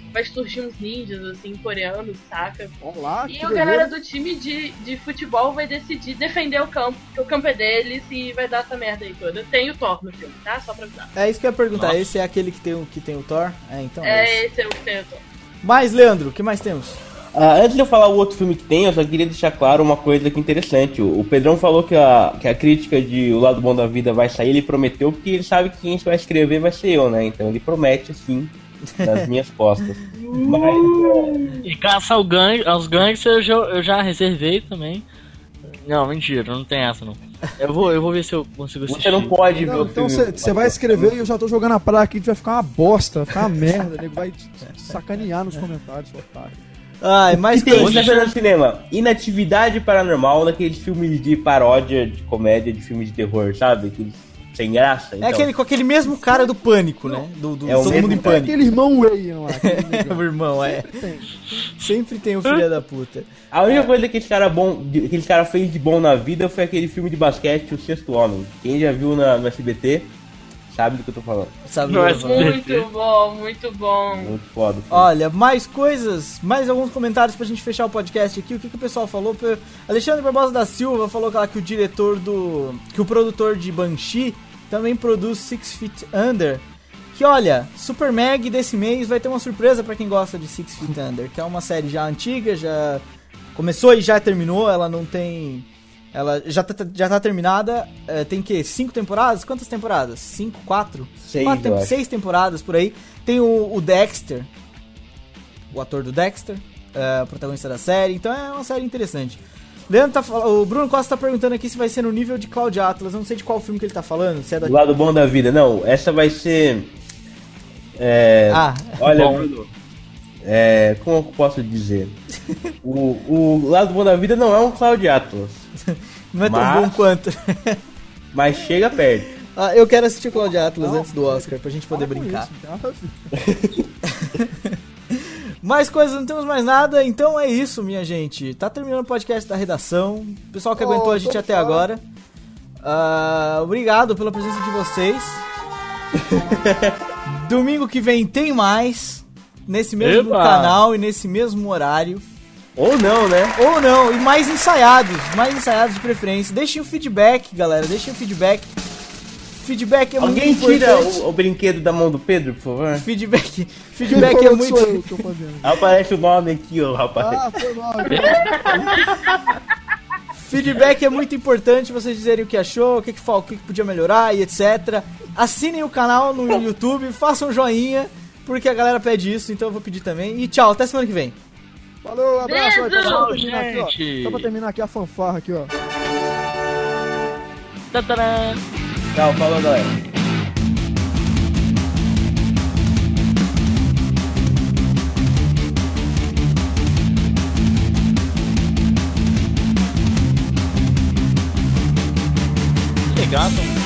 vai surgir uns ninjas, assim, coreanos, saca? Olá, E que a beleza. galera do time de, de futebol vai decidir defender o campo, porque o campo é deles e vai dar essa merda aí toda. Tem o Thor no filme, tá? Só pra avisar. É isso que eu ia perguntar. Nossa. Esse é aquele que tem o, que tem o Thor? É, então é, esse. É, esse é o que tem o Thor. Mas, Leandro, o que mais temos? Ah, antes de eu falar o outro filme que tem, eu só queria deixar claro uma coisa aqui interessante. O, o Pedrão falou que a, que a crítica de O Lado Bom da Vida vai sair, ele prometeu, porque ele sabe que quem vai escrever vai ser eu, né? Então ele promete, assim, nas minhas costas. Mas, E caça ao gang, aos gangsters eu já, eu já reservei também. Não, mentira, não tem essa não. Eu vou, eu vou ver se eu consigo assistir. você não pode ver Não, o então filme. você vai escrever e eu já tô jogando a praia aqui, a gente vai ficar uma bosta, vai ficar uma merda, nego vai te te sacanear nos comentários, seu otário. Ai, mais E tem, coisas. você tá no cinema, Inatividade Paranormal, daqueles filmes de paródia, de comédia, de filme de terror, sabe? Aqueles sem graça. É então. aquele com aquele mesmo cara do Pânico, né? Do, do É o Todo mesmo Mundo em cara. Pânico. Aquele irmão Ray lá, aquele É, negão. meu irmão, é. Tem. Sempre tem o filho da puta. A única coisa que esse cara, bom, de- que esse cara fez de bom na vida foi aquele filme de basquete, O Sexto Homem. Quem já viu na, no S B T sabe do que eu tô falando. Sabe? Nossa. Muito bom, muito bom. Muito foda. o filme. Olha, mais coisas, mais alguns comentários pra gente fechar o podcast aqui. O que, que o pessoal falou? Pe- Alexandre Barbosa da Silva falou lá que o diretor do... que o produtor de Banshee também produz Six Feet Under. Que olha, Super Mag desse mês vai ter uma surpresa pra quem gosta de Six Feet Under, que é uma série já antiga, já começou e já terminou, ela não tem... Ela já tá, já tá terminada, é, tem que cinco temporadas? Quantas temporadas? Cinco, quatro? Seis, Quatro tem- eu acho. seis temporadas por aí. Tem o, o Dexter, o ator do Dexter, é, o protagonista da série, então é uma série interessante. Leandro tá, fal- o Bruno Costa tá perguntando aqui se vai ser no nível de Cloud Atlas, eu não sei de qual filme que ele tá falando, se é da... Do Lado Bom da Vida. Não, essa vai ser... É, Ah, olha, bom. Bruno, é, como eu posso dizer? o, o Lado Bom da Vida não é um Cloud Atlas, não é tão mas- bom quanto. mas chega perto. Ah, eu quero assistir Cloud Atlas Não, antes do Oscar, pra gente poder Para com brincar. isso, cara. Mais coisas, não temos mais nada, então é isso, minha gente. Tá terminando o podcast da redação. O pessoal que Oh, aguentou a tô gente até fora. agora. Ah, obrigado pela presença de vocês. Domingo que vem tem mais. Nesse mesmo Eba! canal e nesse mesmo horário. Ou não, né? Ou não, e mais ensaiados. Mais ensaiados de preferência. Deixem o feedback, galera. Deixem o feedback. Feedback é Alguém muito tira importante. o, o brinquedo da mão do Pedro, por favor? Feedback, Quem feedback é falou que sou eu muito. que tô fazendo? Aparece o nome aqui, ó, rapaz. Ah, foi mal. Feedback é muito importante, vocês dizerem o que achou, o que, que, fal- o que, que podia melhorar e etcétera. Assinem o canal no YouTube, façam um joinha, porque a galera pede isso, então eu vou pedir também. E tchau, até semana que vem. Valeu, abraço. Beijo! Só pra terminar aqui, ó. Gente. Só pra terminar aqui a fanfarra aqui, ó. Tadã! Tchau, falou, galera. Legal, então.